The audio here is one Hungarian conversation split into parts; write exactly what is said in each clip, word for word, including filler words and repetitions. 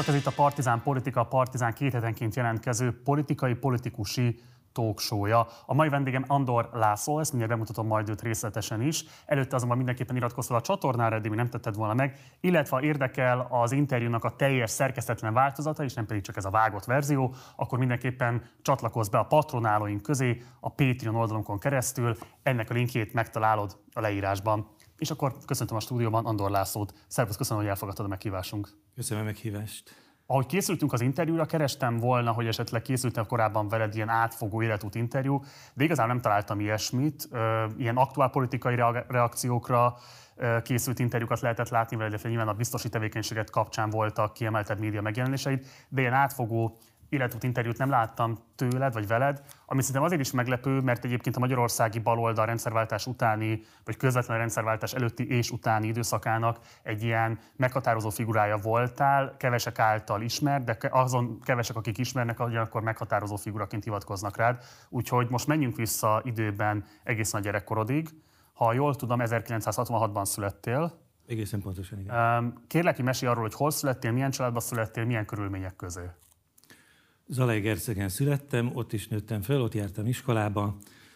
Sziasztok, ez itt a Partizán Politika, a Partizán két hetenként jelentkező politikai, politikusi talkshow-ja. A mai vendégem Andor László, ezt mindjárt bemutatom majd őt részletesen is. Előtte azonban mindenképpen iratkozz fel a csatornára, eddig még nem tetted volna meg, illetve ha érdekel az interjúnak a teljes szerkesztetlen változata, és nem pedig csak ez a vágott verzió, akkor mindenképpen csatlakozz be a patronálóink közé a Patreon oldalunkon keresztül. Ennek a linkjét megtalálod a leírásban. És akkor köszöntöm a stúdióban Andor Lászlót. Szervusz, köszönöm, hogy elfogadtad a meghívásunk. Köszönöm a meghívást. Ahogy készültünk az interjúra, kerestem volna, hogy esetleg készültem korábban veled ilyen átfogó életút interjú, de igazán nem találtam ilyesmit. Ilyen aktuál politikai reakciókra készült interjúkat lehetett látni, illetve nyilván a biztosi tevékenységet kapcsán voltak kiemeltebb média megjelenéseid, de ilyen átfogó életút interjút nem láttam tőled vagy veled, ami szerintem azért is meglepő, mert egyébként a magyarországi baloldal rendszerváltás utáni, vagy közvetlen rendszerváltás előtti és utáni időszakának egy ilyen meghatározó figurája voltál, kevesek által ismert, de azon kevesek, akik ismernek, ugyanakkor meghatározó figuraként hivatkoznak rád. Úgyhogy most menjünk vissza időben egészen a gyerekkorodig. Ha jól tudom, ezerkilencszázhatvanhatban születtél. Egészen pontosan, igen. Kérlek, hogy mesélj arról, hogy hol születtél, milyen családban születtél, milyen körülmények közé. Zalaegerszegen születtem, ott is nőttem fel, ott jártam iskolába,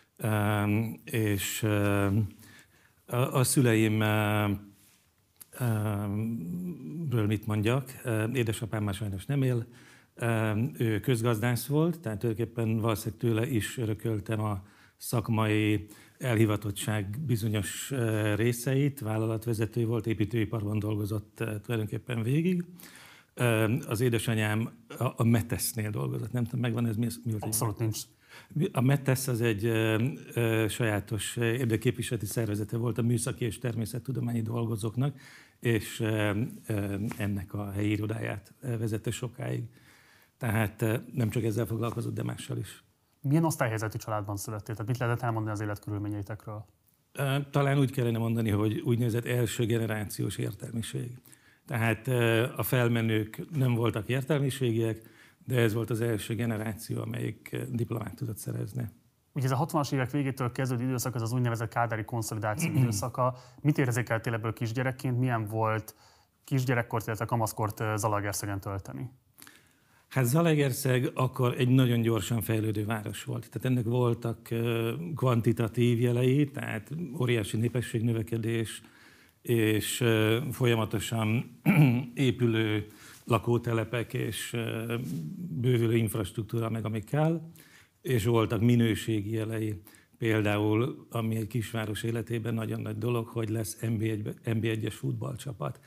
és a szüleimről mit mondjak, édesapám már sajnos nem él, ő közgazdász volt, tehát tulajdonképpen valószínűleg tőle is örököltem a szakmai elhivatottság bizonyos részeit, vállalatvezető volt, építőiparban dolgozott tulajdonképpen végig. Az édesanyám a Metesznél dolgozott, nem tudom, megvan ez mi? mi Abszolút nincs. A Metesz az egy ö, sajátos érdekképviseleti szervezete volt a műszaki és természettudományi dolgozóknak, és ö, ö, ennek a helyi irodáját vezette sokáig. Tehát ö, nem csak ezzel foglalkozott, de mással is. Milyen osztályhelyzetű családban születtél? Tehát mit lehetett elmondani az életkörülményeitekről? Talán úgy kellene mondani, hogy úgynevezett első generációs értelmiség. Tehát a felmenők nem voltak értelmiségiek, de ez volt az első generáció, amelyik diplomát tudott szerezni. Ugye ez a hatvanas évek végétől kezdődő időszak, ez az úgynevezett kádári konszolidáció időszaka. Mit érzékeltél ebből kisgyerekként? Milyen volt kisgyerekkort, illetve kamaszkort Zalaegerszegen tölteni? Hát Zalaegerszeg akkor egy nagyon gyorsan fejlődő város volt. Tehát ennek voltak kvantitatív jelei, tehát óriási népességnövekedés, és folyamatosan épülő lakótelepek és bővülő infrastruktúra meg, ami kell, és voltak minőségi jelei. Például, ami egy kisváros életében nagyon nagy dolog, hogy lesz en bé egyes futballcsapat,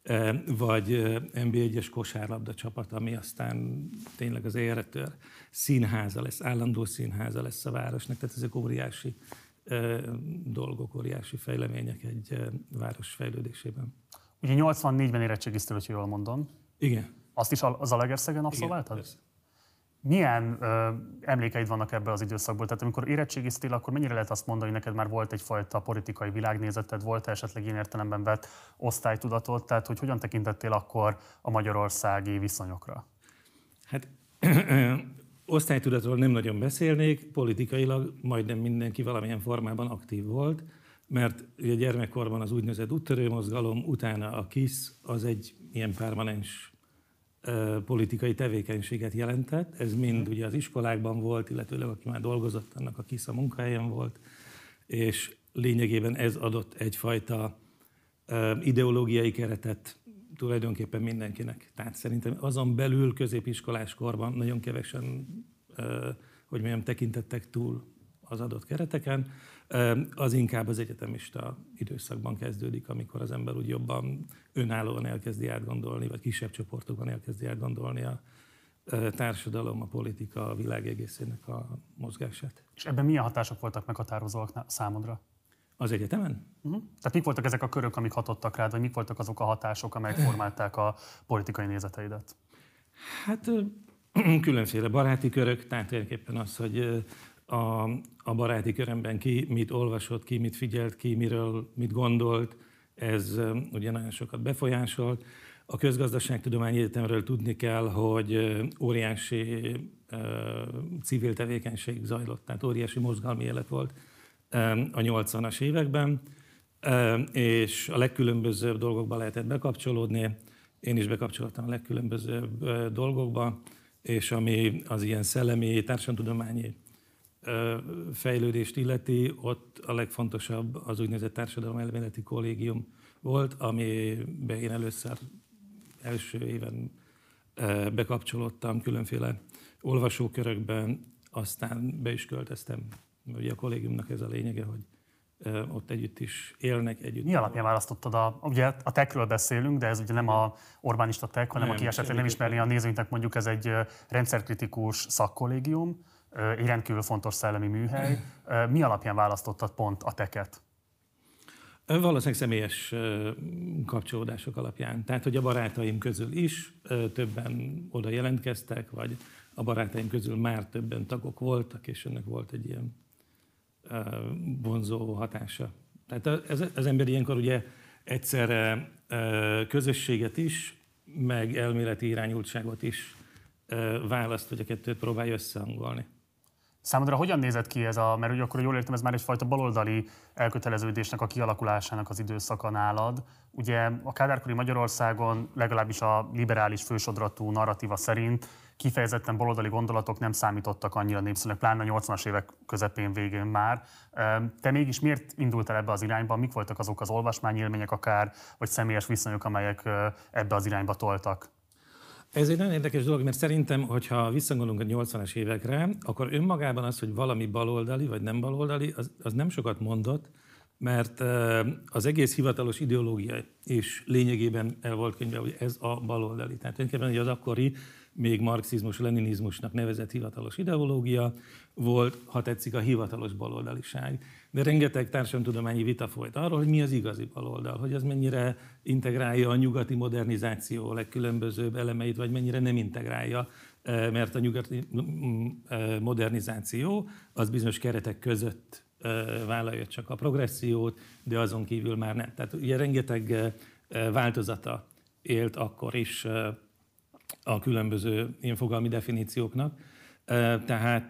vagy en bé egyes kosárlabda csapat, ami aztán tényleg az élre tör. Színháza lesz, állandó színháza lesz a városnak, tehát ezek óriási dolgok, óriási fejlemények egy város fejlődésében. Ugye nyolcvannégyben érettségiztél, hogy jól mondom. Igen. Azt is a Zalaegerszegen abszolváltad? Igen, milyen ö, emlékeid vannak ebből az időszakból? Tehát amikor érettségiztél, akkor mennyire lehet azt mondani, hogy neked már volt egyfajta politikai világnézeted, volt esetleg ilyen értelemben vett osztálytudatod? Tehát hogy hogyan tekintettél akkor a magyarországi viszonyokra? Hát osztálytudatról nem nagyon beszélnék, politikailag majdnem mindenki valamilyen formában aktív volt, mert ugye gyermekkorban az úgynevezett úttörő mozgalom, utána a KISZ az egy ilyen permanens uh, politikai tevékenységet jelentett. Ez mind ugye az iskolákban volt, illetőleg aki már dolgozott, annak a KISZ a munkahelyen volt, és lényegében ez adott egyfajta uh, ideológiai keretet tulajdonképpen mindenkinek. Tehát szerintem azon belül középiskolás korban nagyon kevesen, hogy mondjam, tekintettek túl az adott kereteken. Az inkább az egyetemista időszakban kezdődik, amikor az ember úgy jobban önállóan elkezdi átgondolni, vagy kisebb csoportokban elkezdi átgondolni a társadalom, a politika, a világ egészének a mozgását. És ebben milyen hatások voltak meghatározóak számodra? Az egyetemen? Uh-huh. Tehát mik voltak ezek a körök, amik hatottak rád, vagy mik voltak azok a hatások, amelyek formálták a politikai nézeteidet? Hát különféle baráti körök, tehát tulajdonképpen az, hogy a, a baráti körömben ki mit olvasott, ki mit figyelt, ki miről mit gondolt, ez ugye nagyon sokat befolyásolt. A Közgazdaságtudományi Egyetemről tudni kell, hogy óriási civil tevékenység zajlott, tehát óriási mozgalmi élet volt a nyolcvanas években, és a legkülönbözőbb dolgokba lehetett bekapcsolódni, én is bekapcsoltam a legkülönbözőbb dolgokba, és ami az ilyen szellemi, társadalomtudományi fejlődést illeti, ott a legfontosabb az úgynevezett társadalomelméleti kollégium volt, amiben én először első éven bekapcsolódtam különféle olvasókörökben, aztán be is költöztem. Ugye a kollégiumnak ez a lényege, hogy ott együtt is élnek, együtt. Mi alapján választottad a, ugye a techről beszélünk, de ez ugye nem a Orbánista tech, hanem nem, aki esetleg nem ismerné a nézőinknek, mondjuk ez egy rendszerkritikus szakkollégium, egy rendkívül fontos szellemi műhely. Mi alapján választottad pont a techet? Valószínűleg személyes kapcsolódások alapján. Tehát, hogy a barátaim közül is többen oda jelentkeztek, vagy a barátaim közül már többen tagok voltak, és ennek volt egy ilyen vonzó hatása. Tehát ez, az ember ilyenkor ugye egyszerre közösséget is, meg elméleti irányultságot is választ, hogy a kettőt próbálja összehangolni. Számodra hogyan nézett ki ez a, mert ugye akkor jól értem, ez már egyfajta baloldali elköteleződésnek a kialakulásának az időszaka nálad. Ugye a kádárkori Magyarországon legalábbis a liberális fősodratú narratíva szerint kifejezetten baloldali gondolatok nem számítottak annyira népszerűnek, pláne a nyolcvanas évek közepén, végén már. Te mégis miért indultál ebbe az irányba? Mik voltak azok az olvasmányélmények akár, vagy személyes viszonyok, amelyek ebbe az irányba toltak? Ez egy nagyon érdekes dolog, mert szerintem, hogyha visszagondolunk a nyolcvanas évekre, akkor önmagában az, hogy valami baloldali vagy nem baloldali, az, az nem sokat mondott, mert az egész hivatalos ideológia is lényegében el volt könyve, hogy ez a baloldali. Tehát tulajdonképpen az akkori, még marxizmus-leninizmusnak nevezett hivatalos ideológia volt, ha tetszik, a hivatalos baloldaliság. De rengeteg társadalomtudományi vita folyt arról, hogy mi az igazi baloldal, hogy az mennyire integrálja a nyugati modernizáció legkülönbözőbb elemeit, vagy mennyire nem integrálja, mert a nyugati modernizáció az bizonyos keretek között vállalja csak a progressziót, de azon kívül már nem. Tehát ugye rengeteg változata élt akkor is a különböző ilyen fogalmi definícióknak. Tehát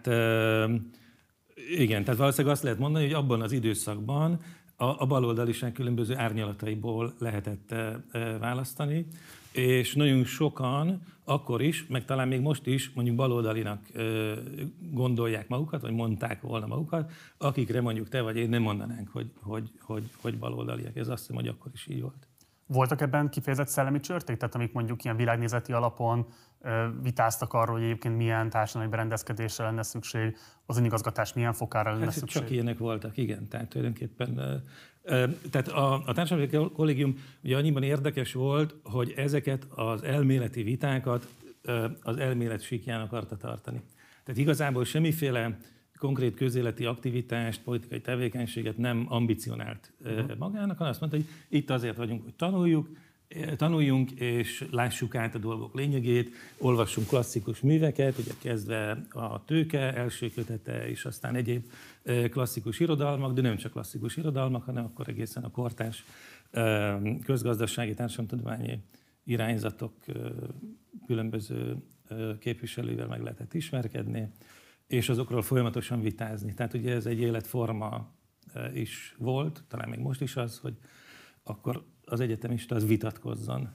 igen, tehát valószínűleg azt lehet mondani, hogy abban az időszakban a, a baloldaliság különböző árnyalataiból lehetett választani, és nagyon sokan akkor is, meg talán még most is mondjuk baloldalinak gondolják magukat, vagy mondták volna magukat, akikre mondjuk te vagy én nem mondanánk, hogy, hogy, hogy, hogy baloldaliak. Ez azt hiszem, hogy akkor is így volt. Voltak ebben kifejezett szellemi csörték? Tehát amik mondjuk ilyen világnézeti alapon vitáztak arról, hogy egyébként milyen társadalmi berendezkedésre lenne szükség, az önigazgatás milyen fokára lenne hát, szükség? Csak ilyenek voltak, igen. Tehát tulajdonképpen tehát a, a társadalmi kollégium ugye annyiban érdekes volt, hogy ezeket az elméleti vitákat az elmélet síkján akarta tartani. Tehát igazából semmiféle konkrét közéleti aktivitást, politikai tevékenységet nem ambicionált uh-huh. magának, hanem azt mondta, hogy itt azért vagyunk, hogy tanuljuk, tanuljunk és lássuk át a dolgok lényegét, olvassunk klasszikus műveket, ugye kezdve a Tőke első kötete, és aztán egyéb klasszikus irodalmak, de nem csak klasszikus irodalmak, hanem akkor egészen a kortárs közgazdasági, társadalomtudományi irányzatok különböző képviselővel meg lehetett ismerkedni, és azokról folyamatosan vitázni. Tehát ugye ez egy életforma is volt, talán még most is az, hogy akkor az egyetemista az vitatkozzon.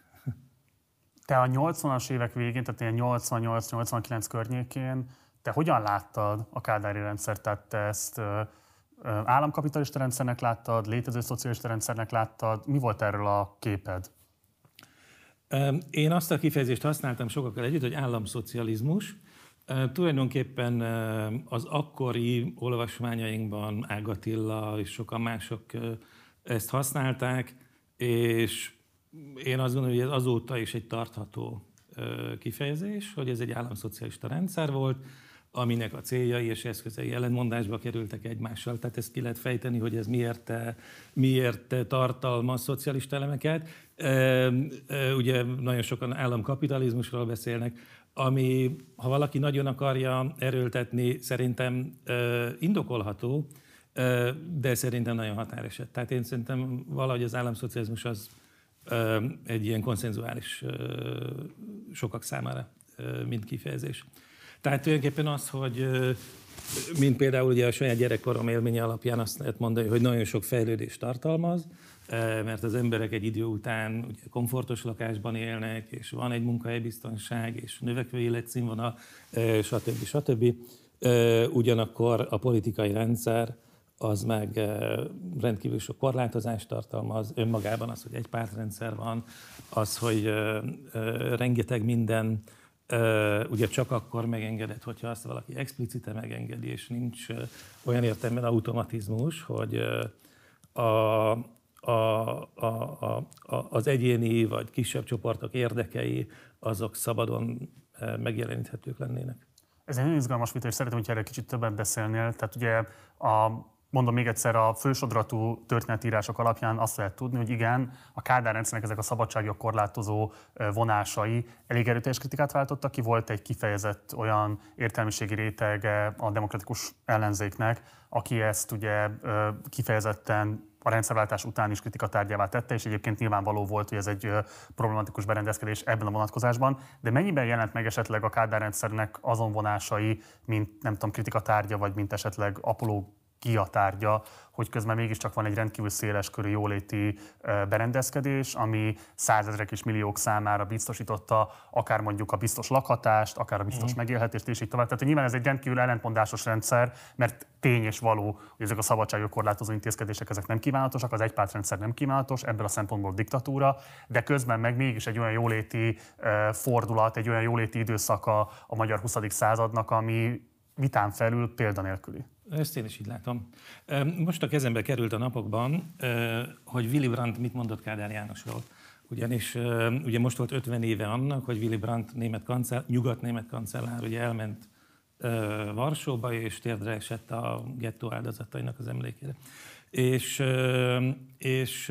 Te a nyolcvanas évek végén, tehát ilyen nyolcvannyolc nyolcvankilenc környékén, te hogyan láttad a kádári rendszert? Tehát te ezt államkapitalista rendszernek láttad, létező szocialista rendszernek láttad? Mi volt erről a képed? Én azt a kifejezést használtam sokakkal együtt, hogy államszocializmus. Tulajdonképpen az akkori olvasmányainkban Ág Attila és sokan mások ezt használták, és én azt gondolom, hogy ez azóta is egy tartható kifejezés, hogy ez egy államszocialista rendszer volt, aminek a céljai és eszközei ellentmondásba kerültek egymással. Tehát ezt ki lehet fejteni, hogy ez miért, miért tartalmaz szocialista elemeket. Ugye nagyon sokan államkapitalizmusról beszélnek, ami, ha valaki nagyon akarja erőltetni, szerintem indokolható, de szerintem nagyon határeset. Tehát én szerintem valahogy az államszocializmus az egy ilyen konszenzuális sokak számára, mint kifejezés. Tehát tulajdonképpen az, hogy mint például ugye a saját gyerekkorom élménye alapján azt lehet mondani, hogy nagyon sok fejlődést tartalmaz, mert az emberek egy idő után ugye komfortos lakásban élnek, és van egy munkahelybiztonság, és növekvő életszínvonal, stb. stb. Ugyanakkor a politikai rendszer az meg rendkívül sok korlátozást tartalmaz, önmagában az, hogy egy pártrendszer van, az, hogy rengeteg minden ugye csak akkor megengedett, hogyha azt valaki explicite megengedi, és nincs olyan értelemben automatizmus, hogy a, a, a, a, a, az egyéni vagy kisebb csoportok érdekei azok szabadon megjeleníthetők lennének. Ez egy nagyon izgalmas vita, és szeretném, hogy erre kicsit többet beszélnél. Tehát ugye a Mondom még egyszer, a fősodratú történetírások alapján azt lehet tudni, hogy igen, a Kádár rendszernek ezek a szabadságjog korlátozó vonásai elég erőteljes kritikát váltottak ki. Volt egy kifejezett olyan értelmiségi rétege a demokratikus ellenzéknek, aki ezt ugye kifejezetten a rendszerváltás után is kritikatárgyává tette, és egyébként nyilvánvaló volt, hogy ez egy problematikus berendezkedés ebben a vonatkozásban. De mennyiben jelent meg esetleg a Kádár rendszernek azon vonásai, mint nem tudom, kritikatárgya, vagy mint esetleg apoló tárgya, hogy közben mégiscsak van egy rendkívül széles körű jóléti berendezkedés, ami százezrek és milliók számára biztosította akár mondjuk a biztos lakhatást, akár a biztos mm. megélhetést, és így tovább. Tehát nyilván ez egy rendkívül ellentmondásos rendszer, mert tény és való, hogy ezek a szabadságot korlátozó intézkedések ezek nem kívánatosak, az egypártrendszer nem kívánatos, ebből a szempontból diktatúra, de közben meg mégis egy olyan jóléti fordulat, egy olyan jóléti időszaka a magyar huszadik századnak, ami vitán felül példanélküli. Ezt én is így látom. Most a kezembe került a napokban, hogy Willy Brandt mit mondott Kádár Jánosról. Ugyanis ugye most volt ötven éve annak, hogy Willy Brandt német kancellár, nyugat-német kancellár ugye elment Varsóba, és térdre esett a gettó áldozatainak az emlékére. És, és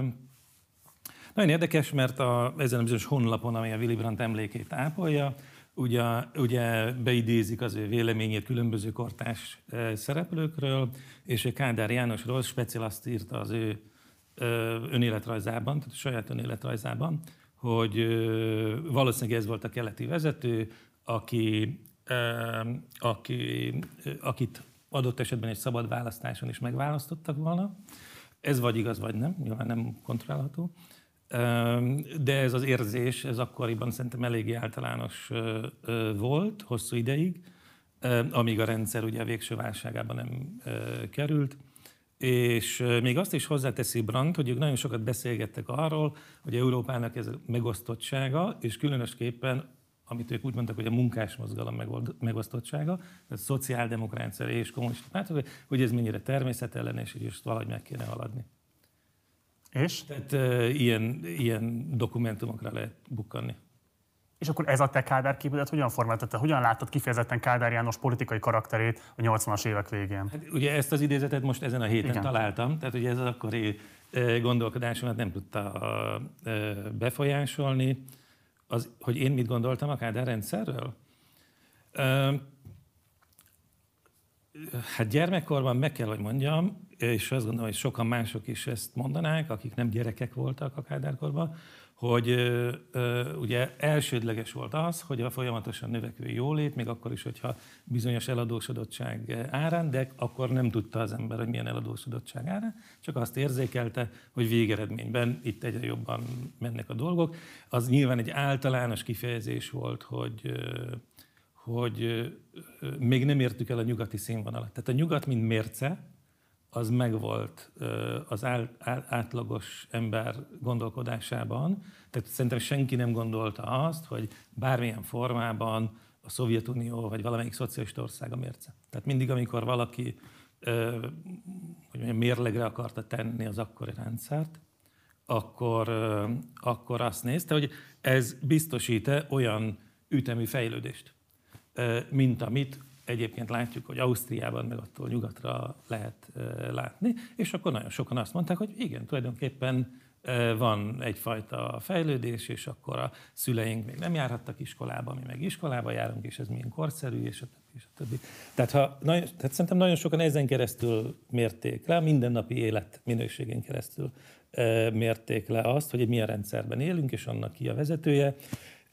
nagyon érdekes, mert a, ezen a bizonyos honlapon, ami a Willy Brandt emlékét ápolja, Ugye, ugye beidézik az ő véleményét különböző kortárs szereplőkről, és Kádár Jánosról speciál azt írta az ő önéletrajzában, tehát a saját önéletrajzában, hogy valószínűleg ez volt a keleti vezető, aki, aki, akit adott esetben egy szabad választáson is megválasztottak volna. Ez vagy igaz, vagy nem, nyilván nem kontrollálható. De ez az érzés, ez akkoriban szerintem eléggé általános volt, hosszú ideig, amíg a rendszer ugye a végső válságában nem került. És még azt is hozzáteszi Brandt, hogy ők nagyon sokat beszélgettek arról, hogy Európának ez a megosztottsága, és különösképpen, amit ők úgy mondtak, hogy a munkásmozgalom megosztottsága, tehát szociáldemokrácia és kommunista pártok, hogy ez mennyire természetellenes, és ezt valahogy meg kéne haladni. És? Tehát uh, ilyen, ilyen dokumentumokra lehet bukkanni. És akkor ez a te Kádár képedet hogyan formáltatta? Hogyan láttad kifejezetten Kádár János politikai karakterét a nyolcvanas évek végén? Hát ugye ezt az idézetet most ezen a héten Igen. találtam, tehát ugye ez az akkori uh, gondolkodásomat nem tudta uh, befolyásolni. Az, hogy én mit gondoltam a Kádár rendszerről? Uh, hát gyermekkorban meg kell, hogy mondjam, és azt gondolom, hogy sokan mások is ezt mondanák, akik nem gyerekek voltak a Kádárkorban, hogy ö, ö, ugye elsődleges volt az, hogy a folyamatosan növekvő jólét, még akkor is, hogyha bizonyos eladósodottság árán, de akkor nem tudta az ember, hogy milyen eladósodottság árán, csak azt érzékelte, hogy végeredményben itt egyre jobban mennek a dolgok. Az nyilván egy általános kifejezés volt, hogy ö, hogy még nem értük el a nyugati színvonalat. Tehát a nyugat, mint mérce, az megvolt az átlagos ember gondolkodásában. Tehát szerintem senki nem gondolta azt, hogy bármilyen formában a Szovjetunió vagy valamelyik szocialista ország a mérce. Tehát mindig, amikor valaki hogy mondjam, mérlegre akarta tenni az akkori rendszert, akkor, akkor azt nézte, hogy ez biztosít-e olyan ütemű fejlődést, mint amit egyébként látjuk, hogy Ausztriában meg attól nyugatra lehet látni, és akkor nagyon sokan azt mondták, hogy igen, tulajdonképpen van egyfajta fejlődés, és akkor a szüleink még nem járhattak iskolába, mi meg iskolába járunk, és ez milyen korszerű, és a többi, és a többi. Tehát, ha, tehát szerintem nagyon sokan ezen keresztül mérték le, a mindennapi élet minőségén keresztül mérték le azt, hogy milyen rendszerben élünk, és annak ki a vezetője.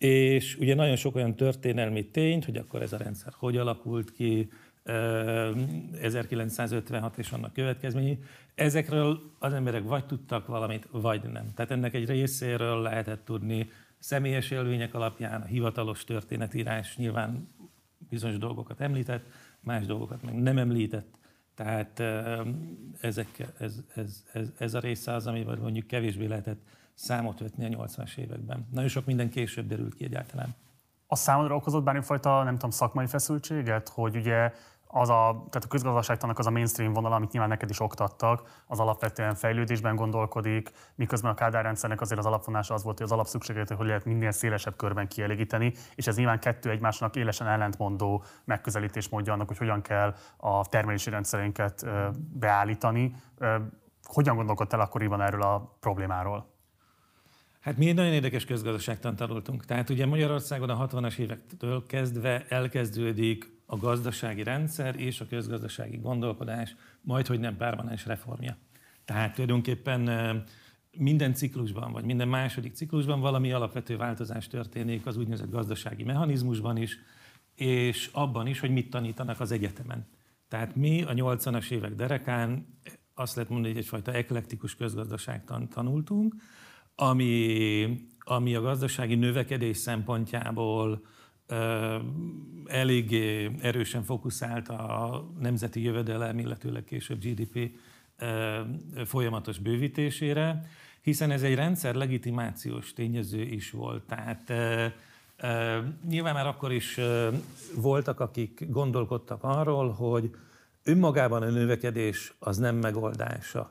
És ugye nagyon sok olyan történelmi tényt, hogy akkor ez a rendszer hogy alakult ki, ezerkilencszázötvenhat és annak következményei. Ezekről az emberek vagy tudtak valamit, vagy nem. Tehát ennek egy részéről lehetett tudni személyes élmények alapján, a hivatalos történetírás nyilván bizonyos dolgokat említett, más dolgokat meg nem említett. Tehát ezek, ez, ez, ez, ez a része az, amivel mondjuk kevésbé lehetett számot vetni a nyolcvanas években. Nagyon sok minden később derült ki egyáltalán. A számodra okozott bármifajta, nem tudom, szakmai feszültséget, hogy ugye az a, tehát a közgazdaságtannak az a mainstream vonala, amit nyilván neked is oktattak, az alapvetően fejlődésben gondolkodik, miközben a Kádár rendszernek azért az alapvonása az volt, hogy az alapszükségletet hogy lehet minél szélesebb körben kielégíteni, és ez nyilván kettő egymásnak élesen ellentmondó megközelítés módja annak, hogy hogyan kell a termelési rendszereinket beállítani. Hogyan gondolkodtál akkoriban erről a problémáról? Hát mi egy nagyon érdekes közgazdaságtant tanultunk. Tehát ugye Magyarországon a hatvanas évektől kezdve elkezdődik a gazdasági rendszer és a közgazdasági gondolkodás, majdhogy nem permanens reformja. Tehát tulajdonképpen minden ciklusban, vagy minden második ciklusban valami alapvető változás történik az úgynevezett gazdasági mechanizmusban is, és abban is, hogy mit tanítanak az egyetemen. Tehát mi a nyolcvanas évek derekán azt lehet mondani, hogy egyfajta eklektikus közgazdaságtant tanultunk, ami, ami a gazdasági növekedés szempontjából ö, eléggé erősen fókuszált a nemzeti jövedelem, illetőleg később gé dé pé ö, folyamatos bővítésére, hiszen ez egy rendszer legitimációs tényező is volt. Tehát ö, ö, nyilván már akkor is ö, voltak, akik gondolkodtak arról, hogy önmagában a növekedés az nem megoldása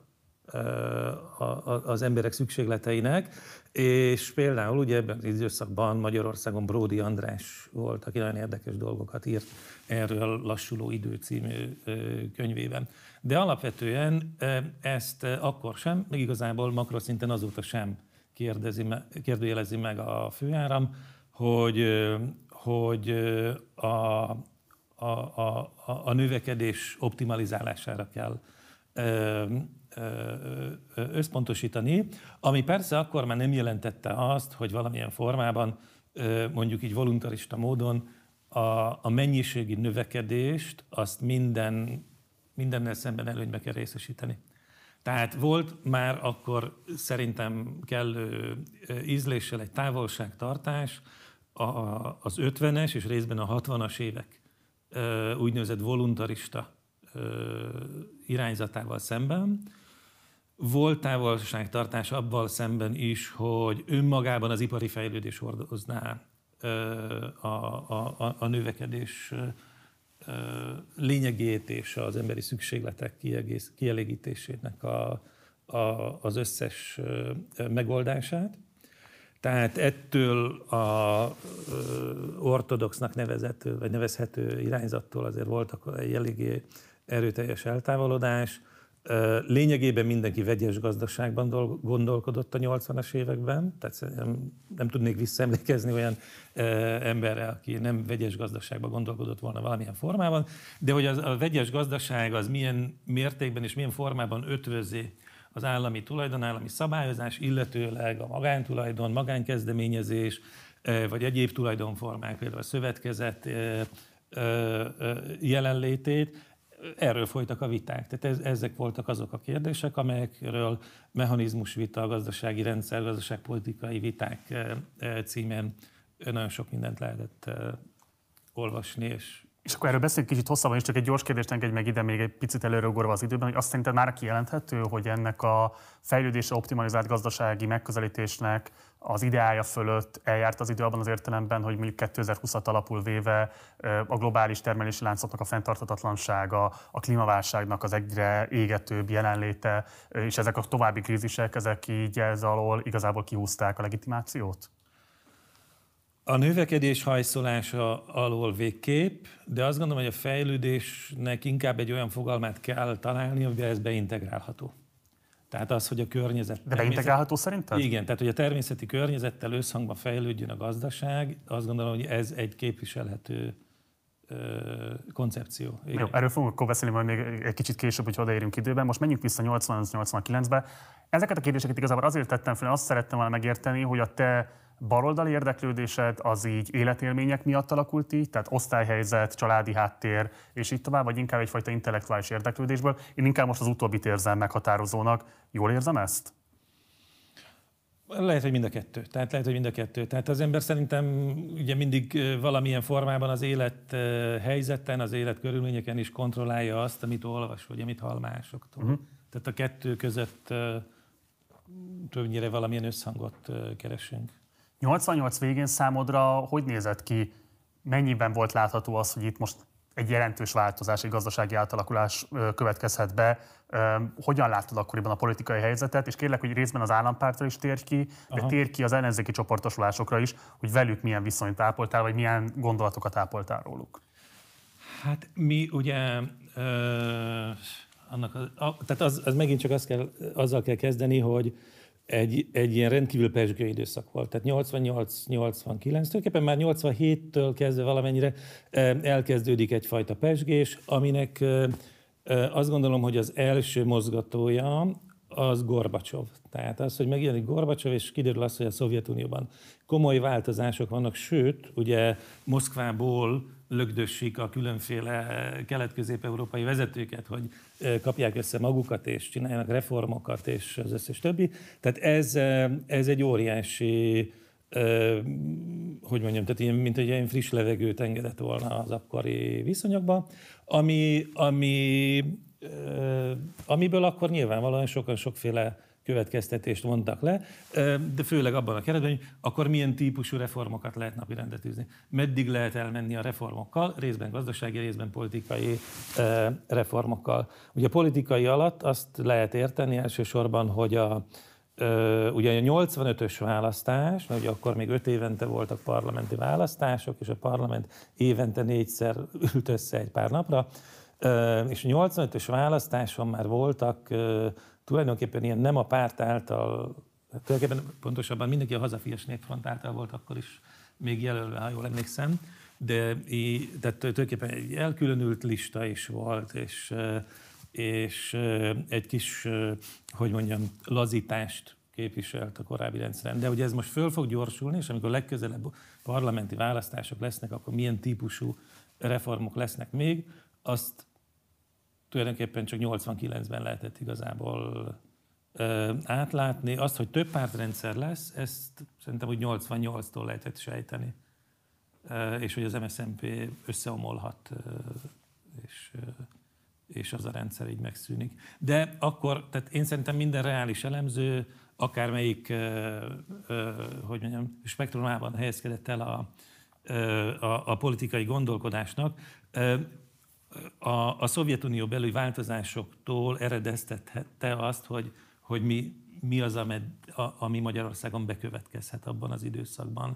az emberek szükségleteinek, és például ugye ebben az időszakban Magyarországon Bródy András volt, aki nagyon érdekes dolgokat írt erről Lassuló idő című könyvében. De alapvetően ezt akkor sem, még igazából makroszinten azóta sem kérdezi, kérdőjelezi meg a főáram, hogy, hogy a, a, a, a növekedés optimalizálására kell összpontosítani, ami persze akkor már nem jelentette azt, hogy valamilyen formában, mondjuk így voluntarista módon a, a mennyiségi növekedést azt minden, mindennel szemben előnybe kell részesíteni. Tehát volt már akkor szerintem kellő ízléssel egy távolságtartás az ötvenes és részben a hatvanas évek úgynevezett voluntarista irányzatával szemben. Volt távolságtartás abban szemben is, hogy önmagában az ipari fejlődés hordozná a, a, a növekedés lényegét és az emberi szükségletek kiegész, kielégítésének a, a, az összes megoldását. Tehát ettől a ortodoxnak nevezető, vagy nevezhető irányzattól azért voltak egy eléggé erőteljes eltávolodás. Lényegében mindenki vegyes gazdaságban gondolkodott a nyolcvanas években, tehát nem, nem tudnék visszaemlékezni olyan emberre, aki nem vegyes gazdaságban gondolkodott volna valamilyen formában, de hogy az, a vegyes gazdaság az milyen mértékben és milyen formában ötvözi az állami tulajdon, állami szabályozás, illetőleg a magántulajdon, magánkezdeményezés, vagy egyéb tulajdonformák, például a szövetkezet jelenlétét, erről folytak a viták. Tehát ez, ezek voltak azok a kérdések, amelyekről mechanizmusvita, gazdasági rendszer, gazdaságpolitikai viták címen nagyon sok mindent lehetett olvasni. És, és akkor erről beszéljünk kicsit hosszabban, és csak egy gyors kérdést engedj meg ide még egy picit előrugorva az időben, hogy azt szerinted már kijelenthető, hogy ennek a fejlődésre optimalizált gazdasági megközelítésnek az ideája fölött eljárt az idő abban az értelemben, hogy mondjuk kétezer-húszat alapul véve a globális termelési láncoknak a fenntarthatatlansága, a klímaválságnak az egyre égetőbb jelenléte, és ezek a további krízisek, ezek így ez alól igazából kihúzták a legitimációt? A növekedés hajszolása alól végképp, de azt gondolom, hogy a fejlődésnek inkább egy olyan fogalmát kell találni, amiben ez beintegrálható. Tehát az, hogy a környezet... De beintegrálható szerinted? Igen, tehát hogy a természeti környezettel összhangban fejlődjön a gazdaság, azt gondolom, hogy ez egy képviselhető ö, koncepció. Igen. Jó, erről fogunk akkor beszélni majd még egy kicsit később, hogy odaérünk időben. Most menjünk vissza nyolcvannyolcvankilencbe. Ezeket a kérdéseket igazából azért tettem fel, azt szerettem volna megérteni, hogy a te baloldali érdeklődésed az így életélmények miatt alakult így, tehát osztályhelyzet, családi háttér, és így tovább, vagy inkább egyfajta intellektuális érdeklődésből? Én inkább most az utóbbit érzem meghatározónak. Jól érzem ezt? Lehet, hogy mind a kettő. Tehát lehet, hogy mind a kettő. Tehát az ember szerintem ugye mindig valamilyen formában az élet helyzeten, az élet körülményeken is kontrollálja azt, amit olvas, vagy amit hall másoktól. Uh-huh. Tehát a kettő között többnyire valamilyen összhangot keresünk. nyolcvannyolc végén számodra hogy nézett ki? Mennyiben volt látható az, hogy itt most egy jelentős változás, egy gazdasági átalakulás következhet be? Hogyan láttad akkoriban a politikai helyzetet? És kérlek, hogy részben az állampártra is térj ki, de térj ki az ellenzéki csoportosulásokra is, hogy velük milyen viszonyt ápoltál, vagy milyen gondolatokat ápoltál róluk. Hát mi ugye... Ö, annak az, a, tehát az, az megint csak az kell, azzal kell kezdeni, hogy egy, egy ilyen rendkívül pezsgő időszak volt. Tehát nyolcvannyolc nyolcvankilenc, tulajdonképpen már nyolcvanhéttől kezdve valamennyire elkezdődik egyfajta pezsgés, aminek azt gondolom, hogy az első mozgatója az Gorbacsov. Tehát az, hogy megjelenik Gorbacsov, és kiderül az, hogy a Szovjetunióban komoly változások vannak, sőt, ugye Moszkvából lögdössik a különféle kelet-közép-európai vezetőket, hogy kapják össze magukat, és csináljanak reformokat, és az összes többi. Tehát ez, ez egy óriási, hogy mondjam, tehát ilyen, mint egy ilyen friss levegőt engedett volna az akkori viszonyokba, ami, ami, amiből akkor nyilvánvalóan sokan sokféle következtetést vontak le, de főleg abban a keretben, hogy akkor milyen típusú reformokat lehet napirendre tűzni. Meddig lehet elmenni a reformokkal, részben gazdasági, részben politikai reformokkal. Ugye a politikai alatt azt lehet érteni elsősorban, hogy a, ugye a nyolcvanötös választás, mert ugye akkor még öt évente voltak parlamenti választások, és a parlament évente négyszer ült össze egy pár napra, és a nyolcvanötös választáson már voltak tulajdonképpen ilyen nem a párt által, tulajdonképpen pontosabban mindenki a Hazafias Népfront által volt akkor is még jelölve, ha jól emlékszem, de így, tehát tulajdonképpen egy elkülönült lista is volt, és, és egy kis, hogy mondjam, lazítást képviselt a korábbi rendszeren. De ugye ez most föl fog gyorsulni, és amikor legközelebb parlamenti választások lesznek, akkor milyen típusú reformok lesznek még, azt tulajdonképpen csak nyolcvankilencben lehetett igazából ö, átlátni. Azt, hogy több pártrendszer lesz, ezt szerintem úgy nyolcvannyolctól lehetett sejteni. Ö, és hogy az em es zé en pé összeomolhat, ö, és, ö, és az a rendszer így megszűnik. De akkor, tehát én szerintem minden reális elemző, akármelyik, ö, ö, hogy mondjam, spektrumában helyezkedett el a, a, a politikai gondolkodásnak, ö, A, a Szovjetunió belüli változásoktól eredeztethette azt, hogy, hogy mi, mi az, amed, a, ami Magyarországon bekövetkezhet abban az időszakban.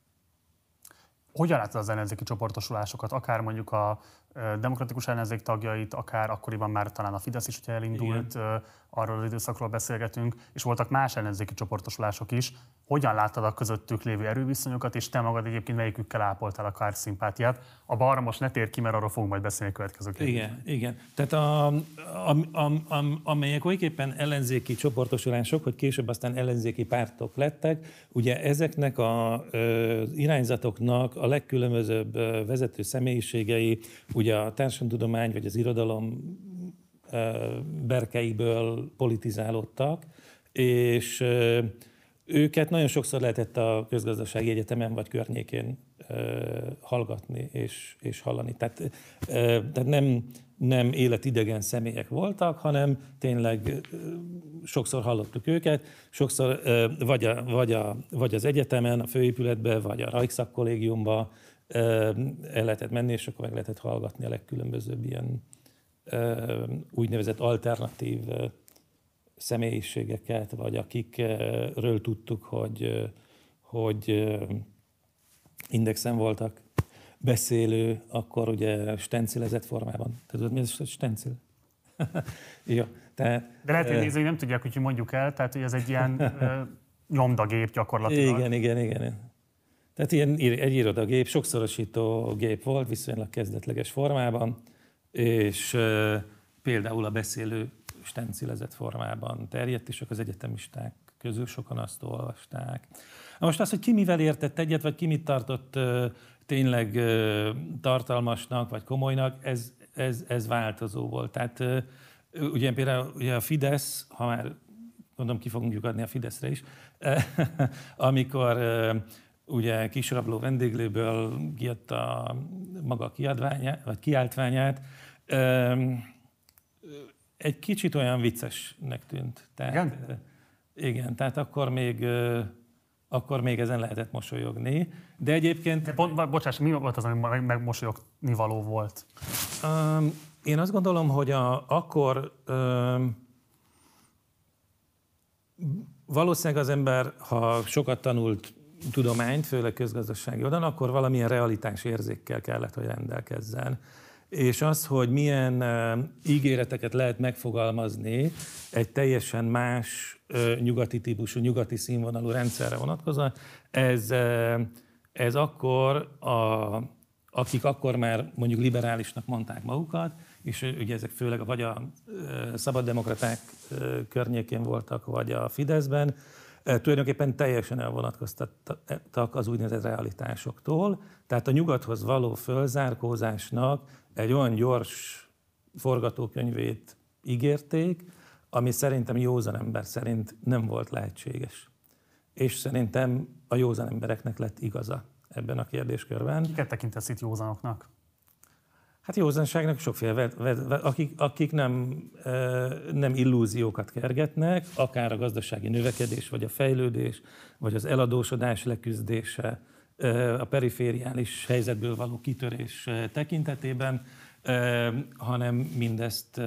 Hogyan látod az ellenzéki csoportosulásokat, akár mondjuk a demokratikus ellenzék tagjait, akár akkoriban már talán a Fidesz is, hogyha elindult, igen, arról az időszakról beszélgetünk, és voltak más ellenzéki csoportosulások is. Hogyan láttad a közöttük lévő erőviszonyokat, és te magad egyébként melyikükkel ápoltál akár szimpátiát? A balra most ne térj ki, mert arról fogunk majd beszélni a következő kérdésben. Igen, igen. Tehát a, a, a, a, amelyek olyképben ellenzéki csoportosulások, hogy később aztán ellenzéki pártok lettek, ugye ezeknek az irányzatoknak a legkülönbözőbb vezető személyiségei, ugye a társadalomtudomány vagy az irodalom berkeiből politizálódtak, és őket nagyon sokszor lehetett a közgazdasági egyetemen vagy környékén hallgatni és, és hallani. Tehát, tehát nem, nem életidegen személyek voltak, hanem tényleg sokszor hallottuk őket, sokszor vagy, a, vagy, a, vagy az egyetemen, a főépületben, vagy a Rajkszakkollégiumban el lehetett menni, és akkor meg lehetett hallgatni a legkülönbözőbb ilyen úgynevezett alternatív személyiségeket, vagy akikről tudtuk, hogy, hogy indexen voltak, beszélő, akkor ugye stencilezett formában. Te tudod, mi ez a stencil? Jó, tehát, de lehet, hogy nézői nem tudják, hogy mondjuk el, tehát hogy ez egy ilyen nyomdagép gyakorlatilag. Igen, igen, igen. Tehát ilyen egy irodagép, sokszorosító gép volt, viszonylag kezdetleges formában, és e, például a beszélő stencilezett formában terjedt, és akkor az egyetemisták közül sokan azt olvasták. Most az, hogy ki mivel értett egyet, vagy ki mit tartott tényleg tartalmasnak, vagy komolynak, ez, ez, ez változó volt. Tehát ugye például ugye a Fidesz, ha már gondolom ki fogunk lyukadni a Fideszre is, amikor ugye kisrabló vendéglőből kiadta maga kiadványát, vagy kiáltványát, egy kicsit olyan viccesnek tűnt. Tehát, igen? Igen, tehát akkor még, akkor még ezen lehetett mosolyogni. De egyébként... De pont, bocsáss, mi volt az, ami megmosolyogni való volt? Um, én azt gondolom, hogy a, akkor um, valószínűleg az ember, ha sokat tanult tudományt, főleg közgazdasági oldalon, akkor valamilyen realitás érzékkel kellett, hogy rendelkezzen. És az, hogy milyen uh, ígéreteket lehet megfogalmazni egy teljesen más uh, nyugati típusú, nyugati színvonalú rendszerre vonatkozóan, ez, uh, ez akkor, a, akik akkor már mondjuk liberálisnak mondták magukat, és ugye ezek főleg vagy a uh, szabaddemokraták uh, környékén voltak, vagy a Fideszben, uh, tulajdonképpen teljesen elvonatkoztattak az úgynevezett realitásoktól, tehát a nyugathoz való fölzárkózásnak egy olyan gyors forgatókönyvét ígérték, ami szerintem józan ember szerint nem volt lehetséges. És szerintem a józan embereknek lett igaza ebben a kérdéskörben. Kiket tekintesz itt józanoknak? Hát józanságnak sokféle, akik, akik nem, nem illúziókat kergetnek, akár a gazdasági növekedés, vagy a fejlődés, vagy az eladósodás leküzdése, a perifériális helyzetből való kitörés tekintetében, hanem mindezt,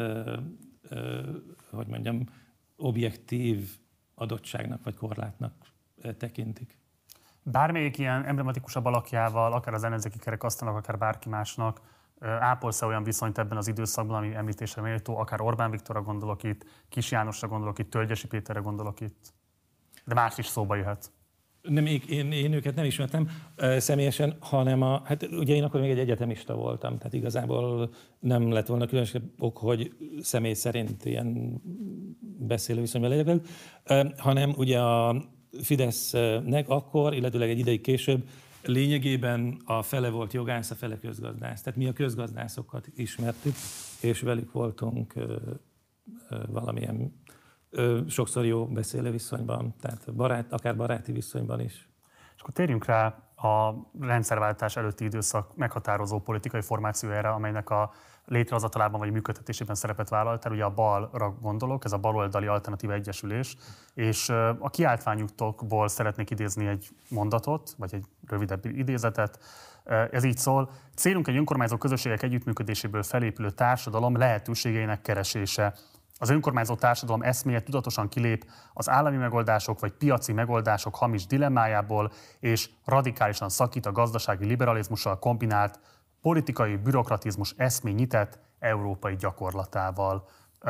hogy mondjam, objektív adottságnak vagy korlátnak tekintik. Bármelyik ilyen emblematikusabb alakjával, akár az ellenzéki kerekasztalnak, akár bárki másnak, ápolsz-e olyan viszonyt ebben az időszakban, ami említésre méltó, akár Orbán Viktorra gondolok itt, Kis Jánosra gondolok itt, Tölgyesi Péterre gondolok itt, de más is szóba jöhet. Nem, én, én őket nem ismertem uh, személyesen, hanem a, hát ugye én akkor még egy egyetemista voltam, tehát igazából nem lett volna különösebb ok, hogy személy szerint ilyen beszélő viszonyban legyek velük, uh, hanem ugye a Fidesznek akkor, illetőleg egy ideig később lényegében a fele volt jogász, a fele közgazdász. Tehát mi a közgazdászokat ismertük, és velük voltunk uh, uh, valamilyen sokszor jó beszélő viszonyban, tehát barát, akár baráti viszonyban is. És akkor térjünk rá a rendszerváltás előtti időszak meghatározó politikai formációjára, amelynek a létrehozatalában vagy működtetésében szerepet vállalt el, ugye a balra gondolok, ez a baloldali alternatíva egyesülés, és a kiáltványuktokból szeretnék idézni egy mondatot, vagy egy rövidebb idézetet. Ez így szól: célunk egy önkormányzó közösségek együttműködéséből felépülő társadalom lehetőségeinek keresése. Az önkormányzó társadalom eszméje tudatosan kilép az állami megoldások vagy piaci megoldások hamis dilemmájából, és radikálisan szakít a gazdasági liberalizmussal kombinált politikai bürokratizmus eszmény nyitett európai gyakorlatával.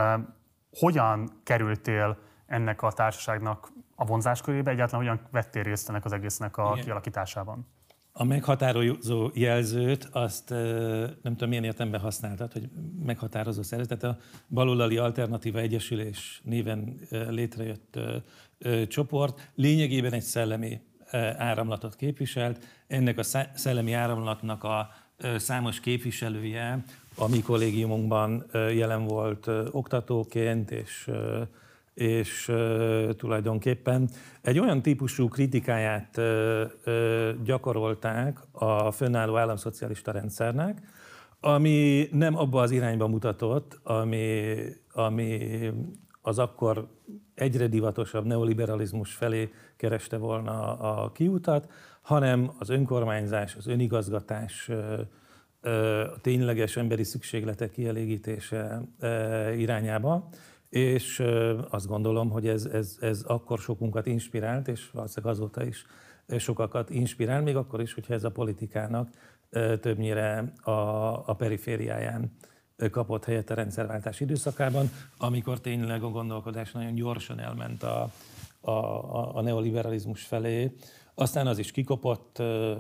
Hogyan kerültél ennek a társaságnak a vonzáskörébe? Egyáltalán hogyan vettél részt ennek az egésznek a Igen. kialakításában? A meghatározó jelzőt azt nem tudom milyen értelemben használtad, hogy meghatározó szervezet. Tehát a baloldali alternatíva egyesülés néven létrejött csoport lényegében egy szellemi áramlatot képviselt. Ennek a szellemi áramlatnak a számos képviselője a mi kollégiumunkban jelen volt oktatóként, és és uh, tulajdonképpen egy olyan típusú kritikáját uh, uh, gyakorolták a fönnálló államszocialista rendszernek, ami nem abba az irányba mutatott, ami, ami az akkor egyre divatosabb neoliberalizmus felé kereste volna a kiutat, hanem az önkormányzás, az önigazgatás, uh, uh, a tényleges emberi szükségletek kielégítése uh, irányába. És azt gondolom, hogy ez, ez, ez akkor sokunkat inspirált, és valószínűleg azóta is sokakat inspirál, még akkor is, hogyha ez a politikának többnyire a, a perifériáján kapott helyet a rendszerváltás időszakában, amikor tényleg a gondolkodás nagyon gyorsan elment a, a, a, a neoliberalizmus felé. Aztán az is kikopott,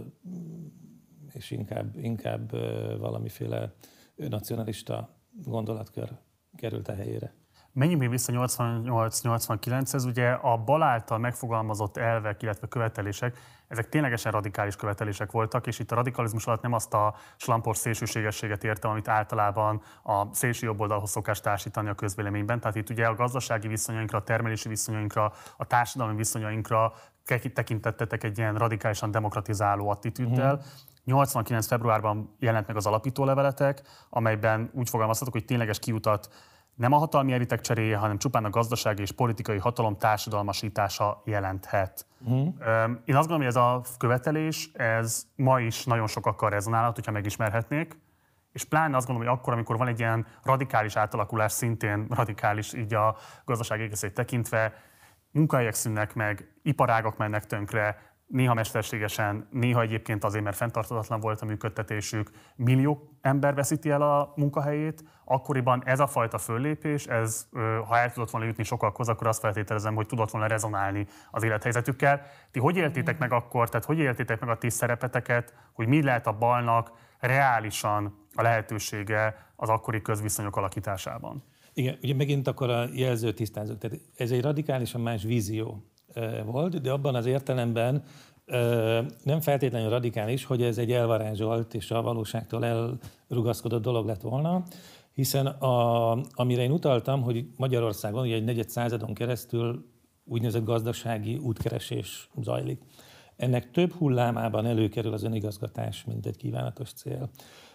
és inkább, inkább valamiféle nacionalista gondolatkör került a helyére. Menjünk még vissza nyolcvannyolc nyolcvankilenchez, ugye a bal által megfogalmazott elvek, illetve követelések, ezek ténylegesen radikális követelések voltak, és itt a radikalizmus alatt nem azt a slampos szélsőségességet értem, amit általában a szélső jobb oldalhoz szokás társítani a közvéleményben. Tehát itt ugye a gazdasági viszonyainkra, a termelési viszonyainkra, a társadalmi viszonyainkra tekintettetek egy ilyen radikálisan demokratizáló attitűddel. Uh-huh. nyolcvankilenc februárban jelent meg az alapító leveletek, amelyben úgy fogalmaztatok, hogy tényleges kiutat nem a hatalmi elitek cseréje, hanem csupán a gazdasági és politikai hatalom társadalmasítása jelenthet. Uh-huh. Én azt gondolom, hogy ez a követelés, ez ma is nagyon sokakkal rezonálhat, hogyha megismerhetnék, és pláne azt gondolom, hogy akkor, amikor van egy ilyen radikális átalakulás, szintén radikális így a gazdaság egészét tekintve, munkahelyek szűnnek meg, iparágak mennek tönkre, néha mesterségesen, néha egyébként azért, mert fenntarthatatlan volt a működtetésük, millió ember veszíti el a munkahelyét, akkoriban ez a fajta föllépés, ez, ha el tudott volna jutni sokakhoz, akkor azt feltételezem, hogy tudott volna rezonálni az élethelyzetükkel. Ti hogy éltétek meg akkor, tehát hogy éltétek meg a ti szerepeteket, hogy mi lehet a balnak reálisan a lehetősége az akkori közviszonyok alakításában? Igen, ugye megint akkor a jelző tisztázok. Tehát ez egy radikálisan más vízió volt, de abban az értelemben nem feltétlenül radikális, hogy ez egy elvarázsolt és a valóságtól elrugaszkodott dolog lett volna, hiszen a, amire én utaltam, hogy Magyarországon ugye egy negyed századon keresztül úgynevezett gazdasági útkeresés zajlik. Ennek több hullámában előkerül az önigazgatás, mint egy kívánatos cél.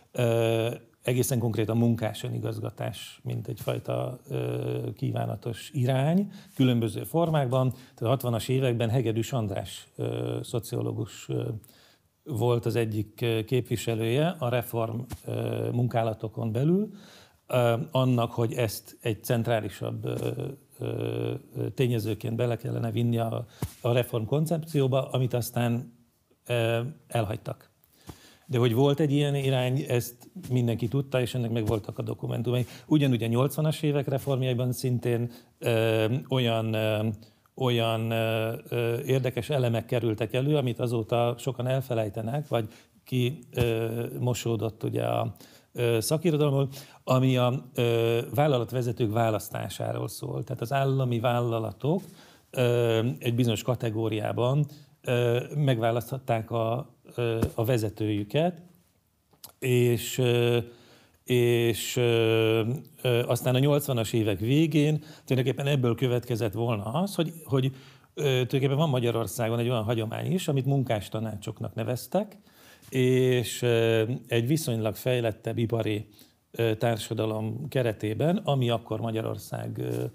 Egészen konkrétan munkás önigazgatás, mint egyfajta ö, kívánatos irány, különböző formákban. Tehát a hatvanas években Hegedűs András ö, szociológus ö, volt az egyik képviselője a reform ö, munkálatokon belül, ö, annak, hogy ezt egy centrálisabb ö, ö, tényezőként bele kellene vinni a, a reform koncepcióba, amit aztán ö, elhagytak. De hogy volt egy ilyen irány, ezt mindenki tudta, és ennek meg voltak a dokumentumai. Ugyanúgy a nyolcvanas évek reformjaiban szintén ö, olyan, ö, olyan ö, ö, érdekes elemek kerültek elő, amit azóta sokan elfelejtenek, vagy ki ö, mosódott ugye a ö, szakirodalomból, ami a ö, vállalatvezetők választásáról szól. Tehát az állami vállalatok ö, egy bizonyos kategóriában ö, megválaszthatták a a vezetőjüket, és, és aztán a nyolcvanas évek végén tulajdonképpen ebből következett volna az, hogy, hogy tulajdonképpen van Magyarországon egy olyan hagyomány is, amit munkástanácsoknak neveztek, és egy viszonylag fejlettebb ipari társadalom keretében, ami akkor Magyarországra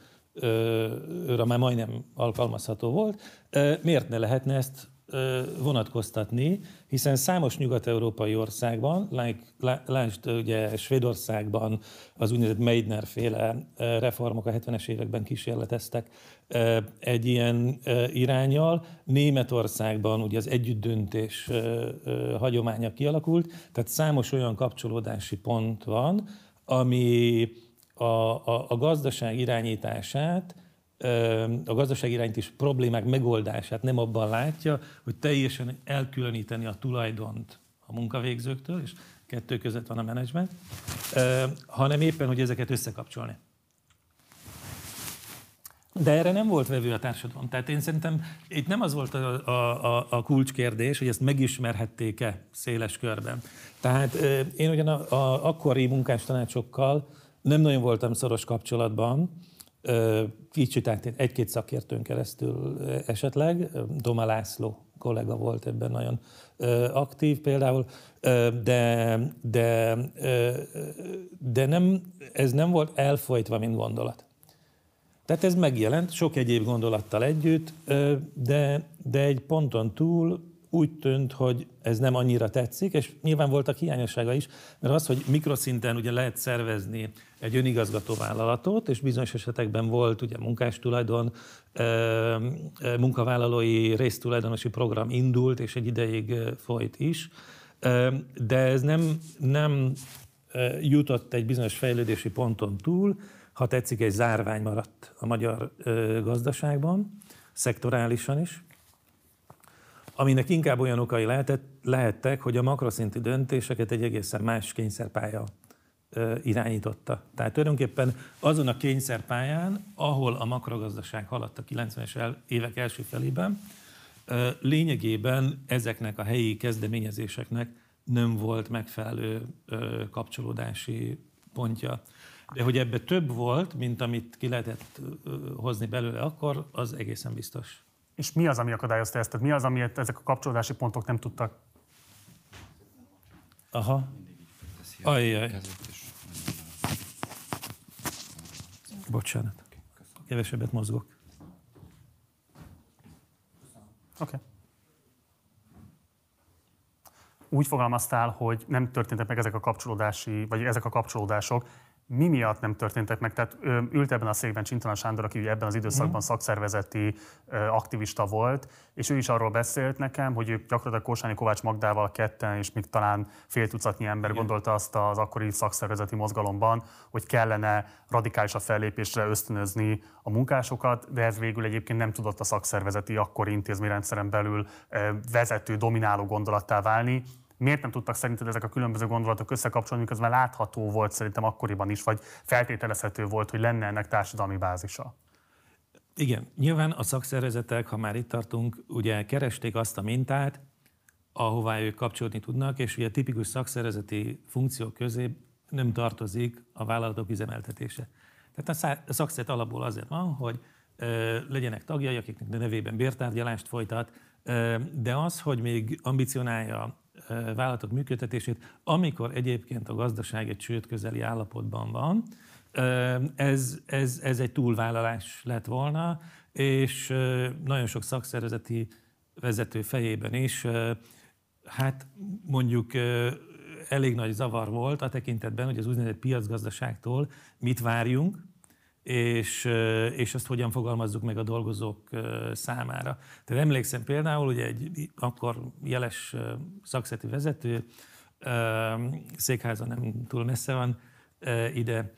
már majdnem alkalmazható volt, miért ne lehetne ezt vonatkoztatni, hiszen számos nyugat-európai országban, lásd ugye Svédországban az úgynevezett Meidner-féle reformok a hetvenes években kísérleteztek egy ilyen iránnyal. Németországban ugye az együttdöntés hagyománya kialakult, tehát számos olyan kapcsolódási pont van, ami a, a, a gazdaság irányítását, a gazdaság irányítás problémák megoldását nem abban látja, hogy teljesen elkülöníteni a tulajdont a munkavégzőktől, és kettő között van a menedzsment, hanem éppen, hogy ezeket összekapcsolni. De erre nem volt vevő a társadalom. Tehát én szerintem itt nem az volt a, a, a kulcskérdés, hogy ezt megismerhették-e széles körben. Tehát én ugyan a, a akkori munkástanácsokkal nem nagyon voltam szoros kapcsolatban, kicsit egy-két szakértőn keresztül esetleg, Doma László kollega volt ebben nagyon aktív például, de, de, de nem, ez nem volt elfolytva, mint gondolat. Tehát ez megjelent sok egyéb gondolattal együtt, de, de egy ponton túl úgy tűnt, hogy ez nem annyira tetszik, és nyilván voltak hiányossága is, mert az, hogy mikroszinten ugye lehet szervezni egy önigazgató vállalatot, és bizonyos esetekben volt ugye munkástulajdon, munkavállalói résztulajdonosi program indult, és egy ideig folyt is, de ez nem, nem jutott egy bizonyos fejlődési ponton túl, ha tetszik, egy zárvány maradt a magyar gazdaságban, szektorálisan is, aminek inkább olyan okai lehetett, lehettek, hogy a makroszintű döntéseket egy egészen más kényszerpálya irányította. Tehát tulajdonképpen azon a kényszerpályán, ahol a makrogazdaság haladt a kilencvenes évek első felében, lényegében ezeknek a helyi kezdeményezéseknek nem volt megfelelő kapcsolódási pontja. De hogy ebbe több volt, mint amit ki lehetett hozni belőle akkor, az egészen biztos. És mi az, ami akadályozta ezt? Tehát mi az, amiért ezek a kapcsolódási pontok nem tudtak? Aha. Ajjaj. Bocsánat. Kevesebbet mozgok. Oké. Okay. Úgy fogalmaztál, hogy nem történtek meg ezek a kapcsolódási, vagy ezek a kapcsolódások. Mi miatt nem történtek meg? Tehát ült ebben a székben Csintalan Sándor, aki ebben az időszakban szakszervezeti aktivista volt, és ő is arról beszélt nekem, hogy ők gyakorlatilag Kósányi Kovács Magdával ketten, és még talán fél tucatnyi ember Igen. gondolta azt az akkori szakszervezeti mozgalomban, hogy kellene radikálisabb fellépésre ösztönözni a munkásokat, de ez végül egyébként nem tudott a szakszervezeti akkori intézményrendszeren belül vezető, domináló gondolattá válni. Miért nem tudtak szerinted ezek a különböző gondolatok összekapcsolni, miközben látható volt szerintem akkoriban is, vagy feltételezhető volt, hogy lenne ennek társadalmi bázisa? Igen, nyilván a szakszervezetek, ha már itt tartunk, ugye keresték azt a mintát, ahová ők kapcsolódni tudnak, és ugye a tipikus szakszervezeti funkciók közé nem tartozik a vállalatok üzemeltetése. Tehát a szakszervezet alapból azért van, hogy ö, legyenek tagjai, akiknek nevében bértárgyalást folytat, ö, de az, hogy még ambicionálja vállalatok működtetését, amikor egyébként a gazdaság egy csőd közeli állapotban van, ez, ez, ez egy túlvállalás lett volna, és nagyon sok szakszervezeti vezető fejében is, hát mondjuk elég nagy zavar volt a tekintetben, hogy az úgynevezett piacgazdaságtól mit várjunk, és, és ezt hogyan fogalmazzuk meg a dolgozók számára. Tehát emlékszem például, hogy egy akkor jeles szakszervezeti vezető, Székháza nem túl messze van ide,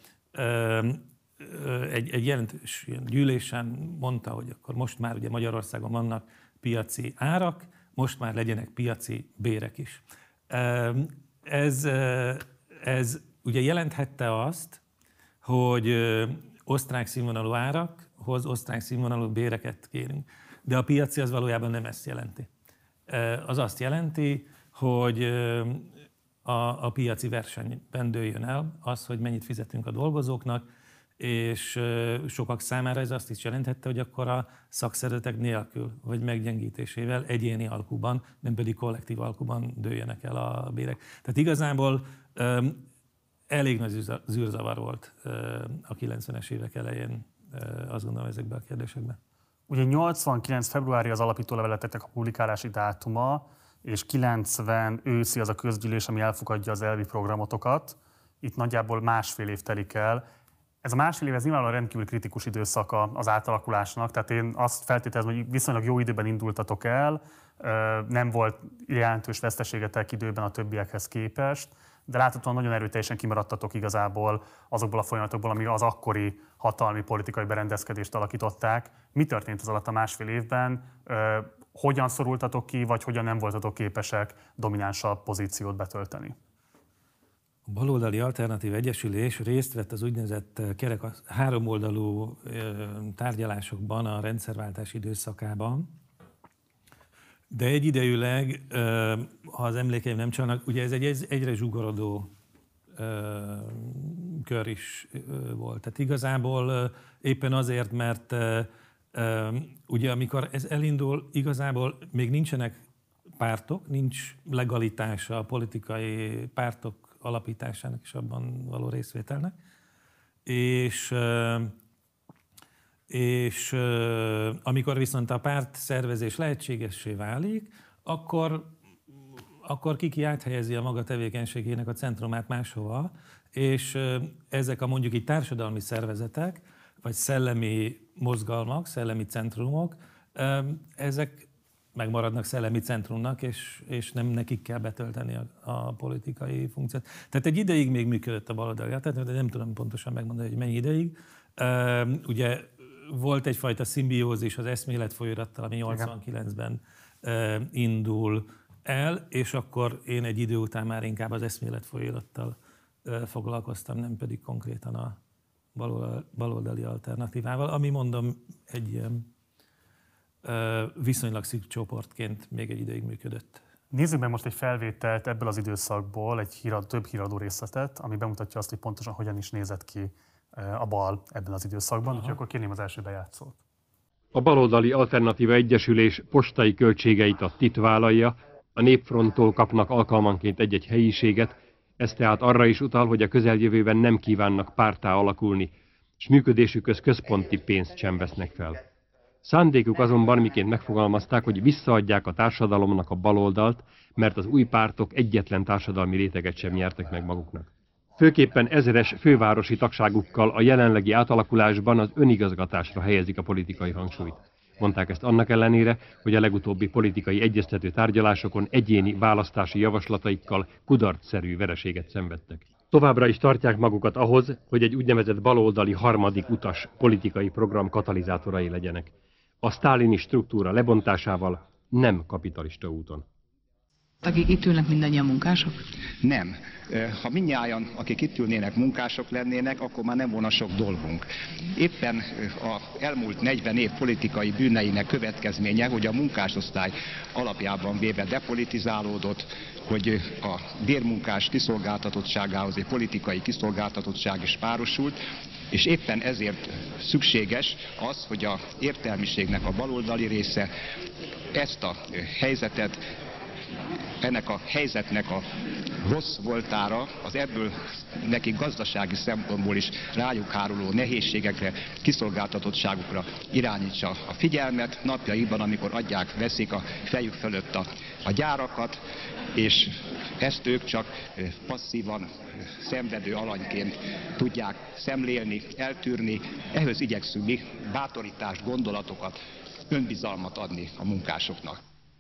egy, egy jelentős gyűlésen mondta, hogy akkor most már ugye Magyarországon vannak piaci árak, most már legyenek piaci bérek is. Ez, ez ugye jelenthette azt, hogy osztrák színvonalú árakhoz osztrák színvonalú béreket kérünk. De a piaci az valójában nem ezt jelenti. Az azt jelenti, hogy a, a piaci versenyben dőljön el az, hogy mennyit fizetünk a dolgozóknak, és sokak számára ez azt is jelenthette, hogy akkor a szakszervezetek nélkül, vagy meggyengítésével egyéni alkuban, nem pedig kollektív alkuban dőljenek el a bérek. Tehát igazából elég nagy zűrzavar volt a kilencvenes évek elején, azt gondolom, ezekben a kérdésekben. Ugye nyolcvankilenc februári az alapító leveleteknek a publikálási dátuma, és kilencven őszi az a közgyűlés, ami elfogadja az elvi programotokat. Itt nagyjából másfél év telik el. Ez a másfél év, ez nyilvánvalóan rendkívül kritikus időszaka az átalakulásnak, tehát én azt feltételezem, hogy viszonylag jó időben indultatok el, nem volt jelentős veszteségetek időben a többiekhez képest, de láthatóan nagyon erőteljesen kimaradtatok igazából azokból a folyamatokból, ami az akkori hatalmi politikai berendezkedést alakították. Mi történt az alatt a másfél évben? Hogyan szorultatok ki, vagy hogyan nem voltatok képesek dominánsabb pozíciót betölteni? A baloldali alternatív egyesülés részt vett az úgynevezett kerek háromoldalú tárgyalásokban a rendszerváltás időszakában, de egyidejűleg, ha az emlékeim nem csalnak, ugye ez egy egyre zsugorodó kör is volt. Tehát igazából éppen azért, mert ugye amikor ez elindul, igazából még nincsenek pártok, nincs legalitása a politikai pártok alapításának és abban való részvételnek, és És euh, amikor viszont a párt szervezés lehetségessé válik, akkor, akkor ki ki áthelyezi a maga tevékenységének a centrumát máshova, és euh, ezek a mondjuk így társadalmi szervezetek, vagy szellemi mozgalmak, szellemi centrumok, euh, ezek megmaradnak szellemi centrumnak, és, és nem nekik kell betölteni a, a politikai funkciót. Tehát egy ideig még működött a baloldali, tehát nem tudom pontosan megmondani, hogy mennyi ideig. Euh, ugye volt egyfajta szimbiózis az eszmélet folyóirattal, ami nyolcvankilencben uh, indul el, és akkor én egy idő után már inkább az eszmélet folyóirattal foglalkoztam, nem pedig konkrétan a baloldali alternatívával, ami mondom egy ilyen viszonylag szűk csoportként még egy ideig működött. Nézzük meg most egy felvételt ebből az időszakból, egy hírad, több híradó részletet, ami bemutatja azt, hogy pontosan hogyan is nézett ki a bal ebben az időszakban, úgyhogy akkor kérném az első bejátszót. A baloldali Alternatíva Egyesülés postai költségeit a té i té vállalja, a Népfronttól kapnak alkalmanként egy-egy helyiséget, ez tehát arra is utal, hogy a közeljövőben nem kívánnak párttá alakulni, és működésükhöz központi pénzt sem vesznek fel. Szándékuk azonban, miként megfogalmazták, hogy visszaadják a társadalomnak a baloldalt, mert az új pártok egyetlen társadalmi réteget sem nyertek meg maguknak. Főképpen ezeres fővárosi tagságukkal a jelenlegi átalakulásban az önigazgatásra helyezik a politikai hangsúlyt. Mondták ezt annak ellenére, hogy a legutóbbi politikai egyeztető tárgyalásokon egyéni választási javaslataikkal kudarcszerű vereséget szenvedtek. Továbbra is tartják magukat ahhoz, hogy egy úgynevezett baloldali harmadik utas politikai program katalizátorai legyenek. A sztálini struktúra lebontásával, nem kapitalista úton. Akik itt ülnek, mindannyian munkások? Nem. Ha mindnyájan, akik itt ülnének, munkások lennének, akkor már nem volna sok dolgunk. Éppen az elmúlt negyven év politikai bűneinek következménye, hogy a munkásosztály alapjában véve depolitizálódott, hogy a bérmunkás kiszolgáltatottságához egy politikai kiszolgáltatottság is párosult, és éppen ezért szükséges az, hogy az értelmiségnek a baloldali része ezt a helyzetet, ennek a helyzetnek a rossz voltára, az ebből nekik gazdasági szempontból is rájuk háruló nehézségekre, kiszolgáltatottságukra irányítsa a figyelmet napjaiban, amikor adják, veszik a fejük fölött a, a gyárakat, és ezt ők csak passzívan szenvedő alanyként tudják szemlélni, eltűrni. Ehhez igyekszünk mi bátorítást, gondolatokat, önbizalmat adni a munkásoknak.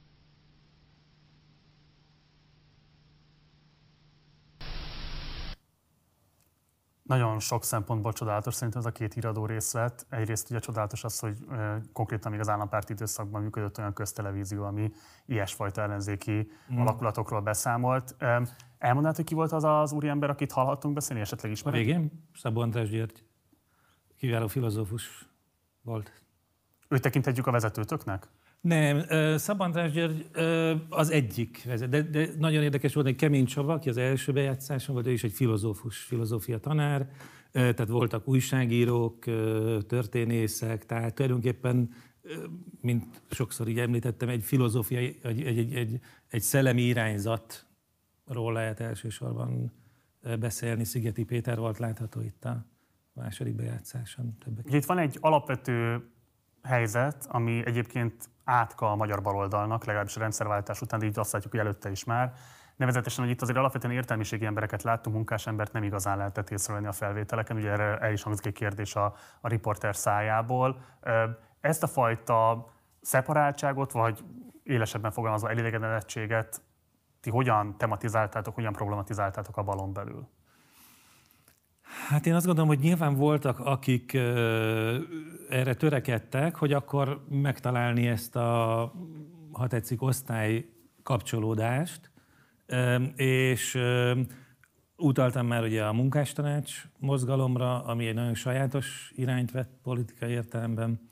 Nagyon sok szempontból csodálatos szerintem ez a két híradó részlet. Egyrészt ugye csodálatos az, hogy e, konkrétan még az állampárti időszakban működött olyan köztelevízió, ami ilyesfajta ellenzéki mm. alakulatokról beszámolt. E, elmondanád, hogy ki volt az az úriember, akit hallhattunk beszélni, esetleg ismered? Végén Szabó András György, kiváló filozófus volt. Őt tekinthetjük a vezetőtöknek? Nem, Szabó András György az egyik, de, de nagyon érdekes volt, egy Kemény Csaba, aki az első bejátszáson volt, ő is egy filozófus, filozófia tanár, tehát voltak újságírók, történészek, tehát tulajdonképpen, mint sokszor így említettem, egy filozófiai, egy, egy, egy, egy szellemi irányzatról lehet elsősorban beszélni. Szigeti Péter volt látható itt a második bejátszáson. Többek. Itt van egy alapvető helyzet, ami egyébként átka a magyar baloldalnak, legalábbis a rendszerváltás után, de így azt látjuk, hogy előtte is már. Nevezetesen, hogy itt azért alapvetően értelmiségi embereket láttunk, munkásembert nem igazán lehetett észrevenni a felvételeken, ugye erre el is hangzik egy kérdés a, a riporter szájából. Ezt a fajta szeparáltságot, vagy élesebben fogalmazva elégedettséget ti hogyan tematizáltátok, hogyan problematizáltátok a balon belül? Hát én azt gondolom, hogy nyilván voltak, akik uh, erre törekedtek, hogy akkor megtalálni ezt a, ha tetszik, osztály kapcsolódást, uh, és uh, utaltam már ugye a munkástanács mozgalomra, ami egy nagyon sajátos irányt vett politikai értelemben.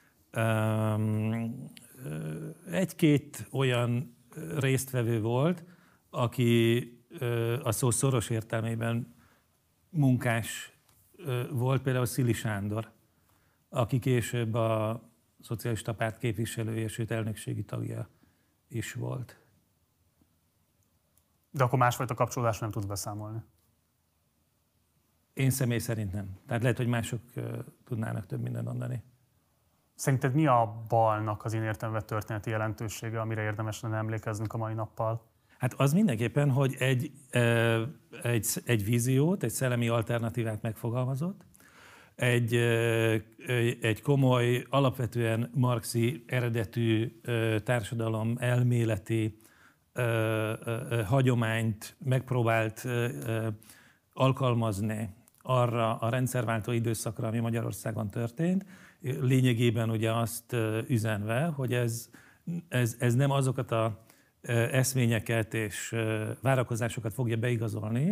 Um, egy-két olyan résztvevő volt, aki uh, a szó szoros értelmében munkás volt, például Szili Sándor, aki később a Szocialista Párt képviselője, sőt elnökségi tagja is volt. De akkor másfajta kapcsolódásra nem tudsz beszámolni? Én személy szerint nem. Tehát lehet, hogy mások tudnának több mindent mondani. Szerinted mi a balnak az én értelemben történeti jelentősége, amire érdemes lenne emlékeznünk a mai nappal? Hát az mindenképpen, hogy egy, egy, egy víziót, egy szellemi alternatívát megfogalmazott, egy, egy komoly, alapvetően marxi eredetű társadalom elméleti hagyományt megpróbált alkalmazni arra a rendszerváltó időszakra, ami Magyarországon történt, lényegében ugye azt üzenve, hogy ez, ez, ez nem azokat a eszményeket és várakozásokat fogja beigazolni,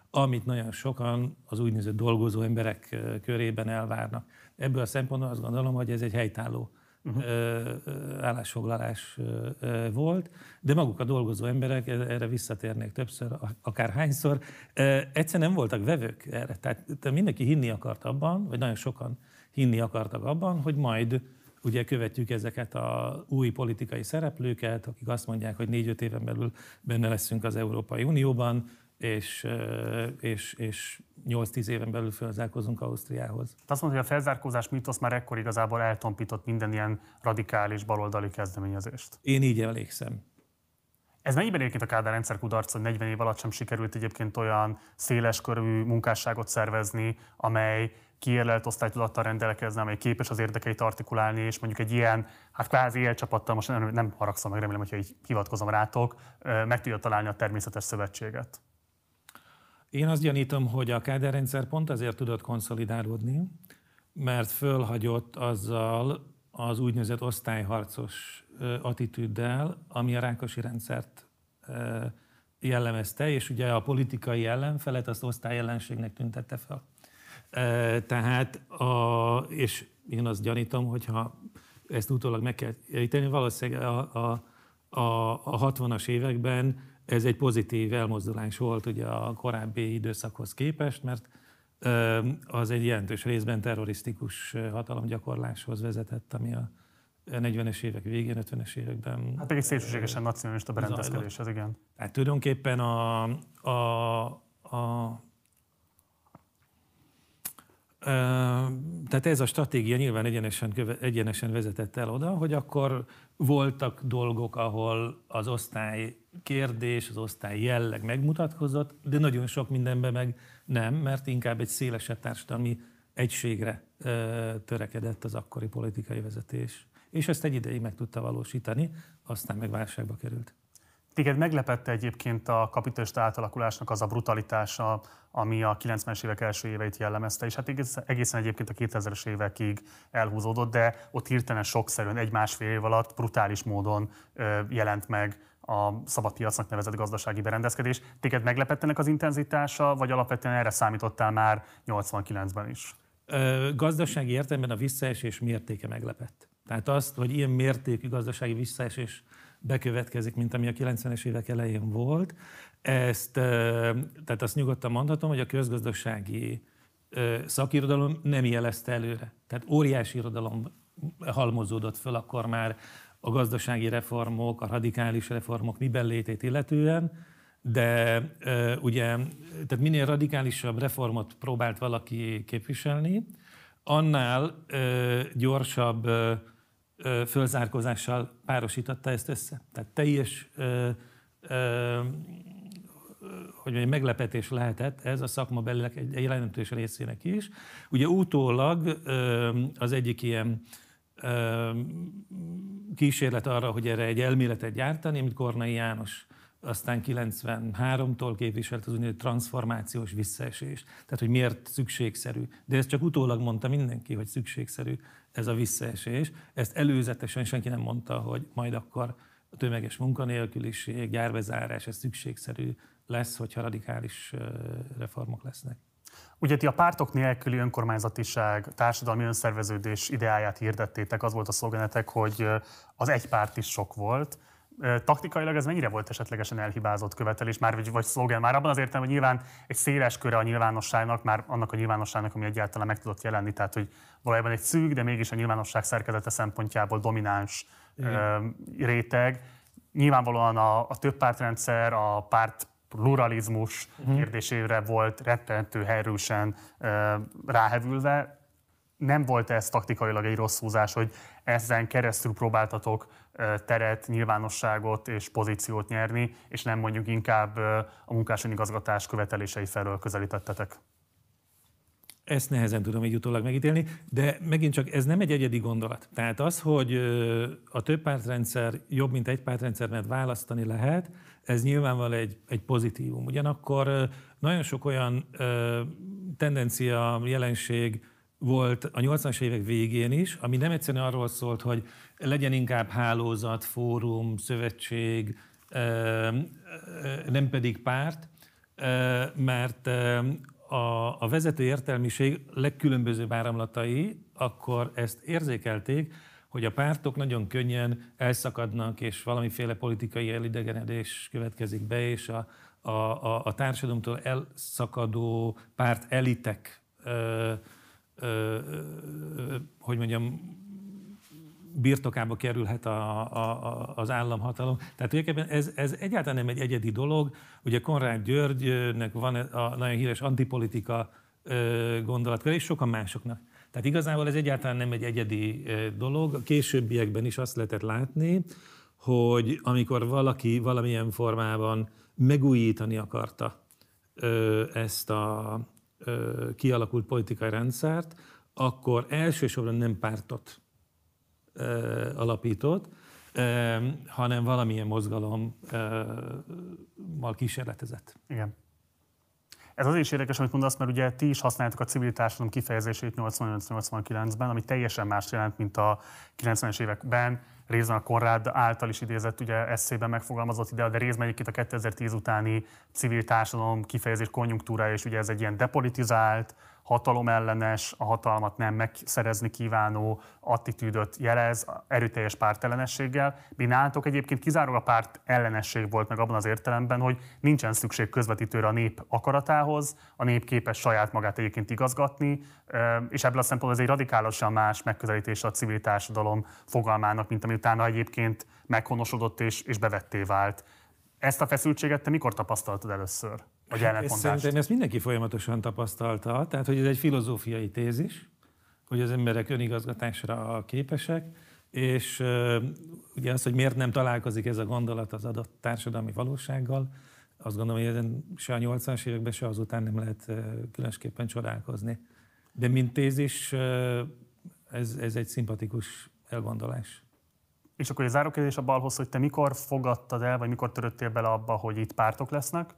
amit nagyon sokan az úgynevezett dolgozó emberek körében elvárnak. Ebből a szempontból azt gondolom, hogy ez egy helytálló uh-huh. állásfoglalás volt, de maguk a dolgozó emberek, erre visszatérnék többször, akár hányszor, egyszer nem voltak vevők erre. Tehát mindenki hinni akart abban, vagy nagyon sokan hinni akartak abban, hogy majd ugye követjük ezeket az új politikai szereplőket, akik azt mondják, hogy négy-öt éven belül benne leszünk az Európai Unióban, és, és, és nyolc-tíz éven belül felzárkózunk Ausztriához. Azt mondod, hogy a felzárkózás mítosz már ekkor igazából eltompított minden ilyen radikális baloldali kezdeményezést. Én így emlékszem. Ez mennyiben egyébként a Kádár rendszer kudarc, hogy negyven év alatt sem sikerült egyébként olyan széleskörű munkásságot szervezni, amely kiérlelt osztálytudattal rendelkezne, amely képes az érdekeit artikulálni, és mondjuk egy ilyen, hát kvázi élcsapattal, most nem, nem haragszom meg, remélem, hogyha így hivatkozom rátok, meg tudja találni a természetes szövetséget. Én azt gyanítom, hogy a Kádár rendszer pont azért tudott konszolidálódni, mert fölhagyott azzal az úgynevezett osztályharcos attitűddel, ami a Rákosi rendszert jellemezte, és ugye a politikai ellenfelet azt osztályellenségnek tüntette fel. Tehát, a, és én azt gyanítom, hogyha ezt utólag meg kell érteni, valószínűleg a, a, a, a hatvanas években ez egy pozitív elmozdulás volt ugye a korábbi időszakhoz képest, mert az egy jelentős részben terrorisztikus hatalomgyakorláshoz vezetett, ami a negyvenes évek végén, ötvenes években... Hát egy szélsőségesen nacionalista berendezkedés, ez igen. Tehát tulajdonképpen a, a, a Tehát ez a stratégia nyilván egyenesen, egyenesen vezetett el oda, hogy akkor voltak dolgok, ahol az osztály kérdés, az osztály jelleg megmutatkozott, de nagyon sok mindenben meg nem, mert inkább egy szélesebb társadalmi egységre törekedett az akkori politikai vezetés. És ezt egy ideig meg tudta valósítani, aztán meg válságba került. Téged meglepette egyébként a kapitalista átalakulásnak az a brutalitása, ami a kilencvenes évek első éveit jellemezte, és hát egészen egyébként a kétezres évekig elhúzódott, de ott hirtelen sokszerűen egy-másfél év alatt brutális módon jelent meg a szabadpiacnak nevezett gazdasági berendezkedés. Téged meglepett ennek az intenzitása, vagy alapvetően erre számítottál már nyolcvankilencben is? Ö, gazdasági értelemben a visszaesés mértéke meglepett. Tehát azt, hogy ilyen mértékű gazdasági visszaesés bekövetkezik, mint ami a kilencvenes évek elején volt. Ezt, tehát azt nyugodtan mondhatom, hogy a közgazdasági szakirodalom nem jelezte előre. Tehát óriási irodalom halmozódott föl akkor már a gazdasági reformok, a radikális reformok miben létét illetően, de ugye tehát minél radikálisabb reformot próbált valaki képviselni, annál gyorsabb fölzárkózással párosította ezt össze. Tehát teljes ö, ö, hogy mondjam, meglepetés lehetett ez a szakmabeliek egy jelentős részének is. Ugye utólag ö, az egyik ilyen ö, kísérlet arra, hogy erre egy elméletet gyártani, amit Kornai János aztán kilencvenháromtól képviselt az úgynevezett transformációs visszaesést. Tehát, hogy miért szükségszerű. De ezt csak utólag mondta mindenki, hogy szükségszerű ez a visszaesés. Ezt előzetesen senki nem mondta, hogy majd akkor a tömeges munkanélküliség, gyárbezárás, ez szükségszerű lesz, hogyha radikális reformok lesznek. Ugye ti a pártok nélküli önkormányzatiság, társadalmi önszerveződés ideáját hirdettétek, az volt a szlogenetek, hogy az egy párt is sok volt. Taktikailag ez mennyire volt esetlegesen elhibázott követelés, már, vagy, vagy szlogen már abban az értelemben, hogy nyilván egy széles köre a nyilvánosságnak, már annak a nyilvánosságnak, ami egyáltalán meg tudott jelenni, tehát hogy valójában egy szűk, de mégis a nyilvánosság szerkezete szempontjából domináns ö, réteg. Nyilvánvalóan a, a többpártrendszer, a párt pluralizmus uh-huh. kérdésére volt rettentő erősen ö, ráhevülve. Nem volt ez taktikailag egy rossz húzás, hogy ezen keresztül próbáltatok teret, nyilvánosságot és pozíciót nyerni, és nem mondjuk inkább a munkásönigazgatás követelései felől közelítettetek? Ezt nehezen tudom így utólag megítélni, de megint csak ez nem egy egyedi gondolat. Tehát az, hogy a többpártrendszer jobb, mint egy pártrendszer, mert választani lehet, ez nyilvánvalóan egy, egy pozitívum. Ugyanakkor nagyon sok olyan tendencia, jelenség volt a nyolcvanas évek végén is, ami nem egyszerűen arról szólt, hogy legyen inkább hálózat, fórum, szövetség, nem pedig párt, mert a, a vezető értelmiség legkülönbözőbb áramlatai akkor ezt érzékelték, hogy a pártok nagyon könnyen elszakadnak, és valamiféle politikai elidegenedés következik be, és a, a, a, a társadalomtól elszakadó párt elitek, ö, ö, ö, hogy mondjam, birtokába kerülhet a, a, az államhatalom. Tehát tulajdonképpen ez, ez egyáltalán nem egy egyedi dolog. Ugye Konrád Györgynek van a nagyon híres antipolitika gondolatkör, és sokan másoknak. Tehát igazából ez egyáltalán nem egy egyedi dolog. A későbbiekben is azt lehetett látni, hogy amikor valaki valamilyen formában megújítani akarta ezt a kialakult politikai rendszert, akkor elsősorban nem pártot alapított, hanem valamilyen mozgalommal kísérletezett. Igen. Ez azért is érdekes, amit mondasz, mert ugye ti is használjátok a civil társadalom kifejezését nyolcvannyolc nyolcvankilencben, ami teljesen más jelent, mint a kilencvenes években. Részben a Konrád által is idézett, ugye eszében megfogalmazott ide, de részben egyébként a kétezer-tíz utáni civil társadalom kifejezés konjunktúrája, és ugye ez egy ilyen depolitizált, hatalomellenes, a hatalmat nem megszerezni kívánó attitűdöt jelez, erőteljes pártellenességgel. Mi nálatok egyébként kizárólag a párt ellenesség volt meg abban az értelemben, hogy nincsen szükség közvetítőre a nép akaratához, a nép képes saját magát egyébként igazgatni, és ebből a szempontból ez egy radikálisan más megközelítése a civil társadalom fogalmának, mint ami utána egyébként meghonosodott és, és bevetté vált. Ezt a feszültséget te mikor tapasztaltad először? Vagy ellentmondást? Szerintem ezt mindenki folyamatosan tapasztalta, tehát hogy ez egy filozófiai tézis, hogy az emberek önigazgatásra képesek, és uh, ugye az, hogy miért nem találkozik ez a gondolat az adott társadalmi valósággal, azt gondolom, hogy ezen se a nyolcvanas években, se azután nem lehet uh, különösképpen csodálkozni. De mint tézis, uh, ez, ez egy szimpatikus elgondolás. És akkor egy zárókérdés a balhoz, hogy te mikor fogadtad el, vagy mikor töröttél bele abba, hogy itt pártok lesznek,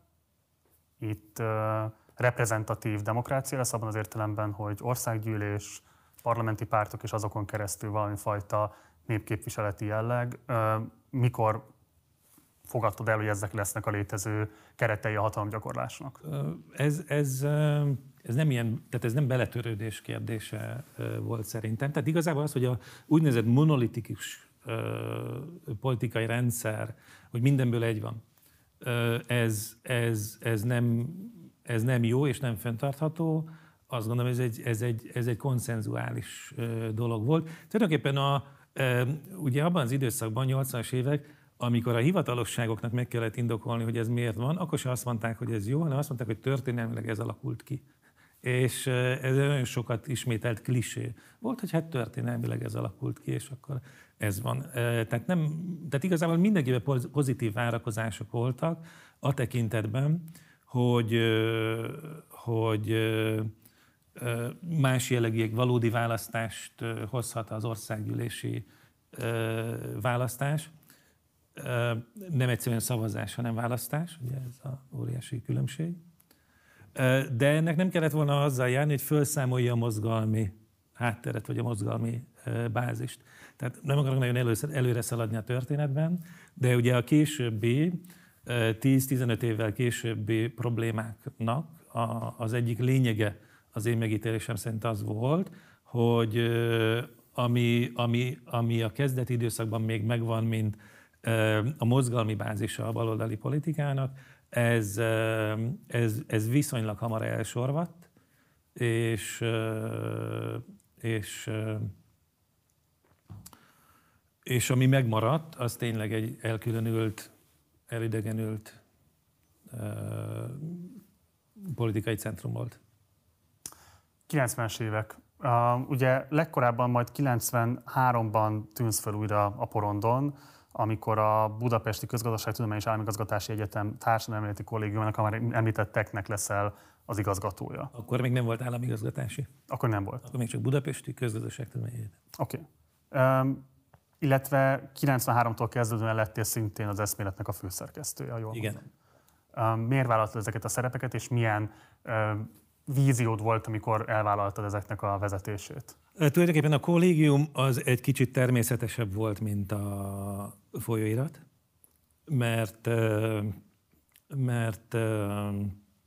itt uh, reprezentatív demokrácia lesz abban az értelemben, hogy országgyűlés, parlamenti pártok és azokon keresztül valamifajta népképviseleti jelleg. Uh, mikor fogadtad el, hogy ezek lesznek a létező keretei a hatalomgyakorlásnak? Ez, ez, ez nem ilyen, tehát ez nem beletörődés kérdése volt szerintem. Tehát igazából az, hogy a úgynevezett monolitikus politikai rendszer, hogy mindenből egy van, ez, ez, ez, nem, ez nem jó és nem fenntartható. Azt gondolom, ez egy, ez egy, ez egy konszenzuális dolog volt. Tulajdonképpen a, ugye abban az időszakban, nyolcvanas évek, amikor a hivatalosságoknak meg kellett indokolni, hogy ez miért van, akkor se azt mondták, hogy ez jó, hanem azt mondták, hogy történelmileg ez alakult ki. És ez nagyon sokat ismételt klisé volt, hogy hát történelmileg ez alakult ki, és akkor ez van. Tehát, nem, tehát igazából mindenkiben pozitív várakozások voltak a tekintetben, hogy, hogy más jellegű valódi választást hozhat az országgyűlési választás. Nem egyszerűen szavazás, hanem választás, ugye ez az óriási különbség. De ennek nem kellett volna azzal járni, hogy felszámolja a mozgalmi hátteret, vagy a mozgalmi bázist. Tehát nem akarok nagyon előre, előre szaladni a történetben, de ugye a későbbi, tíz-tizenöt évvel későbbi problémáknak az egyik lényege az én megítélésem szerint az volt, hogy ami, ami, ami a kezdeti időszakban még megvan, mint a mozgalmi bázisa a baloldali politikának, ez, ez, ez viszonylag hamar elsorvadt, és, és, és ami megmaradt, az tényleg egy elkülönült, elidegenült politikai centrum volt. kilencvenes évek. Uh, ugye legkorábban majd kilencvenháromban tűnsz fel újra a porondon, amikor a Budapesti Közgazdaságtudományi és Államigazgatási Egyetem Társadalomelméleti Kollégiumának, a már említett teknek leszel az igazgatója. Akkor még nem volt államigazgatási. Akkor nem volt. Akkor még csak Budapesti Közgazdaságtudományi Egyetem. Oké. Okay. Um, illetve kilencvenháromtól kezdődően lettél szintén az Eszméletnek a főszerkesztője, jól Igen. Um, miért vállaltad ezeket a szerepeket, és milyen um, víziód volt, amikor elvállaltad ezeknek a vezetését? Tulajdonképpen a kollégium az egy kicsit természetesebb volt, mint a folyóirat, mert, mert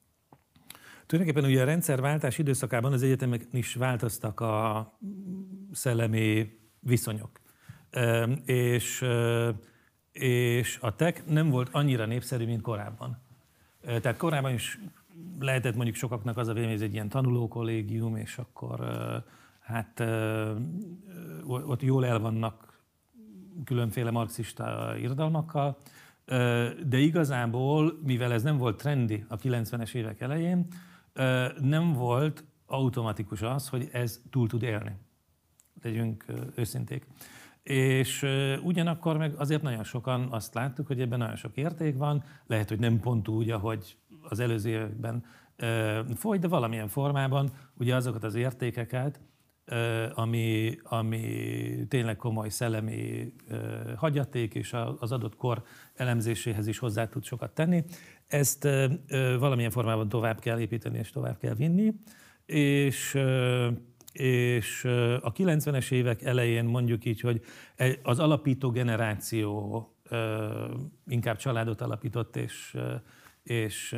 Tulajdonképpen ugye a rendszerváltás időszakában az egyetemek is változtak a szellemi viszonyok. És, és a tech nem volt annyira népszerű, mint korábban. Tehát korábban is lehetett mondjuk sokaknak az a vélemény, hogy ez egy ilyen tanulókollégium, és akkor hát ott jól el vannak különféle marxista irodalmakkal, de igazából, mivel ez nem volt trendi a kilencvenes évek elején, nem volt automatikus az, hogy ez túl tud élni. Legyünk őszinték. És ugyanakkor meg azért nagyon sokan azt láttuk, hogy ebben nagyon sok érték van, lehet, hogy nem pont úgy, ahogy az előző években folyt, de valamilyen formában ugye azokat az értékeket, ami, ami tényleg komoly szellemi hagyaték, és az adott kor elemzéséhez is hozzá tud sokat tenni. Ezt valamilyen formában tovább kell építeni, és tovább kell vinni. És, és a kilencvenes évek elején mondjuk így, hogy az alapító generáció inkább családot alapított, és, és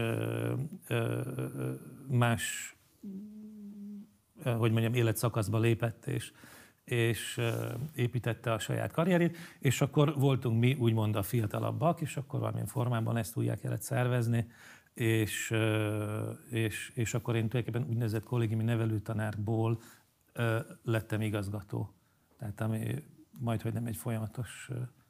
más, hogy mondjam, életszakaszba lépett, és, és építette a saját karrierét, és akkor voltunk mi úgymond a fiatalabbak, és akkor valamilyen formában ezt újjá kellett szervezni, és, és, és akkor én tulajdonképpen úgynevezett kollégiumi nevelőtanárból lettem igazgató. Tehát ami majdhogy nem egy folyamatos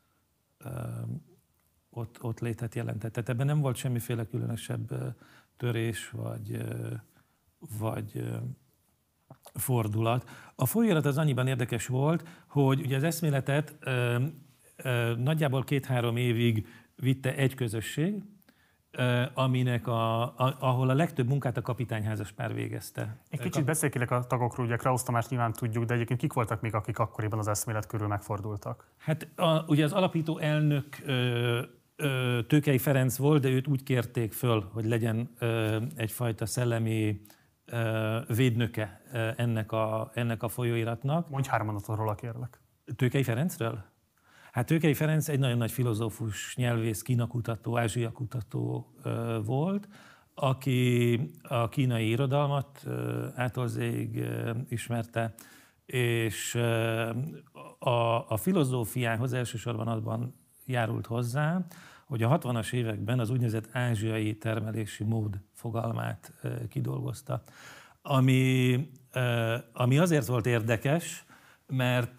ott, ott létet jelentett. Tehát ebben nem volt semmiféle különösebb törés, vagy, vagy fordulat. A folyóirat az annyiban érdekes volt, hogy ugye az eszméletet ö, ö, nagyjából két-három évig vitte egy közösség, ö, aminek a, a, ahol a legtöbb munkát a kapitányházas pár végezte. Egy kicsit beszélkélek a tagokról, ugye Krausz Tamást nyilván tudjuk, de egyébként kik voltak még, akik akkoriban az eszmélet körül megfordultak? Hát a, ugye az alapító elnök ö, ö, Tőkei Ferenc volt, de őt úgy kérték föl, hogy legyen ö, egyfajta szellemi védnöke ennek a, ennek a folyóiratnak. Mondj három mondatot róla, kérlek. Tőkei Ferencről? Hát Tőkei Ferenc egy nagyon nagy filozófus, nyelvész, kínakutató, ázsiakutató volt, aki a kínai irodalmat ától zéig ismerte, és a, a filozófiához elsősorban abban járult hozzá, hogy a hatvanas években az úgynevezett ázsiai termelési mód fogalmát kidolgozta. Ami, ami azért volt érdekes, mert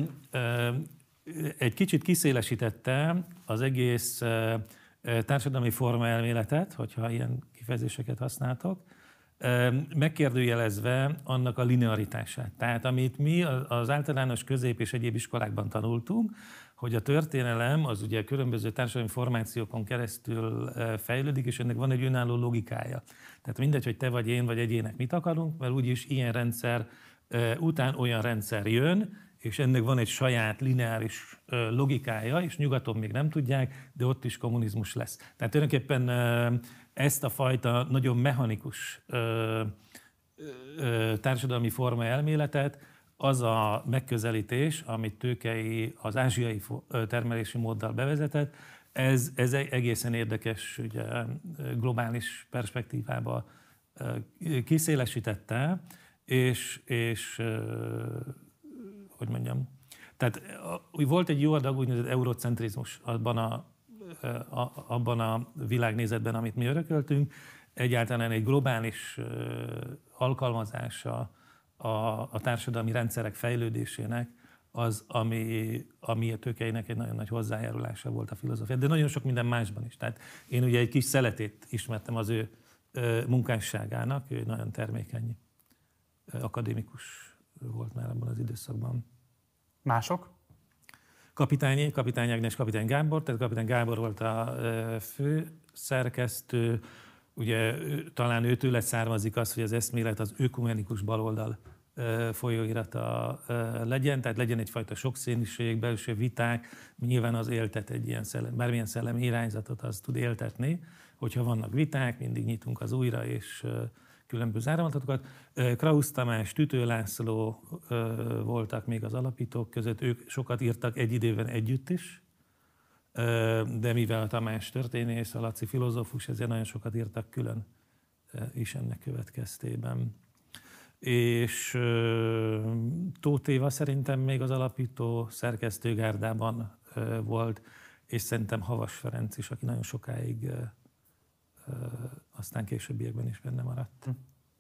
egy kicsit kiszélesítette az egész társadalmi formaelméletet, hogyha ilyen kifejezéseket használtok, megkérdőjelezve annak a linearitását. Tehát amit mi az általános közép és egyéb iskolákban tanultunk, hogy a történelem az ugye különböző társadalmi formációkon keresztül fejlődik, és ennek van egy önálló logikája. Tehát mindegy, hogy te vagy én, vagy egyének mit akarunk, mert úgyis ilyen rendszer után olyan rendszer jön, és ennek van egy saját lineáris logikája, és nyugaton még nem tudják, de ott is kommunizmus lesz. Tehát tulajdonképpen ezt a fajta nagyon mechanikus társadalmi forma elméletet, az a megközelítés, amit Tőkei az ázsiai termelési móddal bevezetett, ez, ez egészen érdekes, ugye, globális perspektívába kiszélesítette, és, és hogy mondjam, tehát volt egy jó adag úgynevezett eurocentrizmus abban a, abban a világnézetben, amit mi örököltünk, egyáltalán egy globális alkalmazása a, a társadalmi rendszerek fejlődésének az, ami, ami a Tőkeinek egy nagyon nagy hozzájárulása volt a filozófia, de nagyon sok minden másban is. Tehát én ugye egy kis szeletét ismertem az ő munkásságának, ő egy nagyon termékeny akadémikus volt már abban az időszakban. Mások? Kapitányi, Kapitány Ágnes, Kapitány Gábor, tehát Kapitány Gábor volt a fő szerkesztő, ugye talán őtőle származik az, hogy az eszmélet az ökumenikus baloldal folyóirata legyen, tehát legyen egyfajta sokszínűség, belső viták, nyilván az éltet egy ilyen szellem, bármilyen szellemi irányzatot az tud éltetni, hogyha vannak viták, mindig nyitunk az újra, és különböző áramlatokat. Krausz Tamás, Tütő László voltak még az alapítók között, ők sokat írtak egy időben együtt is, de mivel a Tamás történész, a Laci filozófus, ezért nagyon sokat írtak külön is ennek következtében. És Tóth Éva szerintem még az alapító szerkesztőgárdában volt, és szerintem Havas Ferenc is, aki nagyon sokáig aztán későbbiekben is benne maradt.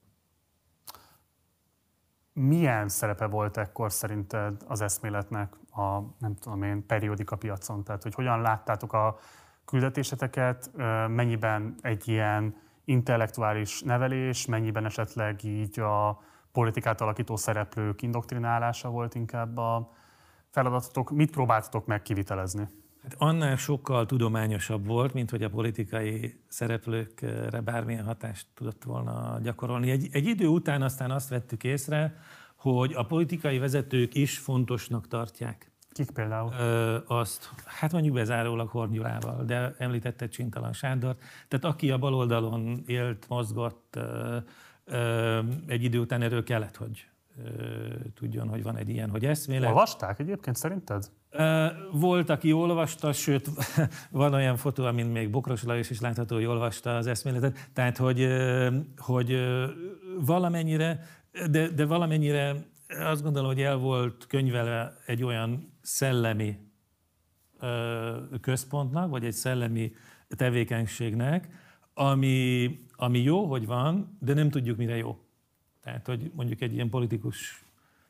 Milyen szerepe volt ekkor szerinted az eszméletnek a, nem tudom én, periódika piacon? Tehát, hogy hogyan láttátok a küldetéseteket, mennyiben egy ilyen intellektuális nevelés, mennyiben esetleg így a politikát alakító szereplők indoktrinálása volt inkább a feladatotok? Mit próbáltatok meg kivitelezni? Hát annál sokkal tudományosabb volt, mint hogy a politikai szereplőkre bármilyen hatást tudott volna gyakorolni. Egy, egy idő után aztán azt vettük észre, hogy a politikai vezetők is fontosnak tartják. Kik például? Ö, azt, hát mondjuk bezárólag Horn Gyulával, de említette Csintalan Sándort. Tehát aki a baloldalon élt, mozgott, ö, ö, egy idő után erről kellett, hogy ö, tudjon, hogy van egy ilyen, hogy eszmélet. Olvasták egyébként szerinted? Volt, aki olvasta, sőt, van olyan fotó, amin még Bokros Lajos is látható, hogy olvasta az eszméletet. Tehát, hogy, hogy valamennyire, de, de valamennyire azt gondolom, hogy el volt könyvelve egy olyan szellemi központnak, vagy egy szellemi tevékenységnek, ami, ami jó, hogy van, de nem tudjuk, mire jó. Tehát, hogy mondjuk egy ilyen politikus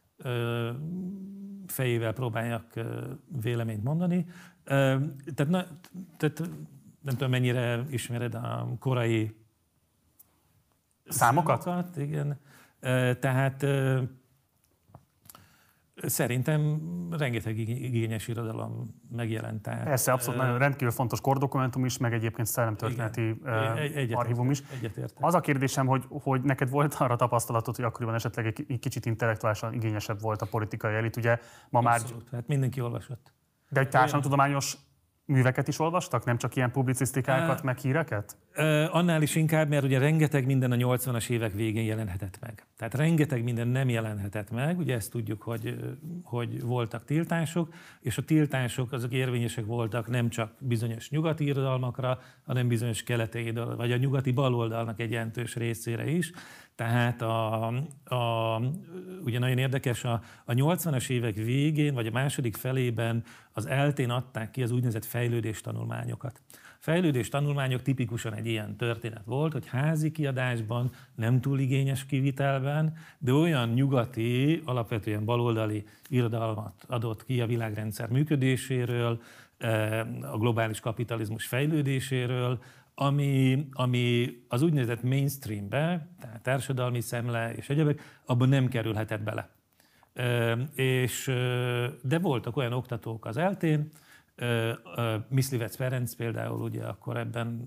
fejével próbáljak véleményt mondani. Tehát, na, tehát nem tudom, mennyire ismered a korai számokat? számokat, igen. Tehát szerintem rengeteg igényes irodalom megjelent. Tehát, persze, abszolút nagyon rendkívül fontos kordokumentum is, meg egyébként szellemtörténeti archívum is. Egyetértek. Az a kérdésem, hogy, hogy neked volt arra tapasztalatod, hogy akkoriban esetleg egy kicsit intellektuálisan igényesebb volt a politikai elit, ugye ma abszolút, már... hát mindenki olvasott. De egy társadalomtudományos műveket is olvastak? Nem csak ilyen publicisztikákat, uh, meg híreket? Uh, annál is inkább, mert ugye rengeteg minden a nyolcvanas évek végén jelenhetett meg. Tehát rengeteg minden nem jelenhetett meg, ugye ezt tudjuk, hogy, hogy voltak tiltások, és a tiltások azok érvényesek voltak nem csak bizonyos nyugati irodalmakra, hanem bizonyos keleti, vagy a nyugati baloldalnak egy jelentős részére is. Tehát a, a, ugye nagyon érdekes, a, a nyolcvanas évek végén, vagy a második felében az eltén adták ki az úgynevezett fejlődéstanulmányokat. Fejlődéstanulmányok tipikusan egy ilyen történet volt, hogy házi kiadásban, nem túl igényes kivitelben, de olyan nyugati, alapvetően baloldali irodalmat adott ki a világrendszer működéséről, a globális kapitalizmus fejlődéséről, Ami, ami az úgynevezett mainstreambe, tehát társadalmi szemle és egyebek, abban nem kerülhetett bele. E, és, de voltak olyan oktatók az eltén, Misliwecz Ferenc például ugye akkor ebben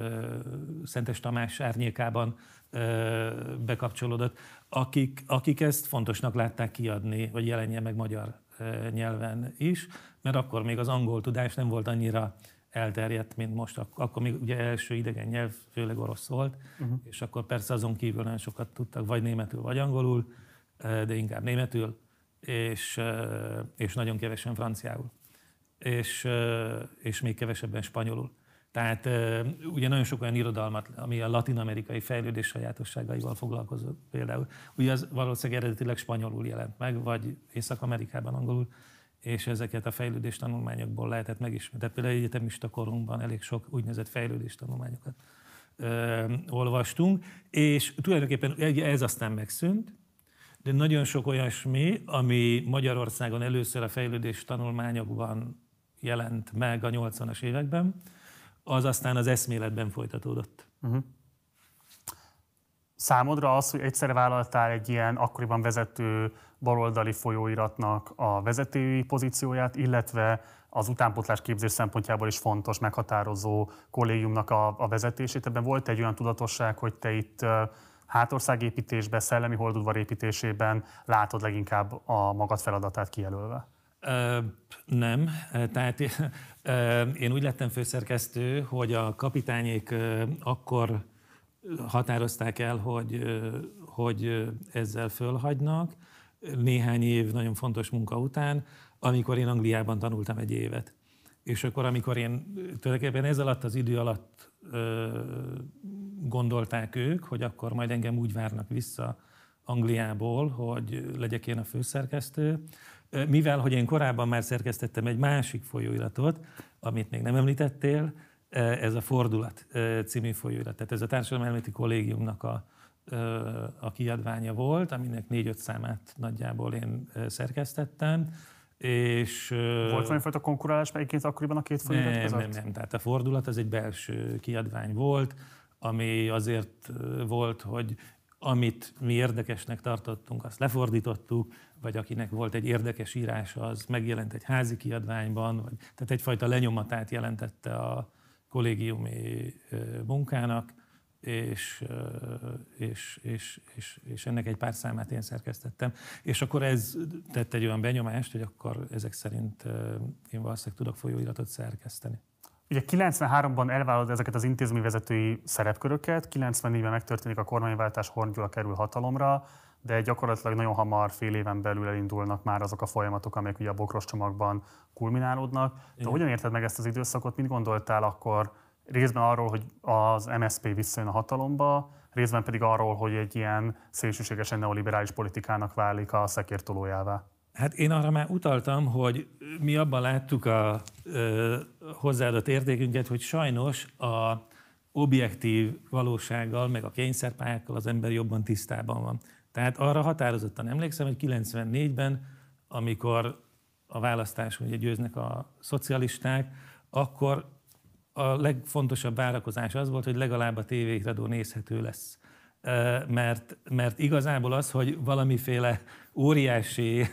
Szentes Tamás árnyékában bekapcsolódott, akik, akik ezt fontosnak látták kiadni, vagy jelenjen meg magyar nyelven is, mert akkor még az angol tudás nem volt annyira elterjedt, mint most. Akkor még ugye első idegen nyelv főleg orosz volt, uh-huh. és akkor persze azon kívül nagyon sokat tudtak, vagy németül, vagy angolul, de inkább németül, és, és nagyon kevesen franciául, és, és még kevesebben spanyolul. Tehát ugye nagyon sok olyan irodalmat, ami a latin-amerikai fejlődés sajátosságaival foglalkozott például. Ugye az valószínűleg eredetileg spanyolul jelent meg, vagy Észak-Amerikában angolul, és ezeket a fejlődéstanulmányokból lehetett megismerni. Tehát például egyetemista korunkban elég sok úgynevezett fejlődéstanulmányokat ö, olvastunk, és tulajdonképpen ez aztán megszűnt, de nagyon sok olyasmi, ami Magyarországon először a fejlődéstanulmányokban jelent meg a nyolcvanas években, az aztán az eszméletben folytatódott. Uh-huh. Számodra az, hogy egyszerre vállaltál egy ilyen akkoriban vezető baloldali folyóiratnak a vezetői pozícióját, illetve az utánpótlás képzés szempontjából is fontos, meghatározó kollégiumnak a, a vezetését. Ebben volt egy olyan tudatosság, hogy te itt hátországépítésben, szellemi holdudvar építésében látod leginkább a magad feladatát kijelölve? Ö, nem. Tehát én úgy lettem főszerkesztő, hogy a kapitányék akkor határozták el, hogy, hogy ezzel fölhagynak néhány év nagyon fontos munka után, amikor én Angliában tanultam egy évet. és akkor amikor én tulajdonképpen ez alatt az idő alatt ö, gondolták ők, hogy akkor majd engem úgy várnak vissza Angliából, hogy legyek én a főszerkesztő, mivel hogy én korábban már szerkesztettem egy másik folyóiratot, amit még nem említettél, ez a Fordulat című folyóirat. Tehát ez a Társadalomelméleti Kollégiumnak a, a kiadványa volt, aminek négy-öt számát nagyjából én szerkesztettem. És, volt valamifajta konkurálás egyébként akkoriban a két folyóirat nem, között? Nem, nem, tehát a Fordulat az egy belső kiadvány volt, ami azért volt, hogy amit mi érdekesnek tartottunk, azt lefordítottuk, vagy akinek volt egy érdekes írása, az megjelent egy házi kiadványban, vagy, tehát egyfajta lenyomatát jelentette a kollégiumi munkának, és, és, és, és, és ennek egy pár számát én szerkesztettem. És akkor ez tett egy olyan benyomást, hogy akkor ezek szerint én valószínűleg tudok folyóiratot szerkeszteni. Ugye kilencvenháromban elvállalod ezeket az intézményvezetői szerepköröket, kilencvennégyben megtörténik a kormányváltás, Horn Gyula kerül hatalomra, de gyakorlatilag nagyon hamar, fél éven belül elindulnak már azok a folyamatok, amelyek ugye a Bokros csomagban kulminálódnak. De hogyan érted meg ezt az időszakot? Mit gondoltál akkor részben arról, hogy az em es zé pé visszajön a hatalomba, részben pedig arról, hogy egy ilyen szélsőségesen neoliberális politikának válik a szekértolójává? Hát én arra már utaltam, hogy mi abban láttuk a ö, hozzáadott értékünket, hogy sajnos a objektív valósággal, meg a kényszerpályákkal az ember jobban tisztában van. Tehát arra határozottan emlékszem, hogy kilencvennégyben, amikor a választáson ugye győznek a szocialisták, akkor a legfontosabb várakozás az volt, hogy legalább a tévéhíradó nézhető lesz. Mert, mert igazából az, hogy valamiféle óriási,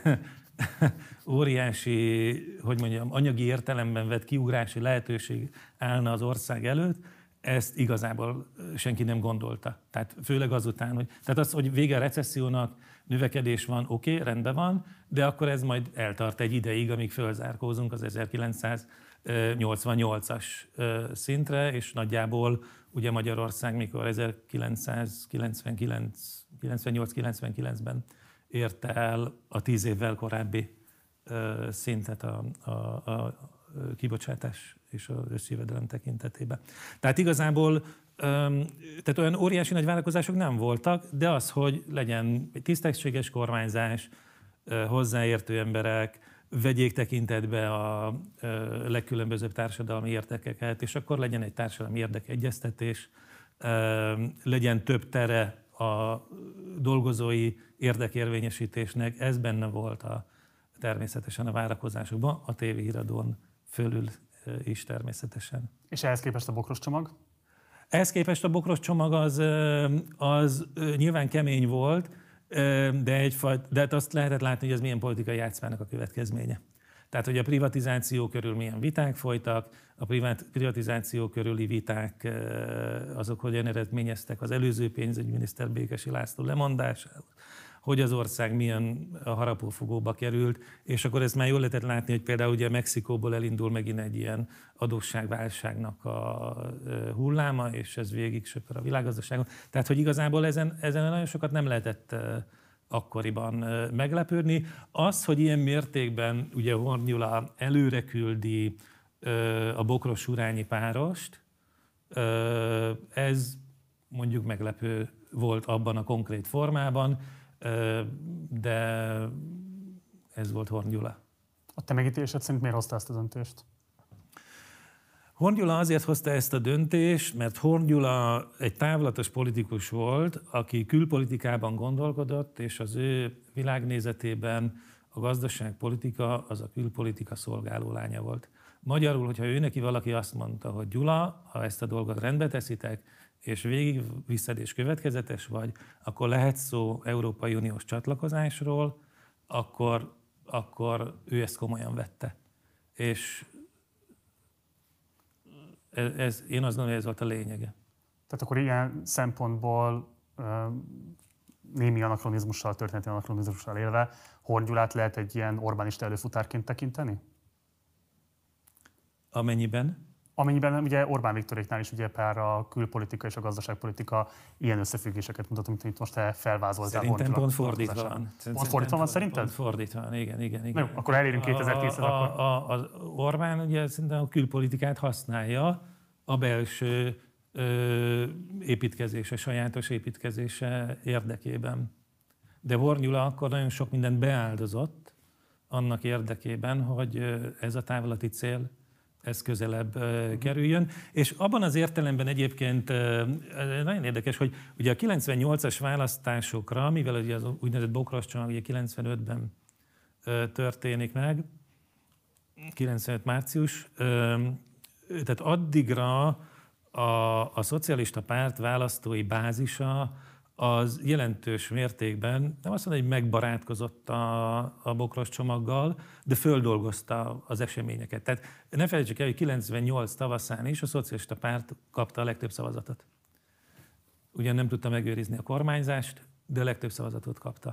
óriási, hogy mondjam, anyagi értelemben vett kiugrási lehetőség állna az ország előtt, ezt igazából senki nem gondolta. Tehát főleg azután, hogy, tehát az, hogy vége a recessziónak, növekedés van, oké, okay, rendben van, de akkor ez majd eltart egy ideig, amíg fölzárkózunk az ezerkilencszáznyolcvannyolcas szintre, és nagyjából ugye Magyarország, mikor ezerkilencszázkilencvennyolc kilencvenkilencben érte el a tíz évvel korábbi szintet a, a, a kibocsátás és az összjövedelem tekintetében. Tehát igazából tehát olyan óriási nagy várakozások nem voltak, de az, hogy legyen egy tisztességes kormányzás, hozzáértő emberek, vegyék tekintetbe a legkülönbözőbb társadalmi érdekeket, és akkor legyen egy társadalmi érdekegyeztetés, legyen több tere a dolgozói érdekérvényesítésnek, ez benne volt a, természetesen a várakozásokban, a tévéhíradón fölül is természetesen. És ehhez képest a Bokros csomag? Ehhez képest a Bokros csomag az, az nyilván kemény volt, de, egyfajta, de azt lehetett látni, hogy ez milyen politikai játszmának a következménye. Tehát, hogy a privatizáció körül milyen viták folytak, a privatizáció körüli viták azok hogyan eredményeztek az előző pénzügyminiszter Békesi László lemondását, hogy az ország milyen a harapófogóba került, és akkor ezt már jól lehetett látni, hogy például ugye Mexikóból elindul megint egy ilyen adósságválságnak a hulláma, és ez végig söpör a világgazdaságon. Tehát, hogy igazából ezen, ezen nagyon sokat nem lehetett akkoriban meglepődni. Az, hogy ilyen mértékben ugye Horn Gyula előre küldi a Bokros-Surányi párost, ez mondjuk meglepő volt abban a konkrét formában, de ez volt Horn Gyula. A te megítélésed szerint miért hozta ezt a döntést? Horn Gyula azért hozta ezt a döntést, mert Horn Gyula egy távlatos politikus volt, aki külpolitikában gondolkodott, és az ő világnézetében a gazdaságpolitika az a külpolitika szolgáló lánya volt. Magyarul, hogyha ő neki valaki azt mondta, hogy Gyula, ha ezt a dolgot rendbe teszitek, és végigviszed és következetes vagy, akkor lehet szó Európai Uniós csatlakozásról, akkor, akkor ő ezt komolyan vette. És ez, ez, én azt gondolom, hogy ez volt a lényege. Tehát akkor ilyen szempontból némi anakronizmussal, történeti anakronizmussal élve Horn Gyulát lehet egy ilyen Orbánista előfutárként tekinteni? Amennyiben? Amennyiben ugye Orbán Viktoréknál is ugye pár a külpolitika és a gazdaságpolitika ilyen összefüggéseket mutat, mint amit most te felvázoltál. Szerintem pont fordítva van. Pont fordítva van szerinted? Pont fordítva van, igen, igen. igen. Jó, akkor elérünk kétezer-tízhez. A, a, a, az Orbán ugye szerintem a külpolitikát használja a belső ö, építkezése, sajátos építkezése érdekében. De Horn akkor nagyon sok mindent beáldozott annak érdekében, hogy ez a távlati cél ez közelebb uh, kerüljön. És abban az értelemben egyébként uh, nagyon érdekes, hogy ugye a kilencvennyolcas választásokra, mivel ugye az úgynevezett Bokros csomag ugye kilencvenötben uh, történik meg, kilencvenöt március, uh, tehát addigra a, a szocialista párt választói bázisa az jelentős mértékben, nem azt mondom, hogy megbarátkozott a, a Bokros csomaggal, de földolgozta az eseményeket. Tehát ne felejtsük el, hogy kilencvennyolc tavaszán is a szocialista párt kapta a legtöbb szavazatot. Ugyan nem tudta megőrizni a kormányzást, de a legtöbb szavazatot kapta.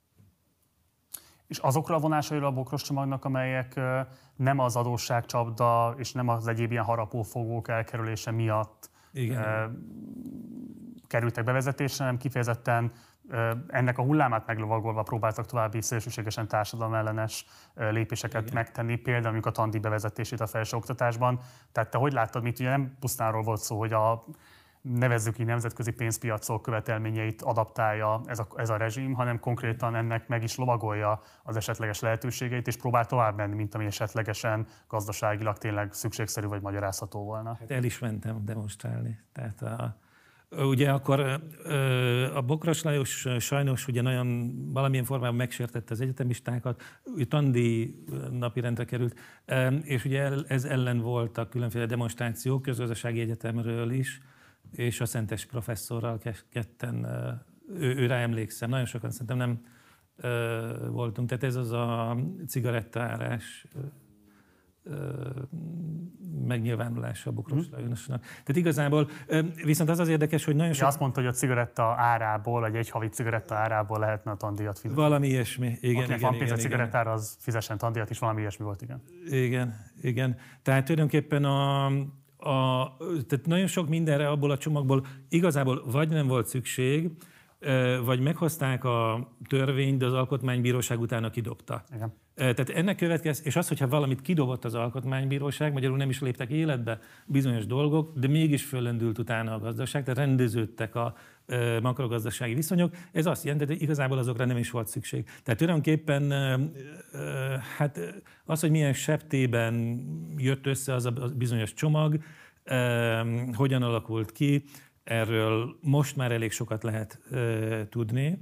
És azokra a vonásairól a Bokros csomagnak, amelyek nem az adósságcsapda és nem az egyéb ilyen harapófogók elkerülése miatt Igen. E, kerültek bevezetésre, hanem kifejezetten ennek a hullámát meglovagolva próbáltak további szélsőségesen társadalomellenes lépéseket Igen. megtenni, például mondjuk a tandíj bevezetését a felsőoktatásban. Tehát te hogy láttad, mit ugye nem pusztán arról volt szó, hogy a nevezzük így nemzetközi pénzpiacok követelményeit adaptálja ez a, ez a rezsim, hanem konkrétan ennek meg is lovagolja az esetleges lehetőségeit, és próbál tovább menni, mint ami esetlegesen gazdaságilag tényleg szükségszerű vagy magyarázható volna. Hát el is mentem demonstrálni. Tehát a, ugye akkor a Bokros Lajos sajnos ugye nagyon valamilyen formában megsértette az egyetemistákat, tandíj napirendre került, és ugye ez ellen voltak különféle demonstrációk, közgazdasági egyetemről is, és a Szentes professzorral ketten, ő, őre emlékszem, nagyon sokan szerintem nem ö, voltunk. Tehát ez az a cigarettaárás ö, megnyilvánulása a Bokros Lajosnak. Tehát igazából, ö, viszont az az érdekes, hogy nagyon sok... Azt mondta, hogy a cigaretta árából, egy egyhavi cigaretta árából lehetne a tandíjat fizetni. Valami ilyesmi, igen. Akinek igen, van pénz a igen, cigarettára, az fizessen tandíjat is, valami ilyesmi volt, igen. Igen, igen. Tehát tulajdonképpen a... A, tehát nagyon sok mindenre abból a csomagból igazából vagy nem volt szükség, vagy meghozták a törvényt, de az Alkotmánybíróság utána kidobta. Igen. Tehát ennek következ, és az, hogyha valamit kidobott az Alkotmánybíróság, magyarul nem is léptek életbe bizonyos dolgok, de mégis föllendült utána a gazdaság, tehát rendeződtek a makrogazdasági viszonyok, ez azt jelenti, hogy igazából azokra nem is volt szükség. Tehát tulajdonképpen hát az, hogy milyen septében jött össze az a bizonyos csomag, hogyan alakult ki, erről most már elég sokat lehet tudni,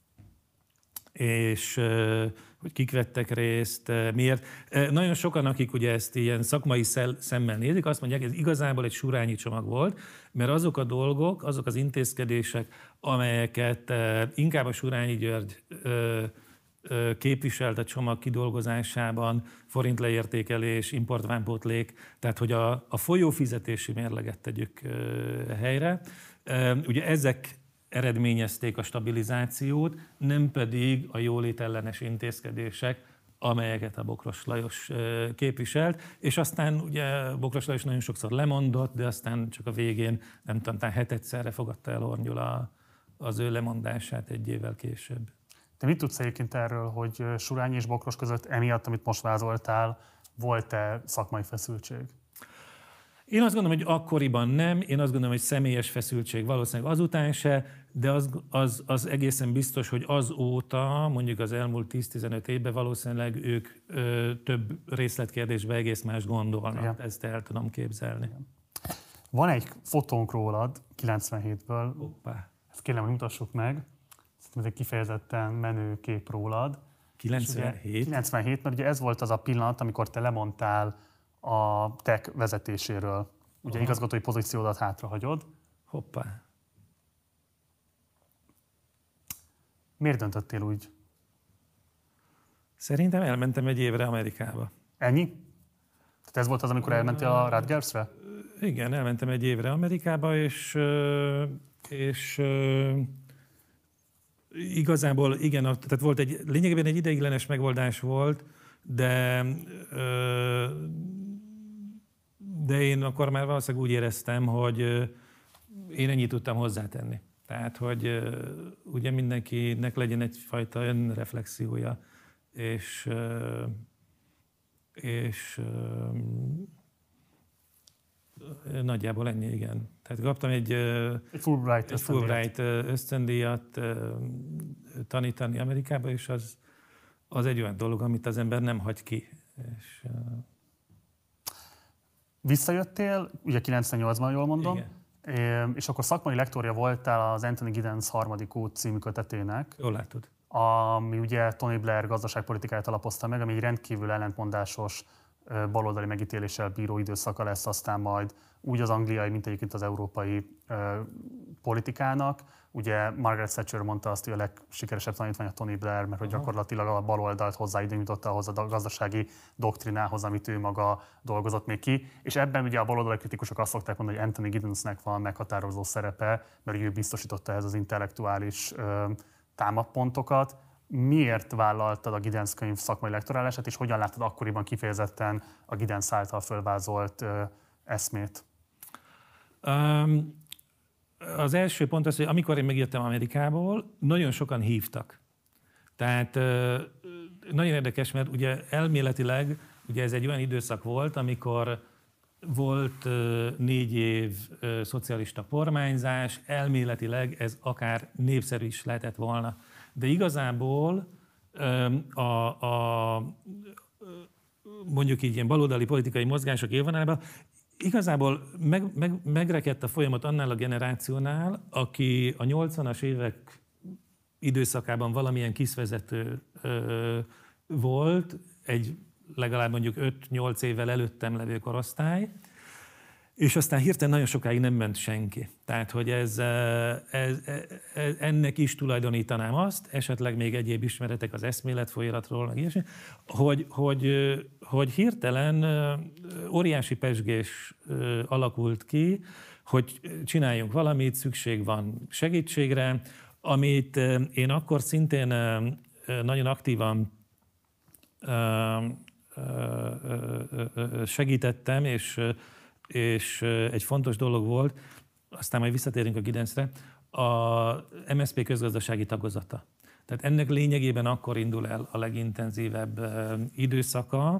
és hogy kik vettek részt, miért. Nagyon sokan, akik ugye ezt ilyen szakmai szemmel nézik, azt mondják, hogy ez igazából egy surányi csomag volt, mert azok a dolgok, azok az intézkedések, amelyeket inkább a Surányi György képviselt a csomag kidolgozásában, forintleértékelés, importvámpótlék, tehát hogy a, a folyófizetési mérleget tegyük helyre. Ugye ezek eredményezték a stabilizációt, nem pedig a jólétellenes intézkedések, amelyeket a Bokros Lajos képviselt, és aztán ugye Bokros Lajos nagyon sokszor lemondott, de aztán csak a végén, nem tudom, talán hetedszerre fogadta el Horn Gyula az ő lemondását egy évvel később. Te mit tudsz egyébként erről, hogy Surányi és Bokros között emiatt, amit most vázoltál, volt-e szakmai feszültség? Én azt gondolom, hogy akkoriban nem, én azt gondolom, hogy személyes feszültség valószínűleg azután se, de az, az, az egészen biztos, hogy azóta, mondjuk az elmúlt tíz-tizenöt évben valószínűleg ők ö, több részletkérdésben egész más gondolnak. Igen. Ezt el tudom képzelni. Igen. Van egy fotónk rólad, kilencvenhétből. Hoppá. Ezt kérem, hogy mutassuk meg. Ez egy kifejezetten menő kép rólad. kilencvenhét? kilencvenhét, mert ugye ez volt az a pillanat, amikor te lemondtál a tech vezetéséről. Ugye Aha. igazgatói pozíciódat hátrahagyod. Hoppá. Miért döntöttél úgy? Szerintem elmentem egy évre Amerikába. Ennyi? Tehát ez volt az, amikor elmentél a Rutgersre? Igen, elmentem egy évre Amerikába, és, és igazából igen, tehát volt egy, lényegében egy ideiglenes megoldás volt, de ö, de én akkor már valószínűleg úgy éreztem, hogy én ennyit tudtam hozzátenni. Tehát, hogy ugye mindenkinek legyen egyfajta önreflexiója, és, és nagyjából ennyi, igen. Tehát kaptam egy, egy Fulbright, egy Fulbright ösztöndíjat tanítani Amerikába, és az, az egy olyan dolog, amit az ember nem hagy ki. És, visszajöttél, ugye kilencvennyolcban, jól mondom, igen. És akkor szakmai lektorja voltál az Anthony Giddens harmadik út című kötetének. Jól látod. Ami ugye Tony Blair gazdaságpolitikáját alapozta meg, ami egy rendkívül ellentmondásos baloldali megítéléssel bíró időszaka lesz aztán majd úgy az angliai, mint egyébként az európai ö, politikának. Ugye Margaret Thatcher mondta azt, hogy a legsikeresebb tanítvány a Tony Blair, mert hogy gyakorlatilag a baloldalt hozzáidőnyította ahhoz a gazdasági doktrinához, amit ő maga dolgozott még ki. És ebben ugye a baloldali kritikusok azt szokták mondani, hogy Anthony Giddensnek van meghatározó szerepe, mert ő biztosította ez az intellektuális ö, támadpontokat. Miért vállaltad a Giddens könyv szakmai lektorálását, és hogyan láttad akkoriban kifejezetten a Giddens által fölvázolt ö, eszmét? Um, az első pont az, hogy amikor én megjöttem Amerikából, nagyon sokan hívtak. Tehát uh, nagyon érdekes, mert ugye elméletileg ugye ez egy olyan időszak volt, amikor volt uh, négy év uh, szocialista kormányzás, elméletileg ez akár népszerű is lehetett volna. De igazából a, a, mondjuk így ilyen baloldali politikai mozgások élvonalában igazából meg, meg, megrekedt a folyamat annál a generációnál, aki a nyolcvanas évek időszakában valamilyen kiszvezető ö, volt, egy legalább mondjuk öt-nyolc évvel előttem levő korosztály, és aztán hirtelen nagyon sokáig nem ment senki. Tehát, hogy ez, ez, ez, ennek is tulajdonítanám azt, esetleg még egyéb ismeretek az eszméletfolyamatról, meg ilyesmi, hogy, hogy, hogy hirtelen óriási pezsgés alakult ki, hogy csináljunk valamit, szükség van segítségre, amit én akkor szintén nagyon aktívan segítettem, és és egy fontos dolog volt, aztán majd visszatérünk a Giddensre, a em es zé pé közgazdasági tagozata. Tehát ennek lényegében akkor indul el a legintenzívebb időszaka,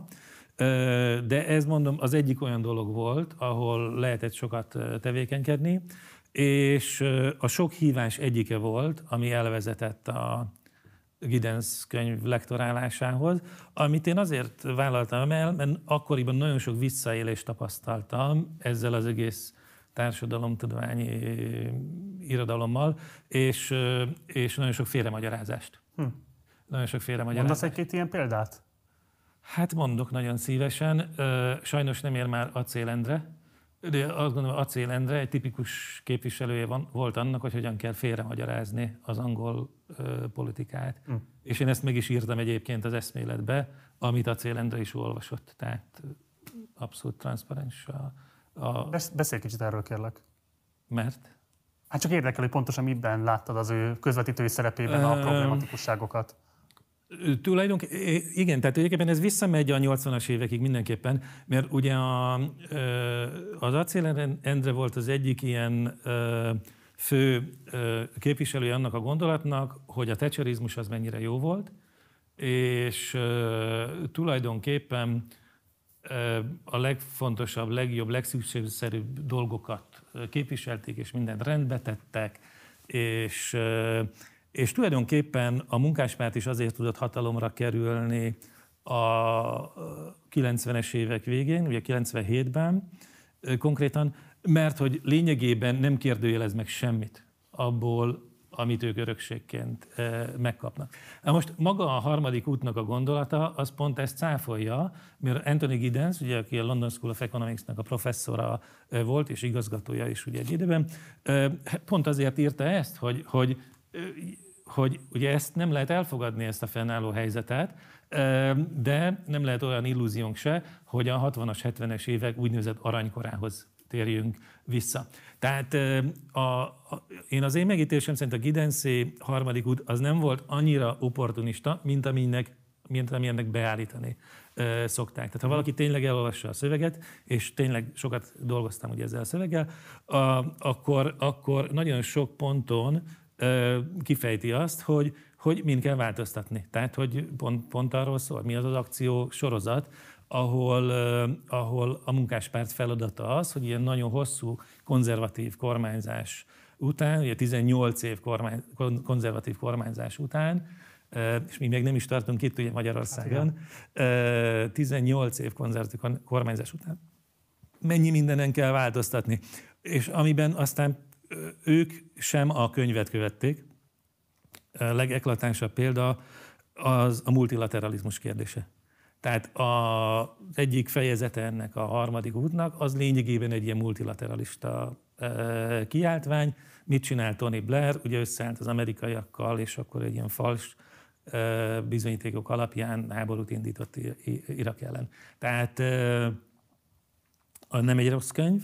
de ez mondom az egyik olyan dolog volt, ahol lehetett sokat tevékenykedni, és a sok hívás egyike volt, ami elvezetett a Giddens könyv lektorálásához, amit én azért vállaltam el, mert akkoriban nagyon sok visszaélést tapasztaltam ezzel az egész társadalomtudományi irodalommal, és, és nagyon sok félremagyarázást. Hm. Nagyon sok félremagyarázást. Mondasz egy-két ilyen példát? Hát mondok nagyon szívesen. Sajnos nem ér már Acél Endre, de azt gondolom, Acél Endre egy tipikus képviselője van, volt annak, hogy hogyan kell félremagyarázni az angol ö, politikát. Mm. És én ezt meg is írtam egyébként az eszméletbe, amit Acél Endre is olvasott. Tehát abszolút transzparens. A, a... Beszélj kicsit erről, kérlek. Mert? Hát csak érdekel, hogy pontosan miben láttad az ő közvetítői szerepében a problematikusságokat. Tulajdonképpen, igen, tehát tulajdonképpen ez visszamegy a nyolcvanas évekig mindenképpen, mert ugye a, az Acél Endre volt az egyik ilyen fő képviselője annak a gondolatnak, hogy a thatcherizmus az mennyire jó volt, és tulajdonképpen a legfontosabb, legjobb, legszükségszerűbb dolgokat képviselték, és mindent rendbe tettek, és És tulajdonképpen a munkáspárt is azért tudott hatalomra kerülni a kilencvenes évek végén, ugye kilencvenhétben konkrétan, mert hogy lényegében nem kérdőjelez meg semmit abból, amit ők örökségként megkapnak. Na most maga a harmadik útnak a gondolata, az pont ezt cáfolja, mert Anthony Giddens, ugye, aki a London School of Economics-nak a professzora volt, és igazgatója is ugye egy időben, pont azért írta ezt, hogy, hogy hogy ugye ezt nem lehet elfogadni, ezt a fennálló helyzetet, de nem lehet olyan illúziónk se, hogy a hatvanas, hetvenes évek úgynevezett aranykorához térjünk vissza. Tehát a, a, én az én megítélésem szerint a Giddensi harmadik út az nem volt annyira opportunista, mint aminek mint amilyennek beállítani ö, szokták. Tehát ha valaki tényleg elolvassa a szöveget, és tényleg sokat dolgoztam ugye ezzel a szöveggel, a, akkor, akkor nagyon sok ponton ö, kifejti azt, hogy, hogy mind kell változtatni. Tehát, hogy pont, pont arról szól, mi az az akció sorozat, ahol, uh, ahol a munkáspárt feladata az, hogy ilyen nagyon hosszú konzervatív kormányzás után, ugye tizennyolc év kormány, konzervatív kormányzás után, uh, és mi még nem is tartunk itt ugye Magyarországon, uh, tizennyolc év konzervatív kormányzás után mennyi mindenen kell változtatni. És amiben aztán ők sem a könyvet követték. A legeklatánsabb példa az a multilateralizmus kérdése. Tehát az egyik fejezete ennek a harmadik útnak, az lényegében egy ilyen multilateralista e, kiáltvány. Mit csinál Tony Blair? Ugye összeállt az amerikaiakkal, és akkor egy ilyen fals e, bizonyítékok alapján háborút indított Irak ellen. Tehát e, nem egy rossz könyv,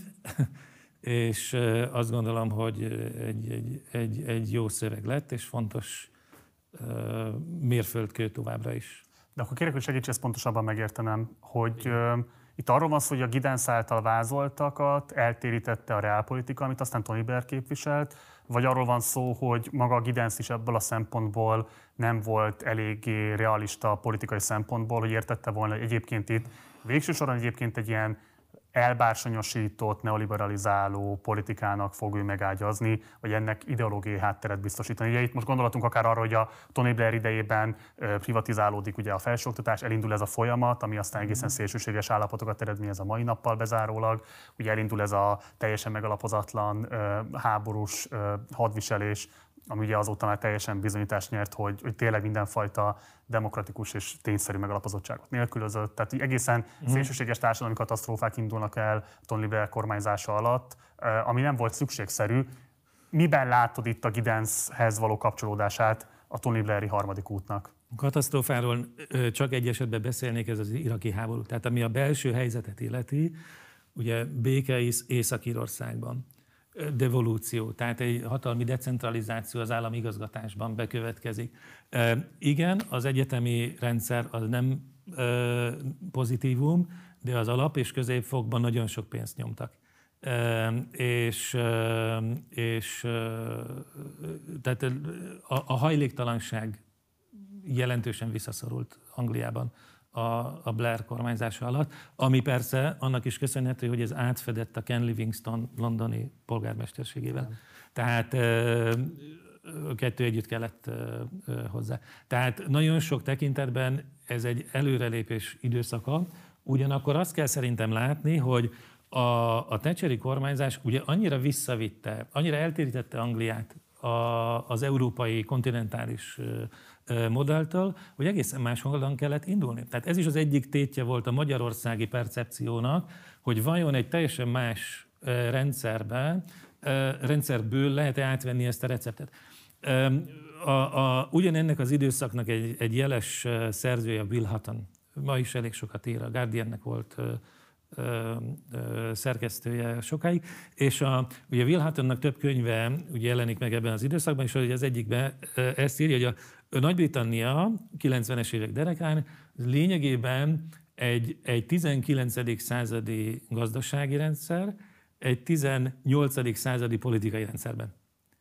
és e, azt gondolom, hogy egy, egy, egy, egy jó szöveg lett, és fontos e, mérföldkő továbbra is. De akkor kérlek, hogy segíts ezt pontosabban megértenem, hogy uh, itt arról van szó, hogy a Giddens által vázoltakat eltérítette a reálpolitika, amit aztán Tony Blair képviselt, vagy arról van szó, hogy maga a Giddens is ebből a szempontból nem volt eléggé realista politikai szempontból, hogy értette volna, hogy egyébként itt végső soron egyébként egy ilyen elbársonyosított, neoliberalizáló politikának fog ő megágyazni, vagy ennek ideológiai hátteret biztosítani. Ugye itt most gondolatunk akár arra, hogy a Tony Blair idejében privatizálódik ugye a felsőoktatás, elindul ez a folyamat, ami aztán egészen szélsőséges állapotokat eredményez a mai nappal bezárólag. Ugye elindul ez a teljesen megalapozatlan háborús hadviselés, ami ugye azóta már teljesen bizonyítást nyert, hogy, hogy tényleg mindenfajta demokratikus és tényszerű megalapozottságot nélkülözött. Tehát egészen mm. szélsőséges társadalmi katasztrófák indulnak el Tony Blair kormányzása alatt, ami nem volt szükségszerű. Miben látod itt a Giddenshez való kapcsolódását a Tony Blairi harmadik útnak? A katasztrófáról csak egy esetben beszélnék, ez az iraki háború. Tehát ami a belső helyzetet illeti, ugye béke Észak-Írországban, devolúció, tehát egy hatalmi decentralizáció az állami igazgatásban bekövetkezik. E, igen, az egyetemi rendszer az nem e, pozitívum, de az alap- és középfokban nagyon sok pénzt nyomtak. E, és e, és e, tehát a, a hajléktalanság jelentősen visszaszorult Angliában a, a Blair kormányzása alatt, ami persze annak is köszönhető, hogy ez átfedett a Ken Livingstone londoni polgármesterségével. Mm. Tehát a kettő együtt kellett hozzá. Tehát nagyon sok tekintetben ez egy előrelépés időszaka, ugyanakkor azt kell szerintem látni, hogy a, a thatcheri kormányzás ugye annyira visszavitte, annyira eltérítette Angliát a, az európai kontinentális modelltől, hogy egészen máshonnan kellett indulni. Tehát ez is az egyik tétje volt a magyarországi percepciónak, hogy vajon egy teljesen más rendszerben, rendszerből lehet-e átvenni ezt a receptet. A, a, ugyanennek az időszaknak egy, egy jeles szerzője Will Hutton, ma is elég sokat ír, a Guardiannek volt Ö, ö, szerkesztője sokáig, és a, ugye Will Huttonnak több könyve ugye jelenik meg ebben az időszakban, és az egyikben ezt írja, hogy a Nagy-Britannia kilencvenes évek derekán lényegében egy, egy tizenkilencedik századi gazdasági rendszer, egy tizennyolcadik századi politikai rendszerben.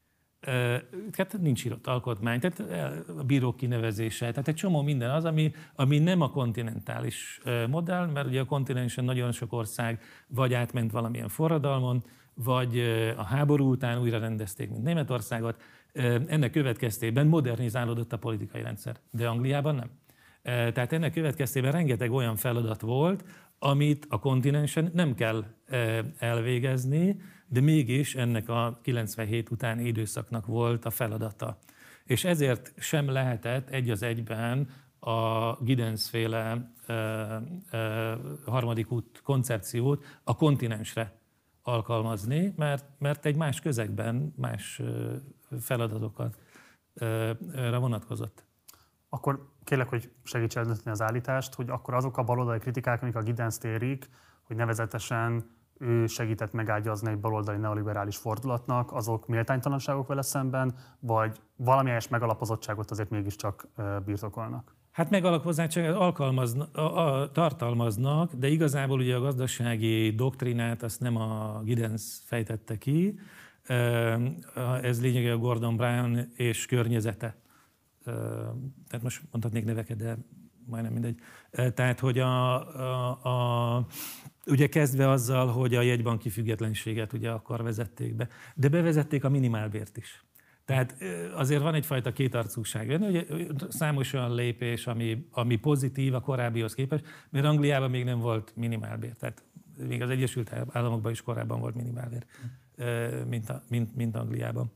Hát nincs írott alkotmány, tehát a bírók kinevezése, tehát egy csomó minden az, ami, ami nem a kontinentális modell, mert ugye a kontinensen nagyon sok ország vagy átment valamilyen forradalmon, vagy a háború után újra rendezték, mint Németországot. Ennek következtében modernizálódott a politikai rendszer, de Angliában nem. Tehát ennek következtében rengeteg olyan feladat volt, amit a kontinensen nem kell elvégezni, de mégis ennek a kilencvenhét utáni időszaknak volt a feladata. És ezért sem lehetett egy az egyben a Giddens-féle e, e, harmadik út koncepciót a kontinensre alkalmazni, mert, mert egy más közegben más feladatokat e, vonatkozott. Akkor kérlek, hogy segíts eldönteni az állítást, hogy akkor azok a baloldali kritikák, amik a Giddenst érik, hogy nevezetesen ő segített megágyazni egy baloldali neoliberális fordulatnak, azok méltánytalanságok vele szemben, vagy valamilyen megalapozottságot azért mégiscsak birtokolnak? Hát megalapozottságot alkalmaznak, a, a, tartalmaznak, de igazából ugye a gazdasági doktrinát azt nem a Giddens fejtette ki, ez lényegében Gordon Brown és környezete. Tehát most mondhatnék neveket, de majdnem mindegy. Tehát, hogy a, a, a, ugye kezdve azzal, hogy a jegybanki függetlenséget ugye akkor vezették be, de bevezették a minimálbért is. Tehát azért van egyfajta kétarcúság. Ugye számos olyan lépés, ami, ami pozitív a korábbihoz képest, mert Angliában még nem volt minimálbér. Tehát még az Egyesült Államokban is korábban volt minimálbér, mint, a, mint, mint Angliában.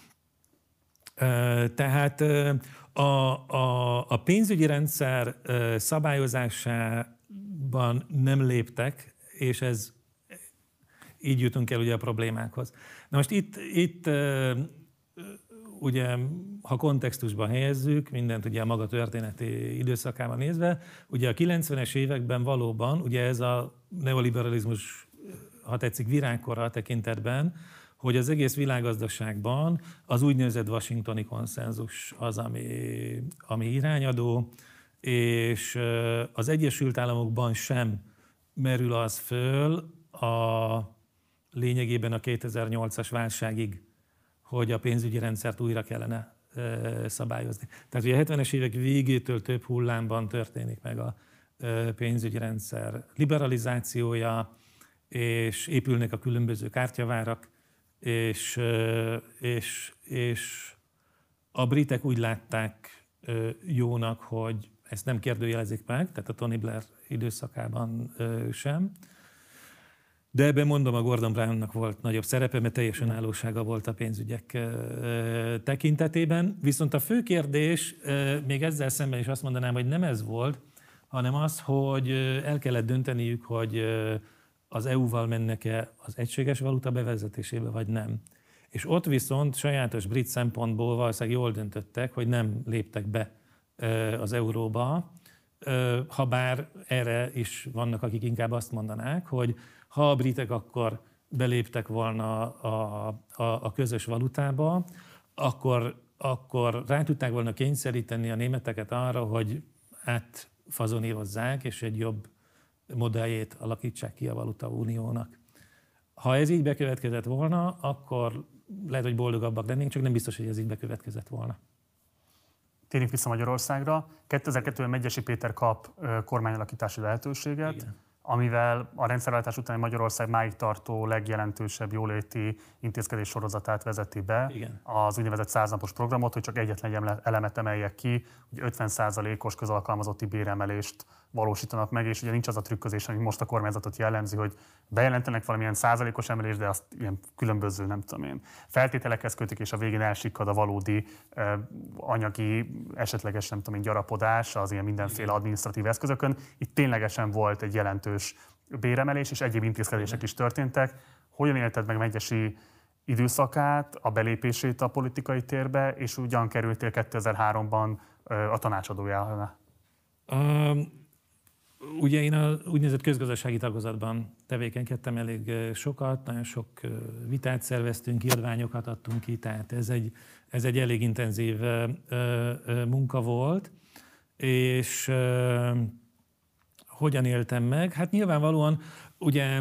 Tehát a, a, a pénzügyi rendszer szabályozásában nem léptek, és ez így jutunk el ugye a problémákhoz. Na most itt, itt ugye, ha kontextusban helyezzük, mindent ugye a maga történeti időszakában nézve, ugye a kilencvenes években valóban, ugye ez a neoliberalizmus, ha tetszik, virágkora tekintetben, hogy az egész világgazdaságban az úgynevezett washingtoni konszenzus az, ami, ami irányadó, és az Egyesült Államokban sem merül az föl a lényegében a kétezer-nyolcas válságig, hogy a pénzügyi rendszert újra kellene szabályozni. Tehát ugye a hetvenes évek végétől több hullámban történik meg a pénzügyi rendszer liberalizációja, és épülnek a különböző kártyavárak, és, és, és a britek úgy látták jónak, hogy ezt nem kérdőjelezik meg, tehát a Tony Blair időszakában sem. De ebben mondom, a Gordon Brownnak volt nagyobb szerepe, mert teljesen állósága volt a pénzügyek tekintetében. Viszont a fő kérdés, még ezzel szemben is azt mondanám, hogy nem ez volt, hanem az, hogy el kellett dönteniük, hogy az é u-val mennek-e az egységes valuta bevezetésébe, vagy nem. És ott viszont sajátos brit szempontból valószínűleg jól döntöttek, hogy nem léptek be az euróba, habár erre is vannak, akik inkább azt mondanák, hogy ha a britek akkor beléptek volna a, a, a közös valutába, akkor, akkor rá tudták volna kényszeríteni a németeket arra, hogy átfazonírozzák, és egy jobb modelljét alakítsák ki a valutauniónak. Ha ez így bekövetkezett volna, akkor lehet, hogy boldogabbak lennénk, csak nem biztos, hogy ez így bekövetkezett volna. Térjünk vissza Magyarországra. kétezer-kettőben Medgyessy Péter kap kormányalakítási lehetőséget, igen, amivel a rendszerváltás után Magyarország máig tartó legjelentősebb jóléti intézkedés sorozatát vezeti be, igen, az úgynevezett száznapos programot, hogy csak egyetlen elemet emeljek ki, hogy ötven százalékos közalkalmazotti béremelést valósítanak meg, és ugye nincs az a trükközés, ami most a kormányzatot jellemzi, hogy bejelentenek valamilyen százalékos emelést, de azt ilyen különböző, nem tudom én, feltételekhez kötik, és a végén elsikkad a valódi eh, anyagi, esetleges, nem tudom én, gyarapodás az ilyen mindenféle adminisztratív eszközökön. Itt ténylegesen volt egy jelentős béremelés, és egyéb intézkedések is történtek. Hogyan élted meg Medgyessy időszakát, a belépését a politikai térbe, és ugyan kerültél kétezer-háromban eh, a tanácsadójára? Um... Ugye én az úgynevezett közgazdasági tagozatban tevékenykedtem elég sokat, nagyon sok vitát szerveztünk, kiadványokat adtunk ki, tehát ez egy, ez egy elég intenzív munka volt, és hogyan éltem meg? Hát nyilvánvalóan ugye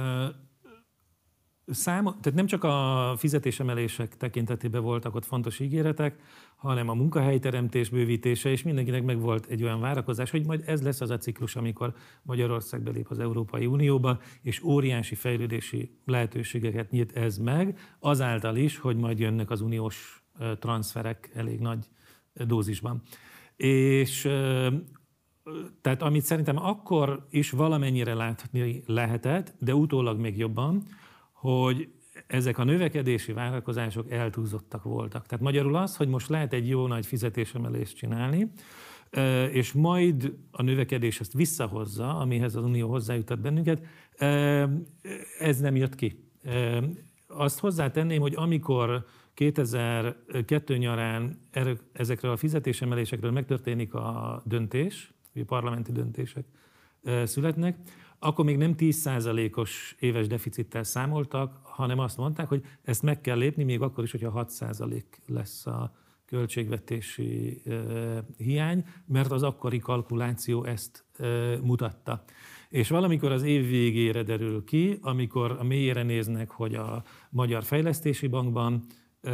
Szám, tehát nem csak a fizetésemelések tekintetében voltak ott fontos ígéretek, hanem a munkahelyteremtés bővítése, és mindenkinek meg volt egy olyan várakozás, hogy majd ez lesz az a ciklus, amikor Magyarország belép az Európai Unióba, és óriási fejlődési lehetőségeket nyit ez meg, azáltal is, hogy majd jönnek az uniós transzferek elég nagy dózisban. És tehát amit szerintem akkor is valamennyire látni lehetett, de utólag még jobban, hogy ezek a növekedési várakozások eltúlzottak voltak. Tehát magyarul az, hogy most lehet egy jó nagy fizetésemelést csinálni, és majd a növekedés ezt visszahozza, amihez az Unió hozzájutott bennünket, ez nem jött ki. Azt hozzátenném, hogy amikor kétezer-kettő nyarán ezekről a fizetésemelésekről megtörténik a döntés, a parlamenti döntések születnek, akkor még nem tíz százalékos éves deficittel számoltak, hanem azt mondták, hogy ezt meg kell lépni, még akkor is, hogyha hat százalék lesz a költségvetési hiány, mert az akkori kalkuláció ezt mutatta. És valamikor az év végére derül ki, amikor a mélyére néznek, hogy a Magyar Fejlesztési Bankban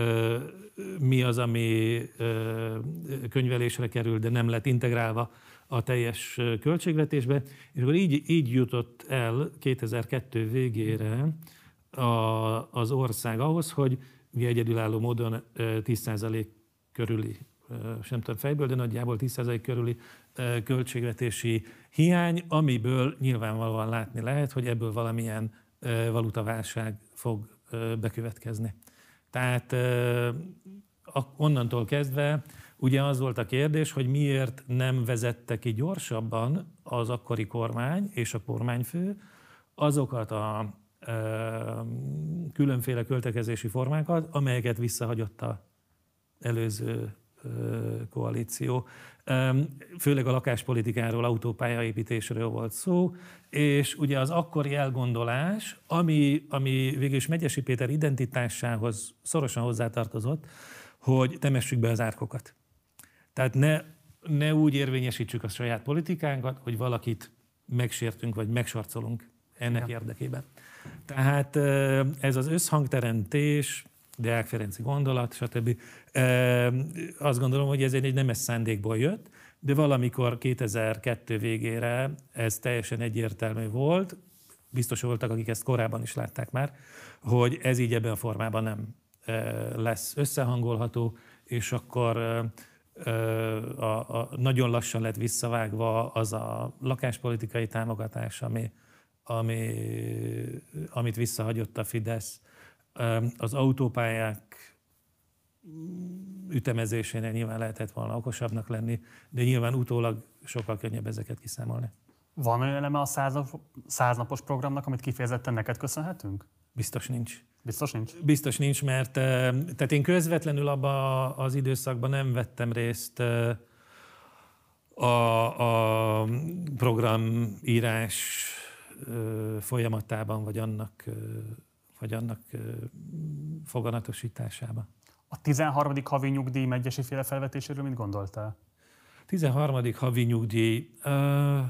mi az, ami könyvelésre kerül, de nem lett integrálva a teljes költségvetésbe, és akkor így, így jutott el kétezer-kettő végére a, az ország ahhoz, hogy egyedülálló módon tíz százalék körüli, sem tudom fejből, de nagyjából tíz százalék körüli költségvetési hiány, amiből nyilvánvalóan látni lehet, hogy ebből valamilyen valutaválság fog bekövetkezni. Tehát onnantól kezdve ugye az volt a kérdés, hogy miért nem vezette ki gyorsabban az akkori kormány és a kormányfő azokat a különféle költekezési formákat, amelyeket visszahagyott az előző koalíció. Főleg a lakáspolitikáról, autópályaépítésről volt szó, és ugye az akkori elgondolás, ami, ami végül is Megyesi Péter identitásához szorosan hozzátartozott, hogy temessük be az árkokat. Tehát ne, ne úgy érvényesítsük a saját politikánkat, hogy valakit megsértünk, vagy megsarcolunk ennek ja. érdekében. Tehát ez az összhangteremtés, Deák Ferenci gondolat, stb. Azt gondolom, hogy ez egy nemes szándékból jött, de valamikor kétezer-kettő végére ez teljesen egyértelmű volt, biztos voltak, akik ezt korábban is látták már, hogy ez így ebben a formában nem lesz összehangolható, és akkor a, a nagyon lassan lett visszavágva az a lakáspolitikai támogatás, ami, ami, amit visszahagyott a Fidesz. Az autópályák ütemezésénél nyilván lehetett volna okosabbnak lenni, de nyilván utólag sokkal könnyebb ezeket kiszámolni. Van olyan eleme a száznapos programnak, amit kifejezetten neked köszönhetünk? Biztos nincs. Biztos nincs? Biztos nincs, mert tehát én közvetlenül abban az időszakban nem vettem részt a, a programírás folyamatában, vagy annak, vagy annak foganatosításában. A tizenharmadik havi nyugdíj Megyesi féle felvetéséről mit gondoltál? tizenharmadik havi nyugdíj... Uh,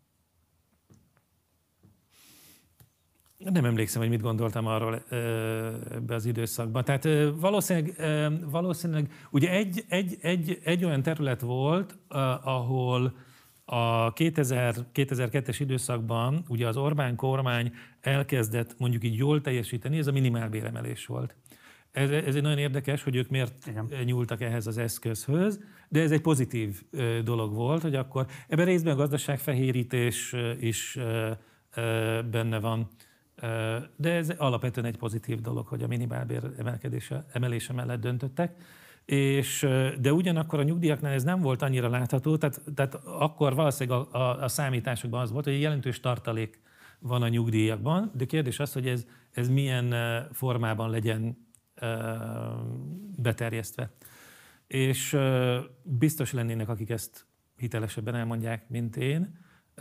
nem emlékszem, hogy mit gondoltam arról ebbe az időszakban. Tehát valószínűleg, valószínűleg ugye egy, egy, egy, egy olyan terület volt, ahol a kétezer-kettes időszakban ugye az Orbán kormány elkezdett mondjuk így jól teljesíteni, ez a minimálbéremelés volt. Ez, ez egy nagyon érdekes, hogy ők miért Igen. nyúltak ehhez az eszközhöz, de ez egy pozitív dolog volt, hogy akkor ebben részben a gazdaságfehérítés is benne van. De ez alapvetően egy pozitív dolog, hogy a minimálbér emelkedése, emelése mellett döntöttek. És, de ugyanakkor a nyugdíjaknál ez nem volt annyira látható, tehát, tehát akkor valószínűleg a, a, a számításokban az volt, hogy egy jelentős tartalék van a nyugdíjakban, de kérdés az, hogy ez, ez milyen formában legyen beterjesztve. És biztos lennének, akik ezt hitelesebben elmondják, mint én,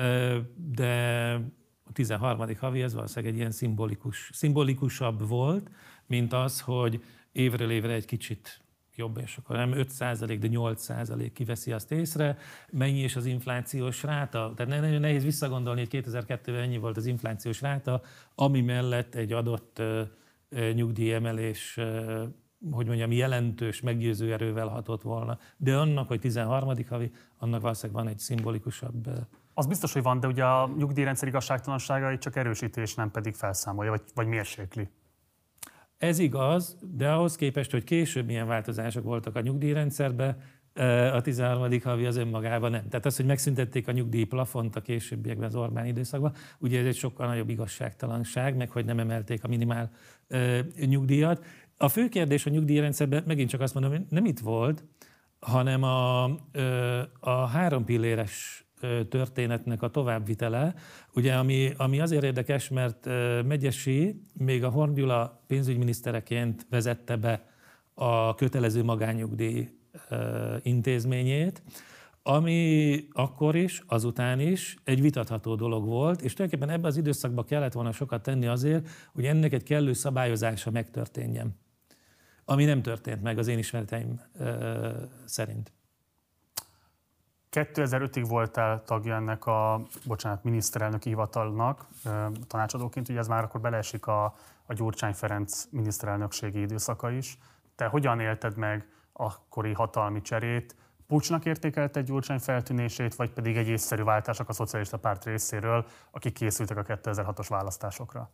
de a tizenharmadik havi ez valószínűleg egy ilyen szimbolikus, szimbolikusabb volt, mint az, hogy évről évre egy kicsit jobb, és akkor nem öt százalék, de nyolc százalék kiveszi azt észre. Mennyi is az inflációs ráta? Tehát nagyon nehéz visszagondolni, hogy kétezer-kettőben ennyi volt az inflációs ráta, ami mellett egy adott uh, nyugdíjemelés, uh, hogy mondjam, jelentős, meggyőző erővel hatott volna. De annak, hogy tizenharmadik havi, annak valószínűleg van egy szimbolikusabb... Uh, Az biztos, hogy van, de ugye a nyugdíjrendszer igazságtalanságait csak erősítés, nem pedig felszámolja, vagy, vagy mérsékli. Ez igaz, de ahhoz képest, hogy később milyen változások voltak a nyugdíjrendszerben, a tizenharmadik havi az önmagában nem. Tehát az, hogy megszüntették a nyugdíjplafont a későbbiekben az Orbán időszakban, ugye ez egy sokkal nagyobb igazságtalanság, meg hogy nem emelték a minimál nyugdíjat. A fő kérdés a nyugdíjrendszerben, megint csak azt mondom, hogy nem itt volt, hanem a, a három pilléres történetnek a továbbvitele, ugye, ami, ami azért érdekes, mert Megyesi még a Horn Gyula pénzügyminisztereként vezette be a kötelező magánnyugdíj intézményét, ami akkor is, azután is egy vitatható dolog volt, és tulajdonképpen ebben az időszakban kellett volna sokat tenni azért, hogy ennek egy kellő szabályozása megtörténjen. ami nem történt meg az én ismereteim szerint. kétezer-ötig voltál tagja ennek a, bocsánat, miniszterelnöki hivatalnak tanácsadóként, ugye ez már akkor beleesik a, a Gyurcsány Ferenc miniszterelnökségi időszaka is. Te hogyan élted meg akkori hatalmi cserét? Puccsnak értékelte Gyurcsány feltűnését, vagy pedig egy észszerű váltások a szocialista párt részéről, akik készültek a kétezer-hatos választásokra?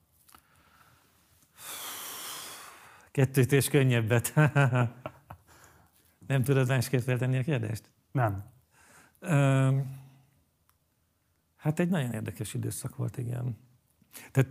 Kettőt és könnyebbet. Nem tudod másképp feltenni a kérdést? Nem. Hát egy nagyon érdekes időszak volt, igen. Tehát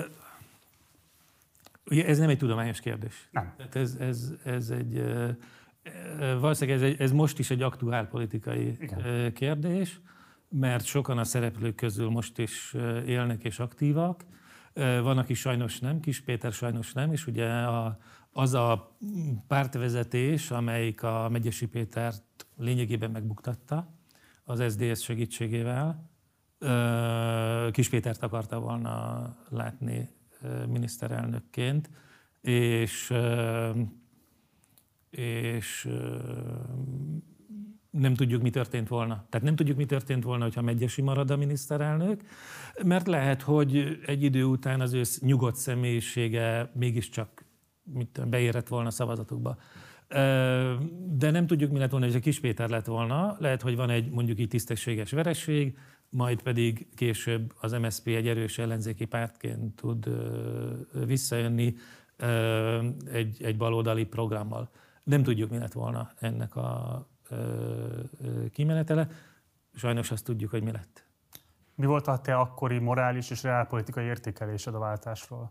ugye ez nem egy tudományos kérdés. Nem. Tehát ez, ez, ez egy, valószínűleg ez, egy, ez most is egy aktuál politikai igen. kérdés, mert sokan a szereplők közül most is élnek és aktívak. Van, aki sajnos nem, Kiss Péter sajnos nem, és ugye a, az a pártvezetés, amelyik a Megyesi Pétert lényegében megbuktatta az es zé dé es segítségével, Kiss Pétert akarta volna látni miniszterelnökként, és, és nem tudjuk, mi történt volna. Tehát nem tudjuk, mi történt volna, hogyha Megyesi marad a miniszterelnök, mert lehet, hogy egy idő után az ő nyugodt személyisége mégiscsak mit, beérett volna a szavazatokba. De nem tudjuk, mi lett volna, hogy a Kiss Péter lett volna. Lehet, hogy van egy mondjuk így tisztességes vereség, majd pedig később az em es zé pé egy erős ellenzéki pártként tud visszajönni egy, egy baloldali programmal. Nem tudjuk, mi lett volna ennek a kimenetele. Sajnos azt tudjuk, hogy mi lett. Mi volt a te akkori morális és reálpolitikai értékelésed a váltásról?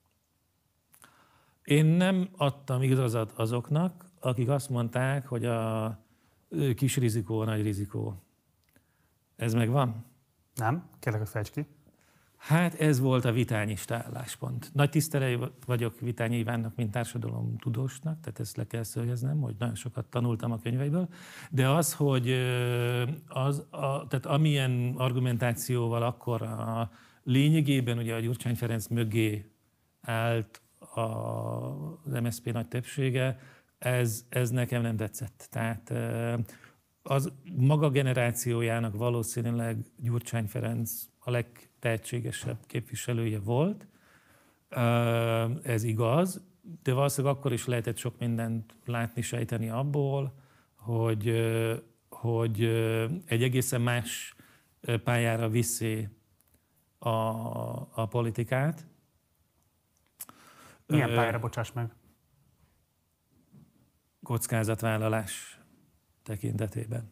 Én nem adtam igazat azoknak, akik azt mondták, hogy a kis rizikó a nagy rizikó. Ez megvan? Nem? Kérlek, hogy fejtsd ki. Hát ez volt a vitányista álláspont. Nagy tisztelő vagyok Vitányi Ivánnak, mint társadalomtudósnak, tehát ezt le kell szögeznem, hogy nagyon sokat tanultam a könyveiből, de az, hogy az, a, tehát amilyen argumentációval akkor a lényegében ugye a Gyurcsány Ferenc mögé állt az em es zé pé nagy többsége, ez, ez nekem nem tetszett. Tehát az maga generációjának valószínűleg Gyurcsány Ferenc a legtehetségesebb képviselője volt, ez igaz, de valószínűleg akkor is lehetett sok mindent látni, sejteni abból, hogy, hogy egy egészen más pályára viszi a, a politikát. Milyen pályára, bocsáss meg? Kockázatvállalás tekintetében.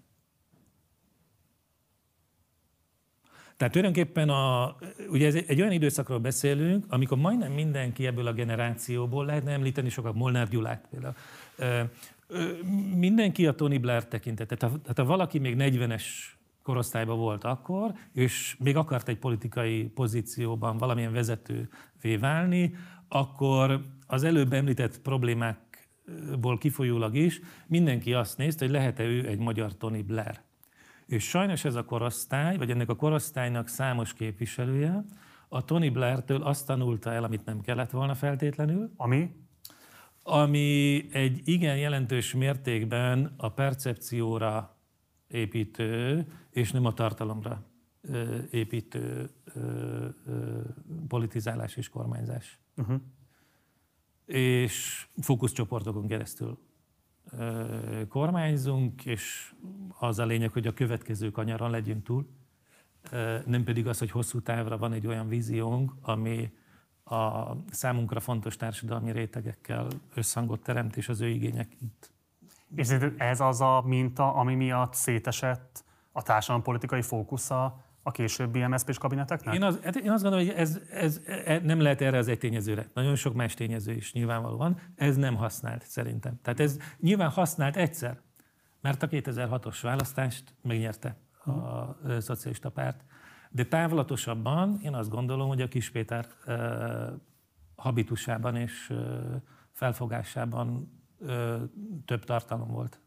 Tehát tulajdonképpen a, ugye ez egy olyan időszakról beszélünk, amikor majdnem mindenki ebből a generációból, lehetne említeni sokat, Molnár Gyulát például, mindenki a Tony Blair tekintet. Tehát ha valaki még negyvenes korosztályban volt akkor, és még akart egy politikai pozícióban valamilyen vezetővé válni, akkor az előbb említett problémákból kifolyólag is mindenki azt nézte, hogy lehet-e ő egy magyar Tony Blair. És sajnos ez a korosztály, vagy ennek a korosztálynak számos képviselője a Tony Blairtől azt tanulta el, amit nem kellett volna feltétlenül. Ami? Ami egy igen jelentős mértékben a percepcióra építő, és nem a tartalomra építő politizálás és kormányzás. Uh-huh. És fókuszcsoportokon keresztül kormányzunk, és az a lényeg, hogy a következő kanyaron legyünk túl, nem pedig az, hogy hosszú távra van egy olyan víziónk, ami a számunkra fontos társadalmi rétegekkel összhangot teremt, és az ő igényeit. És ez az a minta, ami miatt szétesett a társadalompolitikai fókusza a későbbi em es zé pés kabineteknek? Én, az, én azt gondolom, hogy ez, ez, ez nem lehet erre az egy tényezőre. Nagyon sok más tényező is nyilvánvalóan. Ez nem használt szerintem. Tehát ez nyilván használt egyszer, mert a kétezer-hatos választást megnyerte a hmm. szocialista párt. De távlatosabban én azt gondolom, hogy a Kiss Péter uh, habitusában és uh, felfogásában uh, több tartalom volt.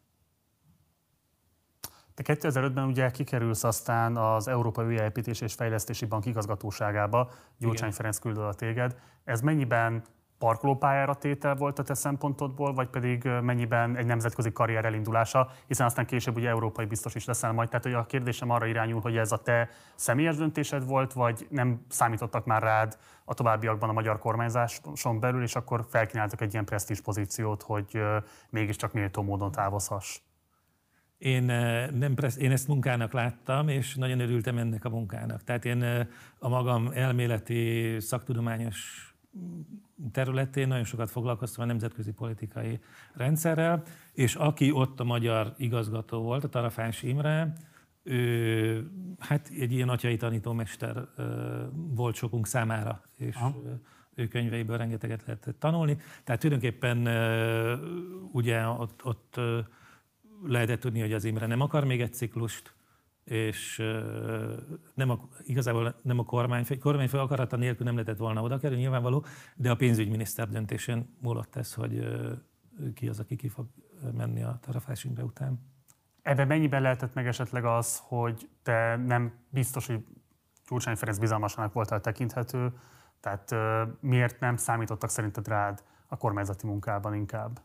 Te kétezer-ötben ugye kikerülsz aztán az Európai Újjáépítési és Fejlesztési Bank igazgatóságába, Gyurcsány Ferenc küldött a téged. Ez mennyiben parkolópályára tétel volt a te szempontodból, vagy pedig mennyiben egy nemzetközi karrier elindulása, hiszen aztán később ugye európai biztos is leszel majd. Tehát hogy a kérdésem arra irányul, hogy ez a te személyes döntésed volt, vagy nem számítottak már rád a továbbiakban a magyar kormányzáson belül, és akkor felkínáltak egy ilyen presztízs pozíciót, hogy mégiscsak méltó módon távozhass. Én, nem pressz, én ezt munkának láttam, és nagyon örültem ennek a munkának. Tehát én a magam elméleti, szaktudományos területén nagyon sokat foglalkoztam a nemzetközi politikai rendszerrel, és aki ott a magyar igazgató volt, a Tarafás Imre, ő hát egy ilyen atyai tanítómester volt sokunk számára, és Aha. ő könyveiből rengeteget lehetett tanulni. Tehát tulajdonképpen ugye ott, ott lehetett tudni, hogy az Imre nem akar még egy ciklust, és nem a, igazából nem a kormányfő, kormányfő akarata nélkül nem lehetett volna oda kerülni, nyilvánvaló, de a pénzügyminiszter döntésén múlott ez, hogy ki az, aki ki fog menni a Tarafás Imre után. Ebben mennyiben lehetett meg esetleg az, hogy te nem biztos, hogy Gyurcsány Ferenc bizalmasának voltál tekinthető, tehát miért nem számítottak szerinted rád a kormányzati munkában inkább?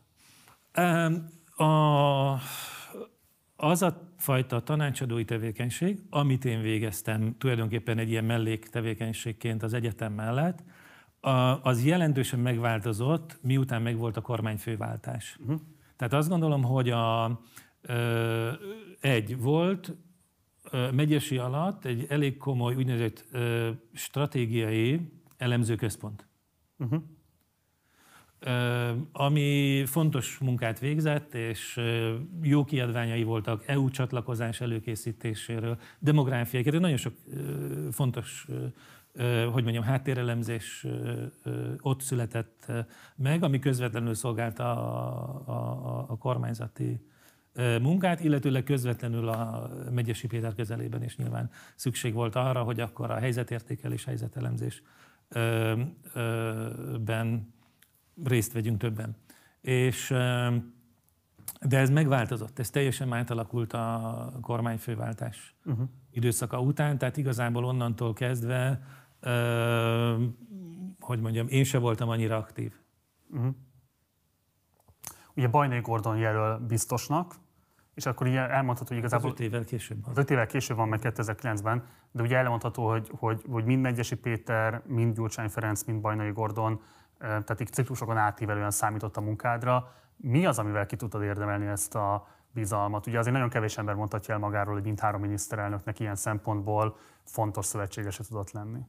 A, az a fajta tanácsadói tevékenység, amit én végeztem tulajdonképpen egy ilyen melléktevékenységként az egyetem mellett, az jelentősen megváltozott, miután megvolt a kormányfőváltás. Uh-huh. Tehát azt gondolom, hogy a, ö, egy volt ö, Megyesi alatt egy elég komoly úgynevezett ö, stratégiai elemzőközpont. Uh-huh. Ami fontos munkát végzett, és jó kiadványai voltak é u csatlakozás előkészítéséről, demográfiákról, nagyon sok fontos, hogy mondjam, háttérelemzés ott született meg, ami közvetlenül szolgálta a, a, a kormányzati munkát, illetőleg közvetlenül a Megyesi Péter közelében is nyilván szükség volt arra, hogy akkor a helyzetértékelés, helyzetelemzésben részt vegyünk többen. És, de ez megváltozott, ez teljesen átalakult a kormányfőváltás uh-huh. időszaka után, tehát igazából onnantól kezdve, hogy mondjam, én se voltam annyira aktív. Uh-huh. Ugye Bajnai Gordon jelöl biztosnak, és akkor ugye elmondható, hogy igazából... Az öt évvel később van. Az öt évvel később van, meg kétezer-kilencben, de ugye elmondható, hogy, hogy, hogy mind Megyesi Péter, mind Gyurcsány Ferenc, mind Bajnai Gordon, tehát így ciklusokon átívelően számított a munkádra. Mi az, amivel ki tudtad érdemelni ezt a bizalmat? Ugye azért nagyon kevés ember mondhatja el magáról, hogy mindhárom miniszterelnöknek ilyen szempontból fontos szövetségese tudott lenni.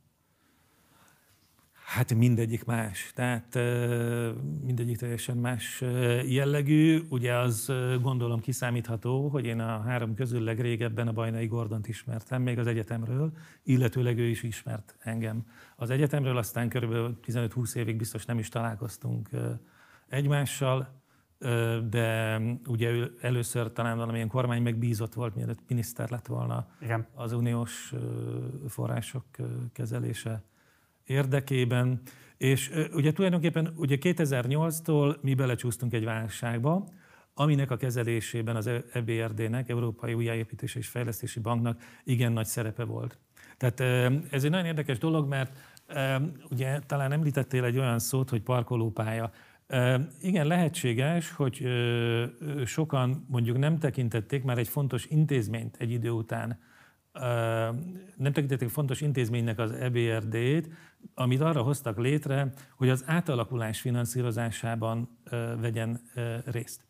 Hát mindegyik más, tehát mindegyik teljesen más jellegű. Ugye az gondolom kiszámítható, hogy én a három közül legrégebben a Bajnai Gordont ismertem, még az egyetemről, illetőleg ő is ismert engem az egyetemről, aztán körülbelül tizenöt-húsz évig biztos nem is találkoztunk egymással, de ugye ő először talán valamilyen kormány megbízott volt, mielőtt miniszter lett volna. Igen. Az uniós források kezelése érdekében, és ugye tulajdonképpen ugye kétezer-nyolctól mi belecsúsztunk egy válságba, aminek a kezelésében az é bé er dé-nek, Európai Újjáépítési és Fejlesztési Banknak igen nagy szerepe volt. Tehát ez egy nagyon érdekes dolog, mert ugye talán említettél egy olyan szót, hogy parkolópálya. Igen, lehetséges, hogy sokan mondjuk nem tekintették már egy fontos intézményt egy idő után, nem tekintették fontos intézménynek az é bé er dé-t, amit arra hoztak létre, hogy az átalakulás finanszírozásában vegyen részt.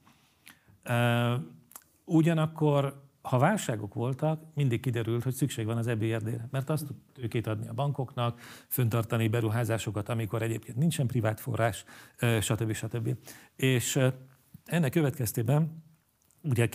Ugyanakkor, ha válságok voltak, mindig kiderült, hogy szükség van az é bé er dé-re, mert azt tud tőkét adni a bankoknak, föntartani beruházásokat, amikor egyébként nincsen privát forrás, stb. stb. És ennek következtében ugye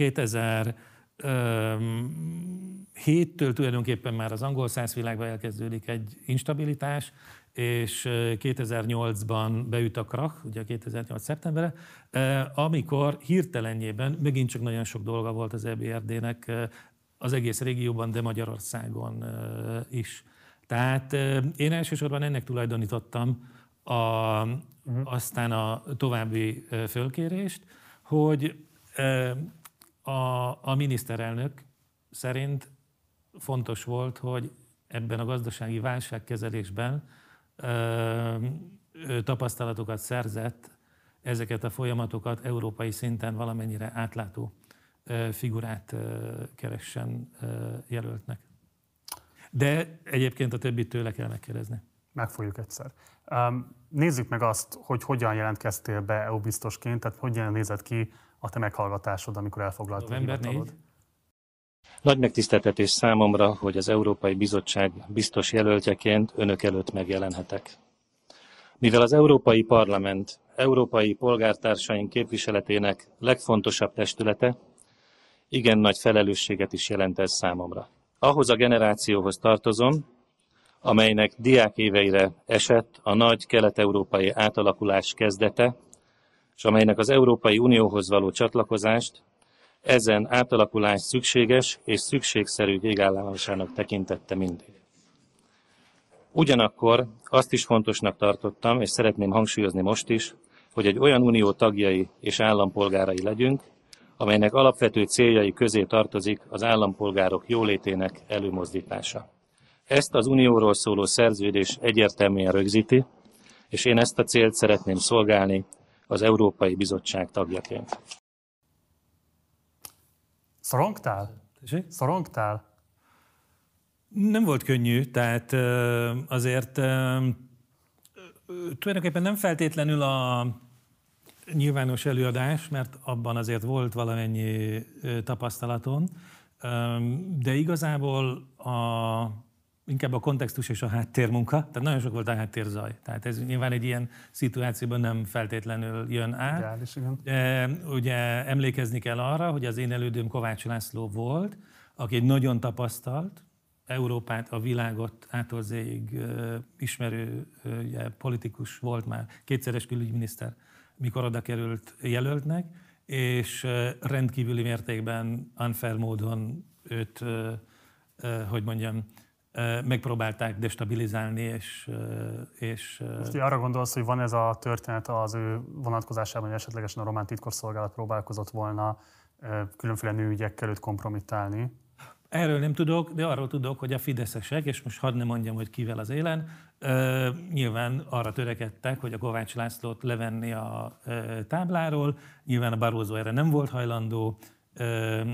kétezer-héttől tulajdonképpen már az angol száz világban elkezdődik egy instabilitás, és kétezer-nyolcban beüt a krach, ugye kétezer-nyolc szeptembere, amikor hirtelenjében megint csak nagyon sok dolga volt az é bé er dé-nek az egész régióban, de Magyarországon is. Tehát én elsősorban ennek tulajdonítottam a, uh-huh. aztán a további fölkérést, hogy a, a miniszterelnök szerint fontos volt, hogy ebben a gazdasági válságkezelésben ö, ö, tapasztalatokat szerzett, ezeket a folyamatokat európai szinten valamennyire átlátó figurát keressen jelöltnek. De egyébként a többit tőle kell megkérdezni. Meg fogjuk egyszer. Nézzük meg azt, hogy hogyan jelentkeztél be é u-biztosként, tehát hogyan nézett ki a te meghallgatásod, amikor elfoglaltad a hivatalod. Nagy megtiszteltetés számomra, hogy az Európai Bizottság biztos jelöltjeként önök előtt megjelenhetek. Mivel az Európai Parlament európai polgártársaink képviseletének legfontosabb testülete, igen nagy felelősséget is jelent ez számomra. Ahhoz a generációhoz tartozom, amelynek diákéveire esett a nagy kelet-európai átalakulás kezdete, és amelynek az Európai Unióhoz való csatlakozást ezen átalakulás szükséges és szükségszerű végállomásának tekintette mindig. Ugyanakkor azt is fontosnak tartottam, és szeretném hangsúlyozni most is, hogy egy olyan unió tagjai és állampolgárai legyünk, amelynek alapvető céljai közé tartozik az állampolgárok jólétének előmozdítása. Ezt az unióról szóló szerződés egyértelműen rögzíti, és én ezt a célt szeretném szolgálni az Európai Bizottság tagjaként. Szorongtál? Tessék? Szorongtál? Nem volt könnyű, tehát azért tulajdonképpen nem feltétlenül a nyilvános előadás, mert abban azért volt valamennyi tapasztalatom, de igazából a, inkább a kontextus és a háttérmunka, tehát nagyon sok volt a háttérzaj. Tehát ez nyilván egy ilyen szituációban nem feltétlenül jön át. Ideális, igen. De ugye emlékezni kell arra, hogy az én elődöm Kovács László volt, aki egy nagyon tapasztalt, Európát, a világot ától zéig ismerő ugye, politikus volt már, kétszeres külügyminiszter, mikor oda került jelöltnek, és rendkívüli mértékben unfair módon őt, hogy mondjam, megpróbálták destabilizálni, és... és Most arra gondolsz, hogy van ez a történet az ő vonatkozásában, hogy esetlegesen a román titkosszolgálat próbálkozott volna különféle nőügyekkel őt kompromittálni? Erről nem tudok, de arról tudok, hogy a fideszesek, és most hadd ne mondjam, hogy kivel az élen, uh, nyilván arra törekedtek, hogy a Kovács Lászlót levenni a uh, tábláról, nyilván a Barroso erre nem volt hajlandó, uh,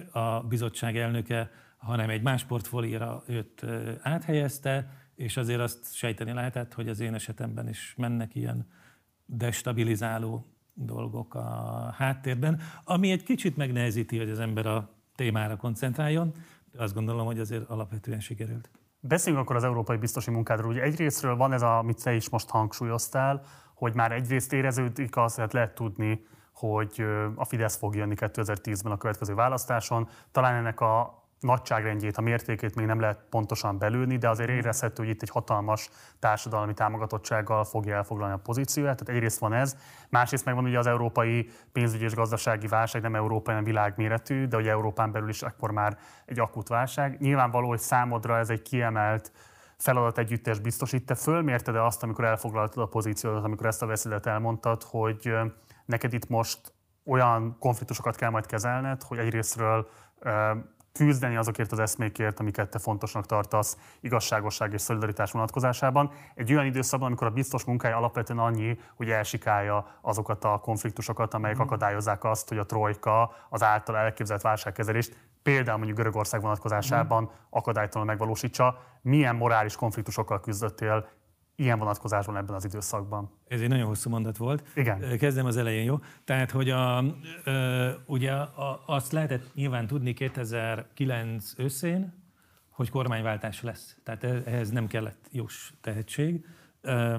a bizottság elnöke, hanem egy más portfólióra őt uh, áthelyezte, és azért azt sejteni lehetett, hogy az én esetemben is mennek ilyen destabilizáló dolgok a háttérben, ami egy kicsit megnehezíti, hogy az ember a témára koncentráljon, de azt gondolom, hogy azért alapvetően sikerült. Beszéljünk akkor az európai biztosi munkádról. Ugye egyrésztről van ez, amit te is most hangsúlyoztál, hogy már egyrészt éreződik, azt hát lehet tudni, hogy a Fidesz fog jönni kétezer-tízben a következő választáson. Talán ennek a nagyságrendjét, a mértékét még nem lehet pontosan belőni, de azért érezhető, hogy itt egy hatalmas társadalmi támogatottsággal fogja elfoglalni a pozícióját. Tehát egyrészt van ez, másrészt meg van ugye az európai pénzügyi és gazdasági válság, nem európai, hanem világméretű, de ugye Európán belül is akkor már egy akut válság. Nyilvánvaló, hogy számodra ez egy kiemelt feladat együttes biztosít. Te fölmérted-e azt, amikor elfoglaltad a pozíciódat, amikor ezt a beszédet elmondtad, hogy neked itt most olyan konfliktusokat kell majd kezelned, hogy egyrésztről küzdeni azokért az eszmékért, amiket te fontosnak tartasz igazságosság és szolidaritás vonatkozásában. Egy olyan időszakban, amikor a biztos munkája alapvetően annyi, hogy elsikálja azokat a konfliktusokat, amelyek akadályozzák azt, hogy a trojka az által elképzelt válságkezelést például mondjuk Görögország vonatkozásában akadálytalanul megvalósítsa. Milyen morális konfliktusokkal küzdöttél ilyen vonatkozásban ebben az időszakban? Ez egy nagyon hosszú mondat volt. Igen. Kezdem az elején, jó? Tehát, hogy a, ö, ugye a, azt lehetett nyilván tudni kétezer-kilenc őszén, hogy kormányváltás lesz. Tehát ehhez nem kellett jós tehetség. Ö,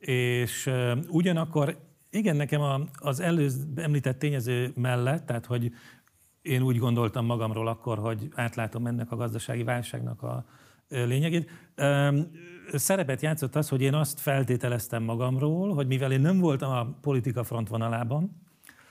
és ö, ugyanakkor, igen, nekem a, az előző említett tényező mellett, tehát, hogy én úgy gondoltam magamról akkor, hogy átlátom ennek a gazdasági válságnak a lényegét. Szerepet játszott az, hogy én azt feltételeztem magamról, hogy mivel én nem voltam a politika frontvonalában,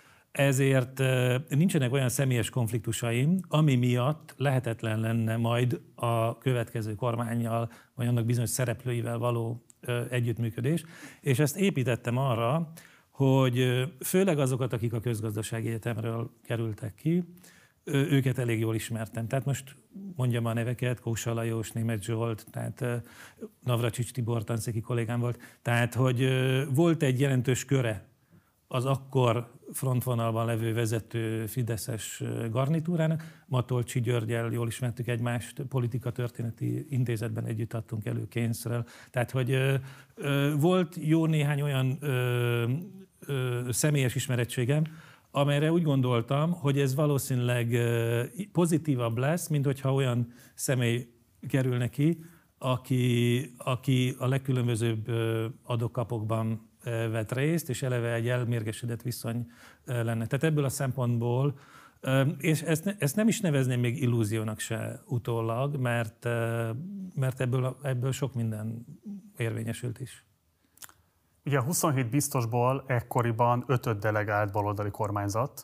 ezért nincsenek olyan személyes konfliktusaim, ami miatt lehetetlen lenne majd a következő kormánnyal, vagy annak bizonyos szereplőivel való együttműködés. És ezt építettem arra, hogy főleg azokat, akik a közgazdasági egyetemről kerültek ki, őket elég jól ismertem. Tehát most mondjam a neveket, Kósa Lajos, Németh Zsolt, tehát Navracsics Tibor tanszéki kollégám volt. Tehát, hogy volt egy jelentős köre az akkor frontvonalban levő vezető fideszes garnitúrának. Matolcsi Györgyel jól ismertük egymást, politika-történeti intézetben együtt adtunk elő Keynesről. Tehát, hogy ö, ö, volt jó néhány olyan ö, ö, személyes ismerettségem, amelyre úgy gondoltam, hogy ez valószínűleg ö, pozitívabb lesz, mint hogyha olyan személy kerül neki, aki, aki a legkülönbözőbb adok-kapokban vett részt, és eleve egy elmérgesedett viszony lenne. Tehát ebből a szempontból, és ezt, ezt nem is nevezném még illúziónak se utólag, mert, mert ebből, ebből sok minden érvényesült is. Ugye a huszonhét biztosból ekkoriban ötöt delegált baloldali kormányzat.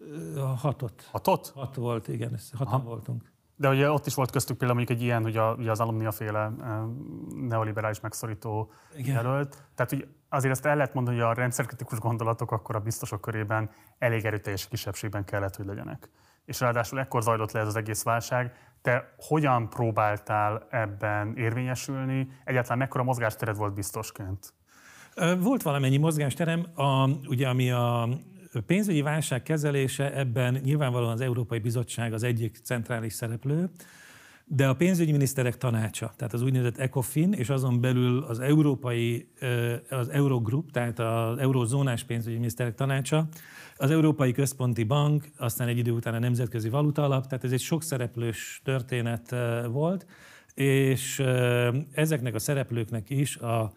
Hatot. Hatot? Hat volt, igen, hatan voltunk. De ugye ott is volt köztük például mondjuk egy ilyen, hogy a, ugye az Alumnia-féle neoliberális megszorító igen. jelölt. Tehát hogy azért ezt el lehet mondani, hogy a rendszerkritikus gondolatok akkor a biztosok körében elég erőteljes kisebbségben kellett, hogy legyenek. És ráadásul ekkor zajlott le ez az egész válság. Te hogyan próbáltál ebben érvényesülni? Egyáltalán mekkora mozgástered volt biztosként? Volt valamennyi mozgásterem, a, ugye ami a pénzügyi válság kezelése, ebben nyilvánvalóan az Európai Bizottság az egyik centrális szereplő, de a pénzügyminiszterek tanácsa, tehát az úgynevezett ECOFIN, és azon belül az európai, az Eurogroup, tehát az eurozónás pénzügyminiszterek tanácsa, az Európai Központi Bank, aztán egy idő után a Nemzetközi Valutaalap, tehát ez egy sokszereplős történet volt, és ezeknek a szereplőknek is a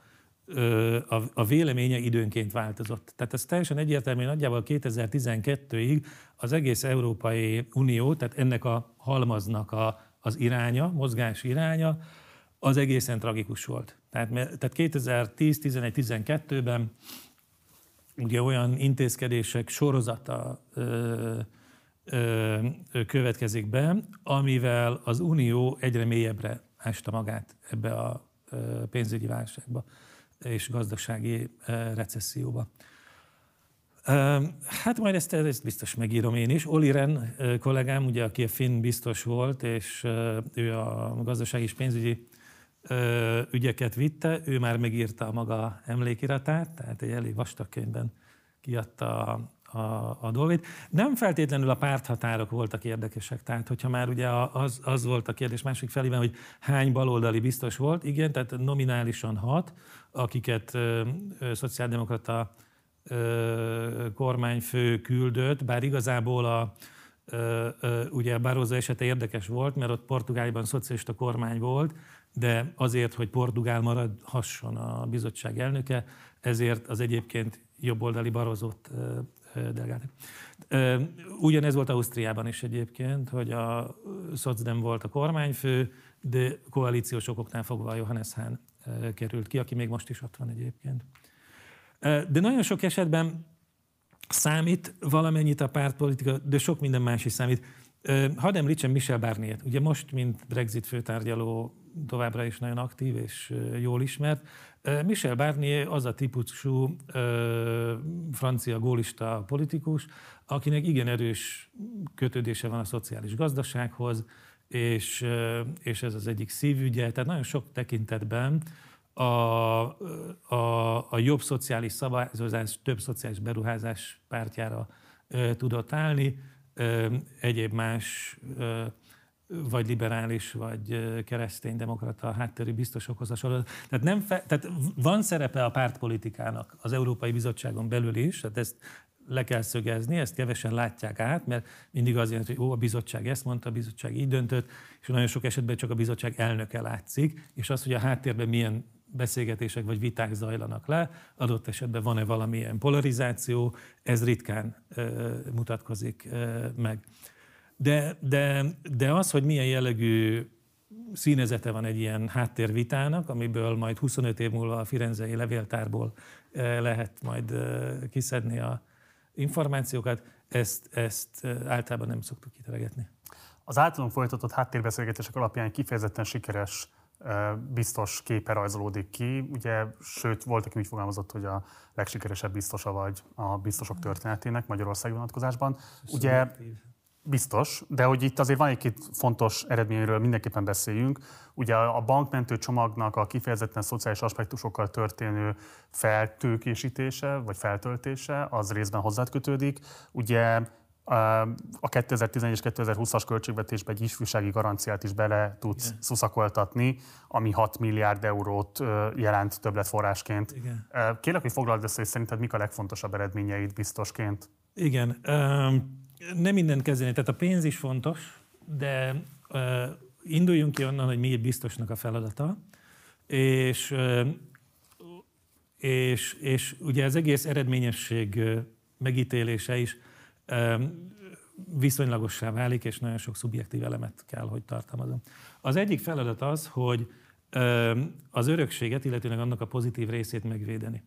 A, a véleménye időnként változott. Tehát ez teljesen egyértelmű, nagyjából kétezer-tizenkettőig az egész Európai Unió, tehát ennek a halmaznak a, az iránya, mozgás iránya, az egészen tragikus volt. Tehát, tehát kétezer-tíz, tizenegy, tizenkettőben ugye olyan intézkedések sorozata ö, ö, következik be, amivel az Unió egyre mélyebbre ásta magát ebbe a ö, pénzügyi válságba és gazdasági recesszióba. Hát majd ezt, ezt biztos megírom én is. Olli Rehn kollégám, ugye, aki a finn biztos volt, és ő a gazdasági és pénzügyi ügyeket vitte, ő már megírta a maga emlékiratát, tehát egy elég vastag könyvben kiadta a, a, a dolgait. Nem feltétlenül a párthatárok voltak érdekesek, tehát hogyha már ugye az, az volt a kérdés másik felében, hogy hány baloldali biztos volt, igen, tehát nominálisan hat, akiket ö, ö, szociáldemokrata ö, kormányfő küldött, bár igazából a, ö, ö, ugye Barroso esete érdekes volt, mert ott Portugáliában szocialista kormány volt, de azért, hogy Portugál maradhasson a bizottság elnöke, ezért az egyébként jobboldali Barrosót delegáltak. Ugyanez volt Ausztriában is egyébként, hogy a Szocdem volt a kormányfő, de koalíciós okoknál fogva Johannes Hahn került ki, aki még most is ott van egyébként. De nagyon sok esetben számít valamennyit a pártpolitika, de sok minden más is számít. Hadd említsem Michel Barnier-t. Ugye most, mint Brexit főtárgyaló, továbbra is nagyon aktív és jól ismert. Michel Barnier az a típusú francia gólista politikus, akinek igen erős kötődése van a szociális gazdasághoz, és, és ez az egyik szívügye. Tehát nagyon sok tekintetben a, a, a jobb szociális szabályozás, több szociális beruházás pártjára tudott állni. Egyéb más vagy liberális, vagy kereszténydemokrata háttérű biztosokhoz hasonló. Tehát, nem fe, tehát van szerepe a pártpolitikának az Európai Bizottságon belül is, tehát ezt le kell szögezni, ezt kevesen látják át, mert mindig az jelent, hogy ó, a bizottság ezt mondta, a bizottság így döntött, és nagyon sok esetben csak a bizottság elnöke látszik, és az, hogy a háttérben milyen beszélgetések vagy viták zajlanak le, adott esetben van-e valamilyen polarizáció, ez ritkán ö, mutatkozik ö, meg. De, de, de az, hogy milyen jellegű színezete van egy ilyen háttérvitának, amiből majd huszonöt év múlva a firenzei levéltárból lehet majd kiszedni a információkat, ezt, ezt általában nem szoktuk kiteregetni. Az általunk folytatott háttérbeszélgetések alapján kifejezetten sikeres biztos képe rajzolódik ki. Ugye, sőt, volt, aki úgy fogalmazott, hogy a legsikeresebb biztosa vagy a biztosok történetének Magyarország vonatkozásban. Ugye biztos, de hogy itt azért van egy-két fontos eredményről mindenképpen beszéljünk. Ugye a bankmentő csomagnak a kifejezetten szociális aspektusokkal történő feltőkésítése, vagy feltöltése, az részben hozzád kötődik. Ugye a kétezer-tizenegy és kétezer-húszas költségvetésbe egy ifjúsági garanciát is bele tudsz Igen. szuszakoltatni, ami hat milliárd eurót jelent többletforrásként. Igen. Kérlek, hogy foglald össze, hogy szerinted mik a legfontosabb eredményeid biztosként? Igen, nem mindent kezelni, tehát a pénz is fontos, de induljunk ki onnan, hogy mi itt biztosnak a feladata, és, és, és ugye az egész eredményesség megítélése is viszonylagossá válik, és nagyon sok szubjektív elemet kell, hogy tartalmazom. Az egyik feladat az, hogy az örökséget, illetőleg annak a pozitív részét megvédeni.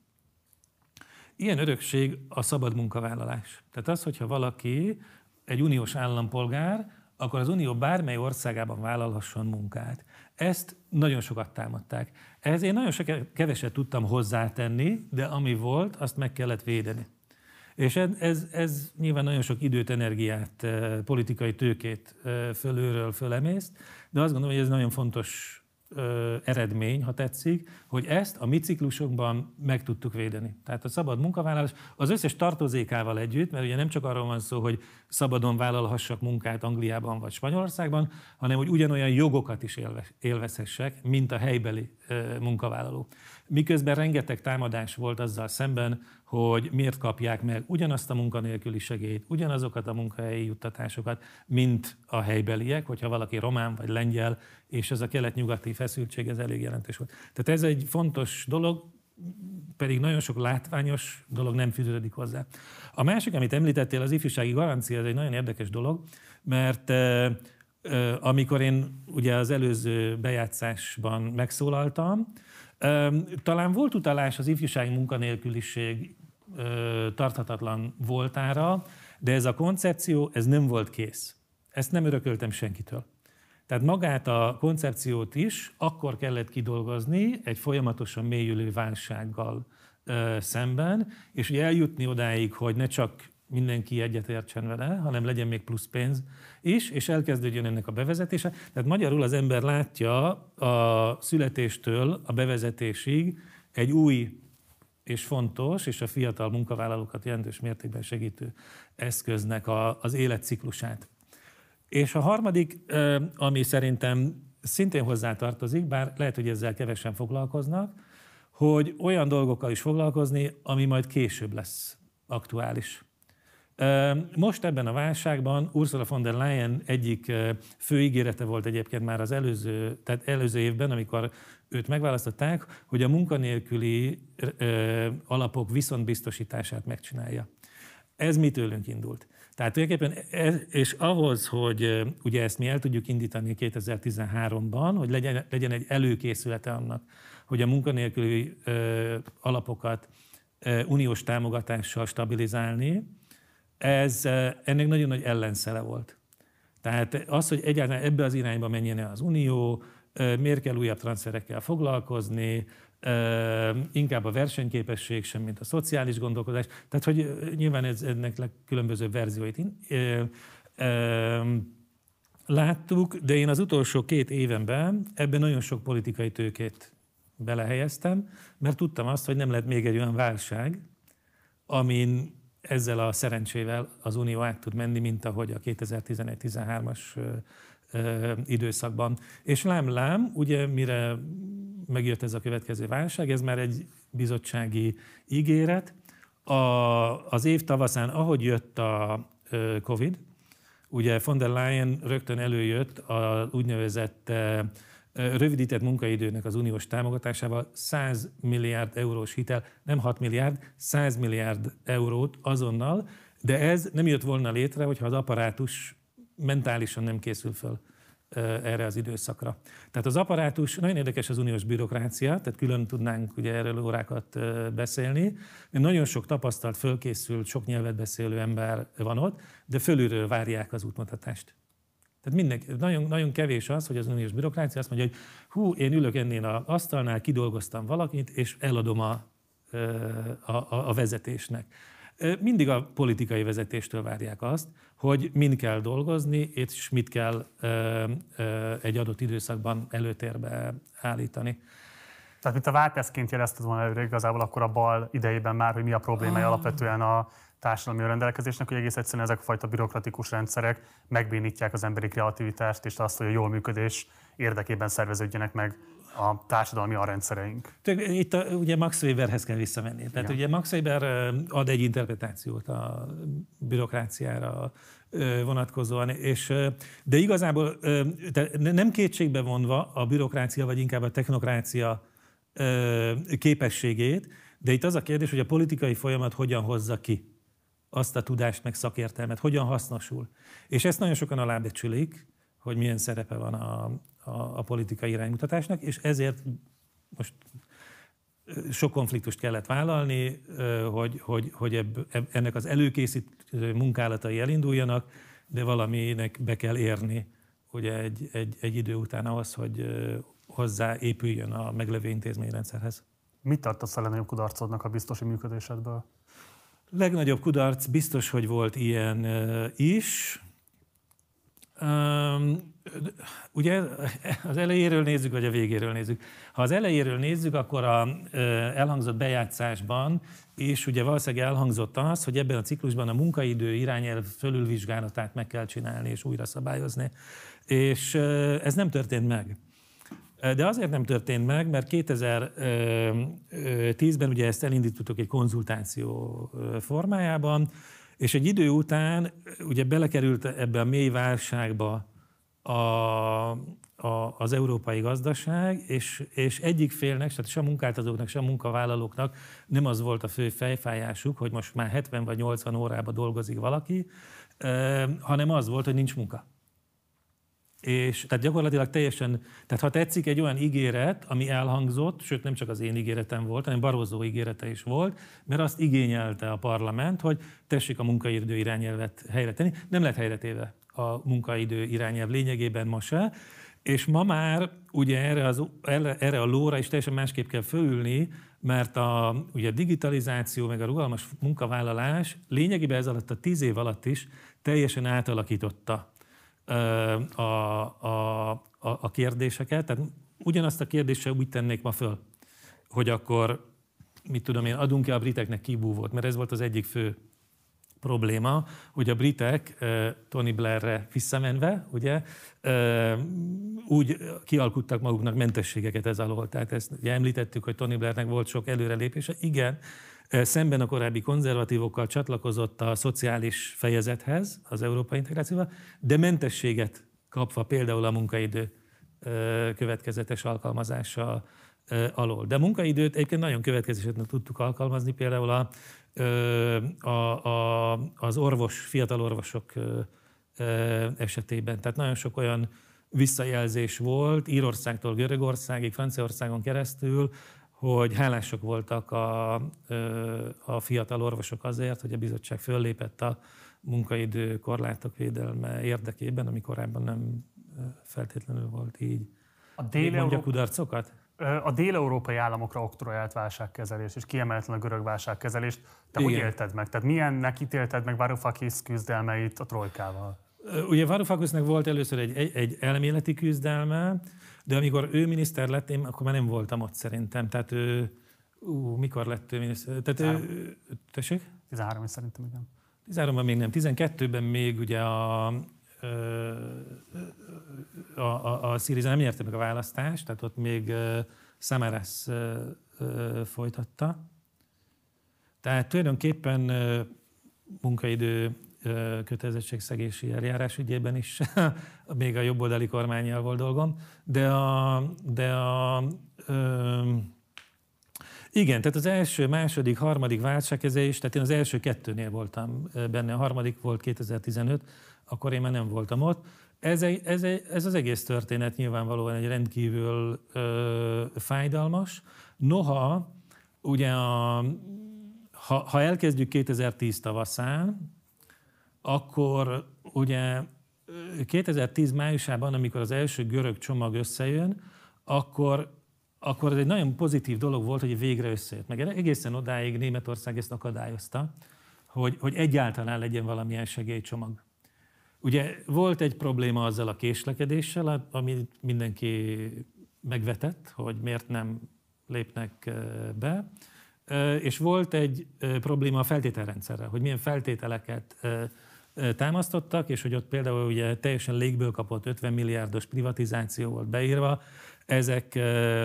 Ilyen örökség a szabad munkavállalás. Tehát az, hogyha valaki egy uniós állampolgár, akkor az unió bármely országában vállalhasson munkát. Ezt nagyon sokat támadták. Ehhez én nagyon sok keveset tudtam hozzátenni, de ami volt, azt meg kellett védeni. És ez, ez nyilván nagyon sok időt, energiát, politikai tőkét fölülről fölemészt, de azt gondolom, hogy ez nagyon fontos eredmény, ha tetszik, hogy ezt a mi ciklusokban meg tudtuk védeni. Tehát a szabad munkavállalás az összes tartozékával együtt, mert ugye nem csak arról van szó, hogy szabadon vállalhassak munkát Angliában vagy Spanyolországban, hanem hogy ugyanolyan jogokat is élvezhessek, mint a helybeli munkavállaló. Miközben rengeteg támadás volt azzal szemben, hogy miért kapják meg ugyanazt a munkanélküli segélyt, ugyanazokat a munkahelyi juttatásokat, mint a helybeliek, hogyha valaki román vagy lengyel, és ez a kelet-nyugati feszültség, ez elég jelentős volt. Tehát ez egy fontos dolog, pedig nagyon sok látványos dolog nem fűződik hozzá. A másik, amit említettél, az ifjúsági garancia, ez egy nagyon érdekes dolog, mert euh, euh, amikor én ugye az előző bejátszásban megszólaltam, euh, talán volt utalás az ifjúsági munkanélküliség euh, tarthatatlan voltára, de ez a koncepció, ez nem volt kész. Ezt nem örököltem senkitől. Tehát magát a koncepciót is akkor kellett kidolgozni egy folyamatosan mélyülő válsággal ö, szemben, és ugye eljutni odáig, hogy ne csak mindenki egyetértsen vele, hanem legyen még plusz pénz is, és elkezdődjön ennek a bevezetése. Tehát magyarul az ember látja a születéstől a bevezetésig egy új és fontos, és a fiatal munkavállalókat jelentős mértékben segítő eszköznek a, az életciklusát. És a harmadik, ami szerintem szintén hozzátartozik, bár lehet, hogy ezzel kevesen foglalkoznak, hogy olyan dolgokkal is foglalkozni, ami majd később lesz aktuális. Most ebben a válságban Ursula von der Leyen egyik fő ígérete volt egyébként már az előző, tehát előző évben, amikor őt megválasztották, hogy a munkanélküli alapok viszontbiztosítását megcsinálja. Ez mi tőlünk indult. Tehát tulajdonképpen, és ahhoz, hogy ugye ezt mi el tudjuk indítani kétezer-tizenháromban, hogy legyen, legyen egy előkészülete annak, hogy a munkanélküli ö, alapokat ö, uniós támogatással stabilizálni, ez ennek nagyon nagy ellenszele volt. Tehát az, hogy egyáltalán ebbe az irányba menjen az unió, ö, miért kell újabb transferekkel foglalkozni, inkább a versenyképesség sem, mint a szociális gondolkodás. Tehát, hogy nyilván ez, ennek különböző verzióit láttuk, de én az utolsó két évenben ebben nagyon sok politikai tőkét belehelyeztem, mert tudtam azt, hogy nem lehet még egy olyan válság, amin ezzel a szerencsével az Unió át tud menni, mint ahogy a kétezer-tizenegy-tizenhármas időszakban. És lám-lám, ugye mire megjött ez a következő válság, ez már egy bizottsági ígéret. A, az év tavaszán, ahogy jött a Covid, ugye von der Leyen rögtön előjött az úgynevezett rövidített munkaidőnek az uniós támogatásával száz milliárd eurós hitel, nem hat milliárd, száz milliárd eurót azonnal, de ez nem jött volna létre, hogyha az apparátus mentálisan nem készül föl erre az időszakra. Tehát az apparátus, nagyon érdekes az uniós bürokrácia, tehát külön tudnánk ugye erről órákat beszélni, de nagyon sok tapasztalt, fölkészült, sok nyelvet beszélő ember van ott, de fölülről várják az útmutatást. Tehát mindenki, nagyon, nagyon kevés az, hogy az uniós bürokrácia azt mondja, hogy hú, én ülök ennél az asztalnál, kidolgoztam valakit, és eladom a, a, a vezetésnek. mindig a politikai vezetéstől várják azt, hogy mind kell dolgozni, és mit kell egy adott időszakban előtérbe állítani. Tehát mint a váltásként jelezted volna előre igazából akkor a bal idejében már, hogy mi a problémája ah. alapvetően a társadalmi rendelkezésnek, hogy egész egyszerűen ezek a fajta bürokratikus rendszerek megbénítják az emberi kreativitást, és azt, hogy a jól működés érdekében szerveződjenek meg a társadalmi arrendszereink. Itt a, ugye Max Weberhez kell visszamenni. Tehát ja. ugye Max Weber ad egy interpretációt a bürokráciára vonatkozóan, és, de igazából nem kétségbe vonva a bürokrácia, vagy inkább a technokrácia képességét, de itt az a kérdés, hogy a politikai folyamat hogyan hozza ki azt a tudást, meg szakértelmet, hogyan hasznosul. És ezt nagyon sokan alábecsülik, hogy milyen szerepe van a, a, a politikai iránymutatásnak, és ezért most sok konfliktust kellett vállalni, hogy, hogy, hogy ebb, ennek az előkészítő munkálatai elinduljanak, de valaminek be kell érni ugye egy, egy, egy idő után ahhoz, hogy hozzá épüljön a meglevő intézményrendszerhez. Mit tartasz a legnagyobb kudarcodnak a biztosi működésedből? Legnagyobb kudarc biztos, hogy volt ilyen is. Um, ugye az elejéről nézzük, vagy a végéről nézzük. Ha az elejéről nézzük, akkor a elhangzott bejátszásban, és ugye valószínűleg elhangzott az, hogy ebben a ciklusban a munkaidő irányelv fölülvizsgálatát meg kell csinálni és újra szabályozni. És ez nem történt meg. De azért nem történt meg, mert kétezer-tízben ugye ezt elindítottuk egy konzultáció formájában, és egy idő után ugye belekerült ebbe a mély válságba a, a, az európai gazdaság, és, és egyik félnek, tehát sem munkáltatóknak, sem munkavállalóknak nem az volt a fő fejfájásuk, hogy most már hetven vagy nyolcvan órában dolgozik valaki, hanem az volt, hogy nincs munka. És tehát gyakorlatilag teljesen, tehát ha tetszik, egy olyan ígéret, ami elhangzott, sőt nem csak az én ígéretem volt, hanem Barroso ígérete is volt, mert azt igényelte a parlament, hogy tessék a munkaidő irányelvet helyre tenni. Nem lett helyretéve a munkaidő irányelv lényegében ma se, és ma már ugye erre, az, erre a lóra is teljesen másképp kell fölülni, mert a ugye digitalizáció meg a rugalmas munkavállalás lényegében ez alatt a tíz év alatt is teljesen átalakította A, a, a, a kérdéseket. Tehát ugyanazt a kérdéssel úgy tennék ma föl, hogy akkor, mit tudom én, adunk-e a briteknek kibúvót, mert ez volt az egyik fő probléma, hogy a britek Tony Blairre visszamenve, ugye, úgy kialkuttak maguknak mentességeket ez alól. Tehát ezt ugye említettük, hogy Tony Blairnek volt sok előrelépése. Igen, szemben a korábbi konzervatívokkal csatlakozott a szociális fejezethez, az európai integrációval, de mentességet kapva például a munkaidő következetes alkalmazása alól. De a munkaidőt egyébként nagyon következetesen tudtuk alkalmazni, például a, a, a, az orvos, fiatal orvosok esetében. Tehát nagyon sok olyan visszajelzés volt Írországtól Görögországig, Franciaországon keresztül, hogy hálások voltak a, a fiatal orvosok azért, hogy a bizottság föllépett a munkaidő korlátok védelme érdekében, ami korábban nem feltétlenül volt így. A dél-európa... kudarcokat? A dél-európai államokra oktroyált válságkezelés, és kiemelten a görög válságkezelést. Te Igen. hogy élted meg? Tehát milyennek ítélted meg Varoufakis küzdelmeit a trojkával? Ugye Varoufakisnak volt először egy, egy, egy elméleti küzdelme, de amikor ő miniszter lett, én akkor már nem voltam ott szerintem. Tehát ő, ú, mikor lett ő miniszter? Tehát ő, tessék? tizenhárom szerintem, igen. tizenháromban még nem. tizenkettőben még ugye a, a, a, a Syriza nem nyerte meg a választást, tehát ott még Samaras folytatta. Tehát tulajdonképpen munkaidő kötelezettségszegési eljárás ügyében is még a jobboldali kormánnyal volt dolgom, de a, de a ö, igen, tehát az első, második, harmadik válságkezelés, tehát én az első kettőnél voltam benne, a harmadik volt kétezer-tizenöt, akkor én már nem voltam ott. Ez, egy, ez, egy, ez az egész történet nyilvánvalóan egy rendkívül ö, fájdalmas. Noha, ugye a, ha, ha elkezdjük kétezer-tíz tavaszán, akkor ugye kétezer-tíz májusában, amikor az első görög csomag összejön, akkor, akkor ez egy nagyon pozitív dolog volt, hogy végre összejött. Meg egészen odáig Németország ezt akadályozta, hogy, hogy egyáltalán legyen valamilyen segélycsomag. Ugye volt egy probléma azzal a késlekedéssel, amit mindenki megvetett, hogy miért nem lépnek be, és volt egy probléma a feltételrendszerrel, hogy milyen feltételeket támasztottak, és hogy ott például ugye teljesen légből kapott ötven milliárdos privatizáció volt beírva, ezek,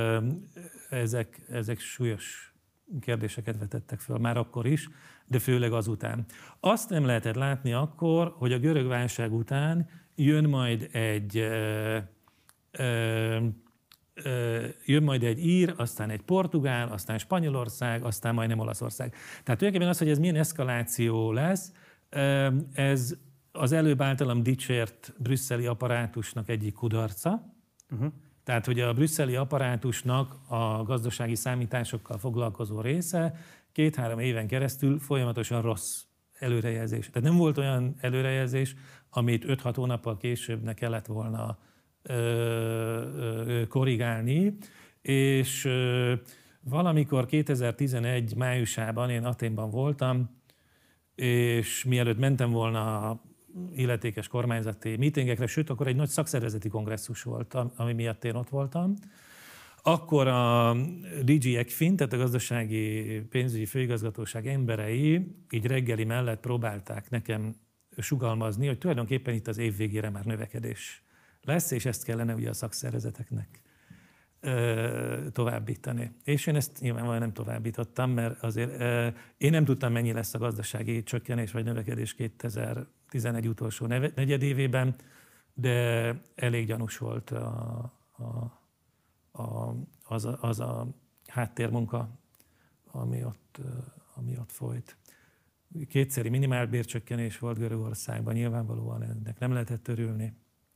ezek, ezek súlyos kérdéseket vetettek föl már akkor is, de főleg azután. Azt nem lehetett látni akkor, hogy a görög válság után jön majd egy, ö, ö, ö, jön majd egy ír, aztán egy portugál, aztán Spanyolország, aztán majdnem Olaszország. Tehát tulajdonképpen az, hogy ez milyen eszkaláció lesz, ez az előbb általam dicsért brüsszeli apparátusnak egyik kudarca. Uh-huh. Tehát, hogy a brüsszeli apparátusnak a gazdasági számításokkal foglalkozó része két-három éven keresztül folyamatosan rossz előrejelzés. Tehát nem volt olyan előrejelzés, amit öt-hat hónappal később ne kellett volna ö, ö, korrigálni, és ö, valamikor kétezer-tizenegy májusában én Athénban voltam, és mielőtt mentem volna a illetékes kormányzati mítingekre, sőt, akkor egy nagy szakszervezeti kongresszus volt, ami miatt én ott voltam. Akkor a dé gé ECFIN, tehát a gazdasági pénzügyi főigazgatóság emberei így reggeli mellett próbálták nekem sugalmazni, hogy tulajdonképpen itt az év végére már növekedés lesz, és ezt kellene ugye a szakszervezeteknek továbbítani. És én ezt nyilvánvalóan nem továbbítottam, mert azért én nem tudtam, mennyi lesz a gazdasági csökkenés vagy növekedés kétezer-tizenegy utolsó negyedévében, de elég gyanús volt a, a, a, az, a, az a háttérmunka, ami ott, ami ott folyt. Kétszeri minimálbércsökkenés volt Görögországban, nyilvánvalóan ennek nem lehetett örülni.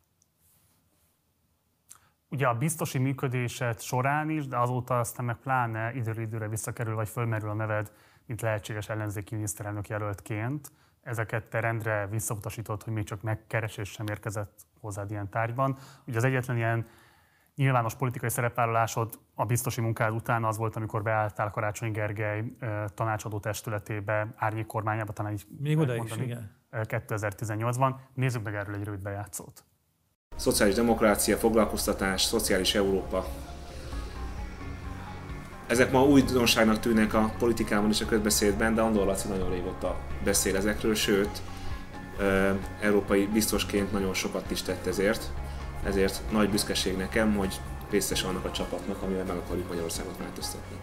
Ugye a biztosi működésed során is, de azóta aztán meg pláne időről időre visszakerül, vagy fölmerül a neved, mint lehetséges ellenzéki miniszterelnök jelöltként. Ezeket te rendre visszautasított, hogy még csak megkeresés sem érkezett hozzád ilyen tárgyban. Ugye az egyetlen ilyen nyilvános politikai szerepvállalásod a biztosi munkád után az volt, amikor beálltál Karácsony Gergely tanácsadó testületébe, árnyék kormányába, talán így még oda is, igen. kétezer-tizennyolcban. Nézzük meg erről egy rövid bejátszót. Szociális demokrácia, foglalkoztatás, szociális Európa. Ezek ma újdonságnak tűnnek a politikában és a közbeszédben, de Andor Laci nagyon régóta beszél ezekről, sőt, európai biztosként nagyon sokat is tett ezért. Ezért nagy büszkeség nekem, hogy részes annak a csapatnak, amivel meg akarjuk Magyarországot változtatni.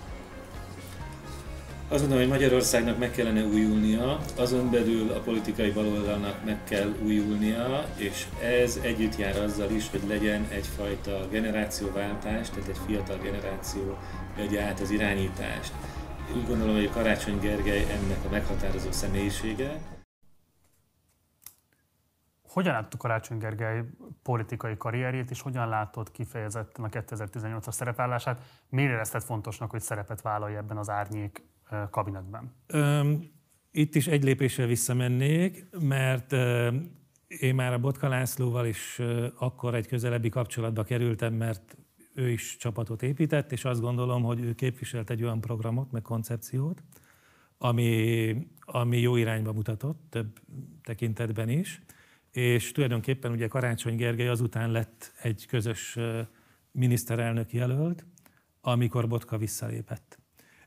Azt mondom, hogy Magyarországnak meg kellene újulnia, azon belül a politikai baloldalnak meg kell újulnia, és ez együtt jár azzal is, hogy legyen egyfajta generációváltás, tehát egy fiatal generáció vegye át az irányítást. Úgy gondolom, hogy a Karácsony Gergely ennek a meghatározó személyisége. Hogyan láttuk Karácsony Gergely politikai karrierjét, és hogyan látod kifejezetten a kétezer-tizennyolcas szerepvállását? Miért érezted fontosnak, hogy szerepet vállalj ebben az árnyék kabinetben? Itt is egy lépéssel visszamennék, mert én már a Botka Lászlóval is akkor egy közelebbi kapcsolatba kerültem, mert ő is csapatot épített, és azt gondolom, hogy ő képviselt egy olyan programot, meg koncepciót, ami, ami jó irányba mutatott, több tekintetben is. És tulajdonképpen ugye Karácsony Gergely azután lett egy közös miniszterelnök jelölt, amikor Botka visszalépett.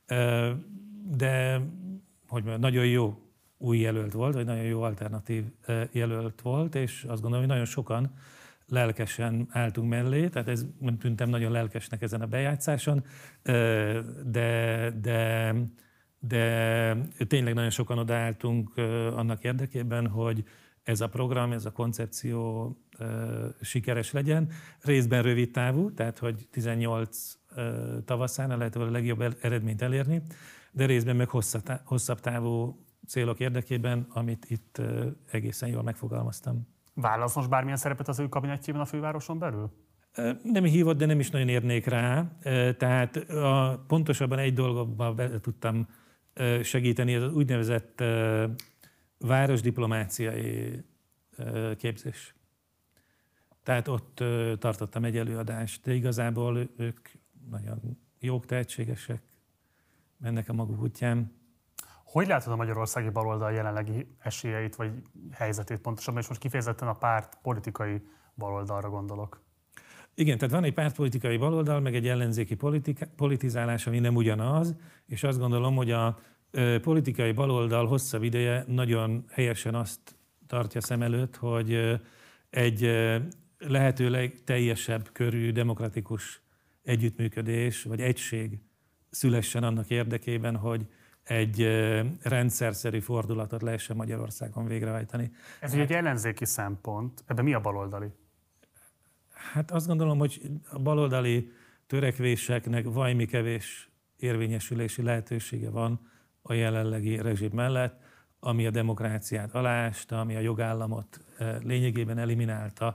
De hogy mondjam, nagyon jó új jelölt volt, vagy nagyon jó alternatív jelölt volt, és azt gondolom, hogy nagyon sokan lelkesen álltunk mellé, tehát ez nem tűntem nagyon lelkesnek ezen a bejátszáson, de, de, de tényleg nagyon sokan odaálltunk annak érdekében, hogy ez a program, ez a koncepció uh, sikeres legyen. Részben rövid távú, tehát hogy tizennyolc uh, tavaszán lehet a legjobb eredményt elérni, de részben meg hosszabb, hosszabb távú célok érdekében, amit itt uh, egészen jól megfogalmaztam. Válasz most bármilyen szerepet az ő kabinetjében a fővároson belül? Uh, nem hívott, de nem is nagyon érnék rá. Uh, tehát a, pontosabban egy dolgokban be tudtam uh, segíteni, ez az úgynevezett uh, városdiplomáciai képzés. Tehát ott tartottam egy előadást, de igazából ők nagyon jók, tehetségesek, mennek a maguk útján. Hogy látod a magyarországi baloldal jelenlegi esélyeit, vagy helyzetét pontosabban, és most kifejezetten a párt politikai baloldalra gondolok? Igen, tehát van egy pártpolitikai baloldal, meg egy ellenzéki politika, politizálás, ami nem ugyanaz, és azt gondolom, hogy a ö, politikai baloldal hosszabb ideje nagyon helyesen azt tartja szem előtt, hogy ö, egy ö, lehetőleg teljesebb körű demokratikus együttműködés, vagy egység szülessen annak érdekében, hogy egy ö, rendszerszerű fordulatot lehessen Magyarországon végrehajtani. Ez hát, egy ellenzéki szempont, ebben mi a baloldali? Hát azt gondolom, hogy a baloldali törekvéseknek vajmi kevés érvényesülési lehetősége van a jelenlegi rezsim mellett, ami a demokráciát aláásta, ami a jogállamot lényegében eliminálta,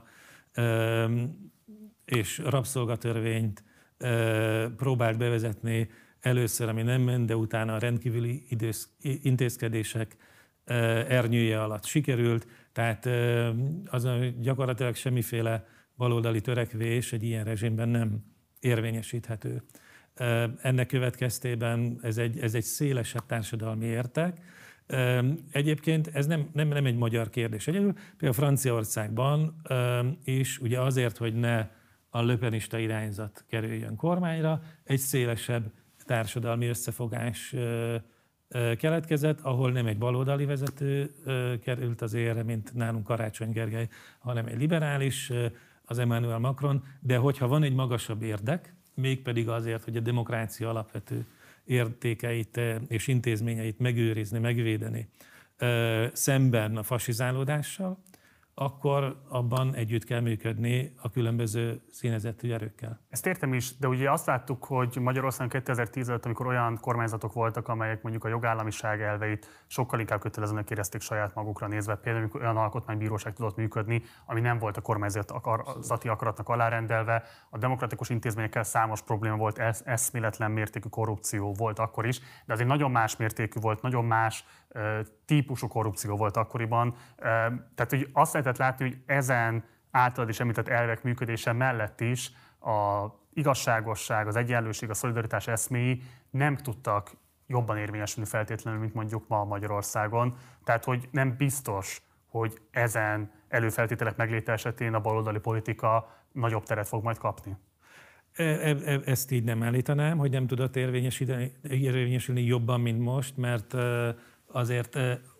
és rabszolgatörvényt próbált bevezetni először, ami nem ment, de utána a rendkívüli idősz, intézkedések ernyője alatt sikerült, tehát azon gyakorlatilag semmiféle baloldali törekvés egy ilyen rezsimben nem érvényesíthető. Ennek következtében ez egy, ez egy szélesebb társadalmi értek. Egyébként ez nem, nem, nem egy magyar kérdés. Egyedül például Franciaországban is ugye azért, hogy ne a löpenista irányzat kerüljön kormányra, egy szélesebb társadalmi összefogás keletkezett, ahol nem egy baloldali vezető került az élre, mint nálunk Karácsony Gergely, hanem egy liberális, az Emmanuel Macron, de hogyha van egy magasabb érdek, mégpedig azért, hogy a demokrácia alapvető értékeit és intézményeit megőrizni, megvédeni szemben a fasizálódással, akkor abban együtt kell működni a különböző színezettű erőkkel. Ezt értem is, de ugye azt láttuk, hogy Magyarországon kétezer-tíz előtt, amikor olyan kormányzatok voltak, amelyek mondjuk a jogállamiság elveit sokkal inkább kötelezőnek érezték saját magukra nézve, például amikor olyan alkotmánybíróság tudott működni, ami nem volt a kormányzati akaratnak alárendelve, a demokratikus intézményekkel számos probléma volt, eszméletlen mértékű korrupció volt akkor is, de azért nagyon más mértékű volt, nagyon más típusú korrupció volt akkoriban. Tehát hogy azt lehetett látni, hogy ezen általad is említett elvek működése mellett is a igazságosság, az egyenlőség, a szolidaritás eszméi nem tudtak jobban érvényesülni feltétlenül, mint mondjuk ma Magyarországon. Tehát, hogy nem biztos, hogy ezen előfeltételek megléte esetén a baloldali politika nagyobb teret fog majd kapni. Ezt így nem állítanám, hogy nem tudott érvényesülni jobban, mint most, mert azért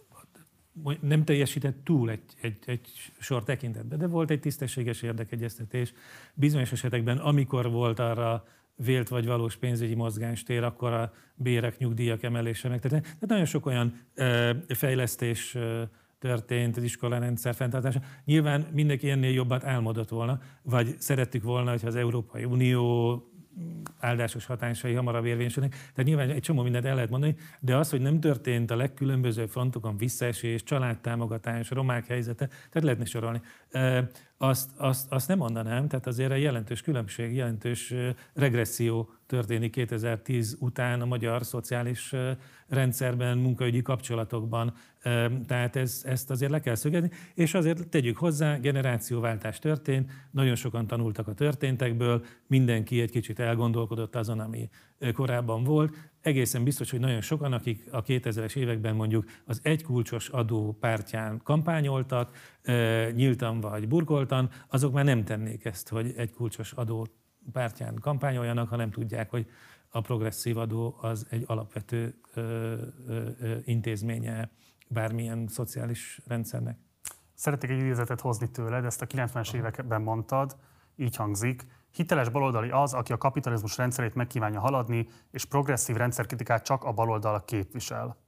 nem teljesített túl egy, egy, egy sor tekintetben, de volt egy tisztességes érdekegyeztetés. Bizonyos esetekben, amikor volt arra vélt vagy valós pénzügyi mozgástér, akkor a bérek, nyugdíjak emelése meg. Tehát, tehát nagyon sok olyan ö, fejlesztés ö, történt, az iskolarendszer fenntartása. Nyilván mindenki ennél jobban álmodott volna, vagy szerettük volna, hogyha az Európai Unió áldásos hatásai hamarabb érvényesülnek. Tehát nyilván egy csomó mindent el lehet mondani, de az, hogy nem történt a legkülönbözőbb frontokon visszaesés, családtámogatás, romák helyzete, tehát lehetne sorolni. Azt, azt, azt nem mondanám, tehát azért egy jelentős különbség, jelentős regresszió történik kétezer-tíz után a magyar szociális rendszerben, munkaügyi kapcsolatokban. Tehát ez, ezt azért le kell szögezni, és azért tegyük hozzá, generációváltás történt, nagyon sokan tanultak a történtekből, mindenki egy kicsit elgondolkodott azon, ami korábban volt. Egészen biztos, hogy nagyon sokan, akik a kétezres években mondjuk az egykulcsos adó pártján kampányoltak, nyíltan vagy burkoltan, azok már nem tennék ezt, hogy egykulcsos adó pártján kampányoljanak, ha nem tudják, hogy a progresszív adó az egy alapvető ö, ö, ö, intézménye bármilyen szociális rendszernek. Szeretnék egy idézetet hozni tőled, ezt a kilencvenes években mondtad, így hangzik: hiteles baloldali az, aki a kapitalizmus rendszerét megkívánja haladni, és progresszív rendszerkritikát csak a baloldal képvisel.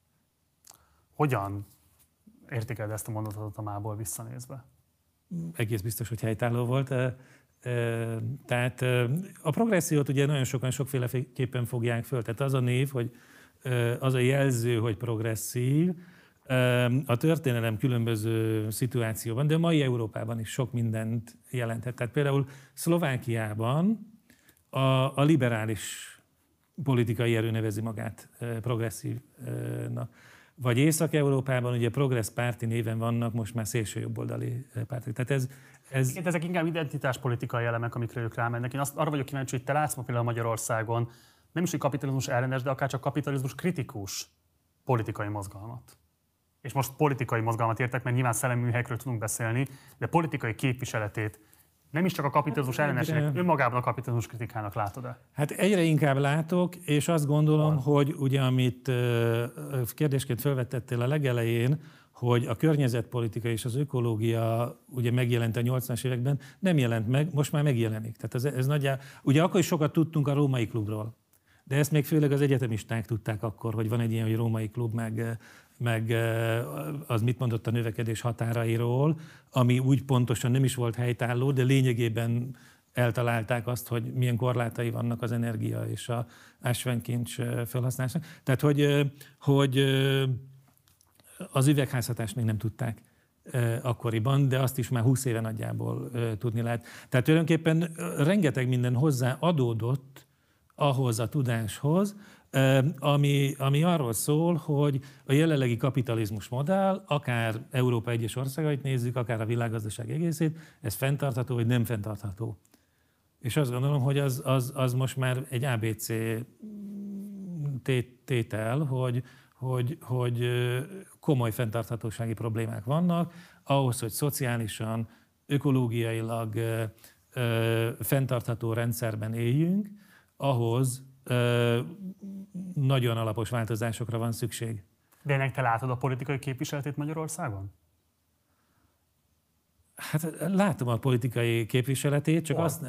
Hogyan értékeled ezt a mondatot a mából visszanézve? Egész biztos, hogy helytálló volt. Tehát a progressziót ugye nagyon sokan sokféleképpen fogják föl. Tehát az a név, hogy az a jelző, hogy progresszív, a történelem különböző szituációban, de a mai Európában is sok mindent jelenthet. Tehát például Szlovákiában a, a liberális politikai erő nevezi magát progresszívnak. Vagy Észak-Európában ugye progressz párti néven vannak most már szélsőjobboldali pártok. Tehát ez, ez... Igen, ezek inkább identitáspolitikai elemek, amikre ők rámennek. Én azt, arra vagyok kíváncsi, hogy te látsz ma például Magyarországon nem is, hogy kapitalizmus ellenes, de akár csak kapitalizmus kritikus politikai mozgalmat. És most politikai mozgalmat értek, mert nyilván szellemi műhelyekről tudunk beszélni, de politikai képviseletét nem is csak a kapitalizmus hát, ellenesnek, önmagában a kapitalizmus kritikának látod-e? Hát egyre inkább látok, és azt gondolom, Van. hogy ugye amit kérdésként felvetettél a legelején, hogy a környezetpolitika és az ökológia ugye megjelent a nyolcvanas években, nem jelent meg, most már megjelenik. Tehát ez, ez nagyjá... Ugye akkor is sokat tudtunk a római klubról, de ezt még főleg az egyetemisták tudták akkor, hogy van egy ilyen, hogy római klub, meg, meg az mit mondott a növekedés határairól, ami úgy pontosan nem is volt helytálló, de lényegében eltalálták azt, hogy milyen korlátai vannak az energia és az ásványkincs felhasználásnak. Tehát, hogy, hogy az üvegházhatást még nem tudták akkoriban, de azt is már húsz éve nagyjából tudni lehet. Tehát tulajdonképpen rengeteg minden hozzá adódott ahhoz a tudáshoz, ami, ami arról szól, hogy a jelenlegi kapitalizmus modell, akár Európa egyes országait nézzük, akár a világgazdaság egészét, ez fenntartható, vagy nem fenntartható. És azt gondolom, hogy az, az, az most már egy á bé cé tétel, hogy, hogy, hogy komoly fenntarthatósági problémák vannak, ahhoz, hogy szociálisan, ökológiailag fenntartható rendszerben éljünk, ahhoz nagyon alapos változásokra van szükség. De ennek te látod a politikai képviseletét Magyarországon? Hát látom a politikai képviseletét, csak azt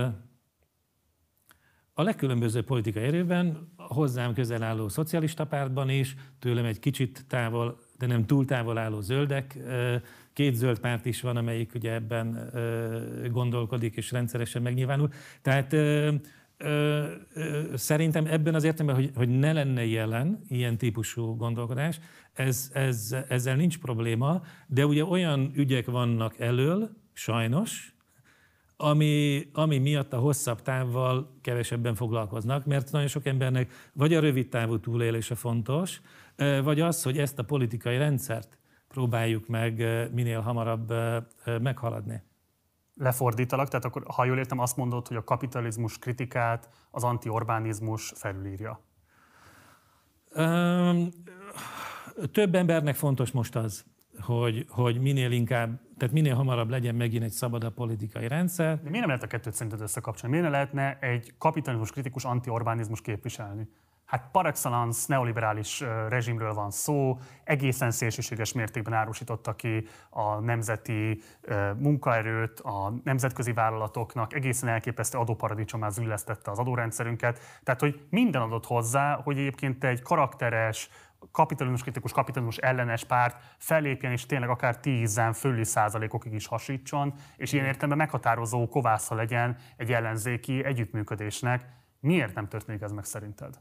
a legkülönbözőbb politikai erőben, hozzám közel álló szocialista pártban is, tőlem egy kicsit távol, de nem túl távol álló zöldek, két zöld párt is van, amelyik ugye ebben gondolkodik és rendszeresen megnyilvánul. Tehát Ö, ö, szerintem ebben az értelemben, hogy, hogy ne lenne jelen ilyen típusú gondolkodás, ez, ez, ezzel nincs probléma, de ugye olyan ügyek vannak elől, sajnos, ami, ami miatt a hosszabb távval kevesebben foglalkoznak, mert nagyon sok embernek vagy a rövid távú túlélése fontos, vagy az, hogy ezt a politikai rendszert próbáljuk meg minél hamarabb meghaladni. Lefordítalak, tehát akkor, ha jól értem, azt mondod, hogy a kapitalizmus kritikát az anti-Orbánizmus felülírja. Um, több embernek fontos most az, hogy, hogy minél inkább, tehát minél hamarabb legyen megint egy szabadabb politikai rendszer. De miért nem lehet a kettőt szerinted összekapcsolni? Miért ne lehetne egy kapitalizmus kritikus anti-Orbánizmus képviselni? Hát par excellence neoliberális rezsimről van szó, egészen szélsőséges mértékben árusította ki a nemzeti munkaerőt, a nemzetközi vállalatoknak, egészen elképesztő adóparadicsomá züllesztette az adórendszerünket. Tehát, hogy minden adott hozzá, hogy egyébként egy karakteres, kapitalizmus kritikus, kapitalizmus ellenes párt fellépjen és tényleg akár tízen fölüli százalékokig is hasítson, és ilyen értelemben meghatározó kovásza legyen egy ellenzéki együttműködésnek. Miért nem történik ez meg szerinted?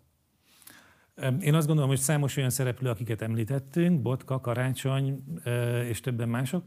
Én azt gondolom, hogy számos olyan szereplő, akiket említettünk, Botka, Karácsony és többen mások,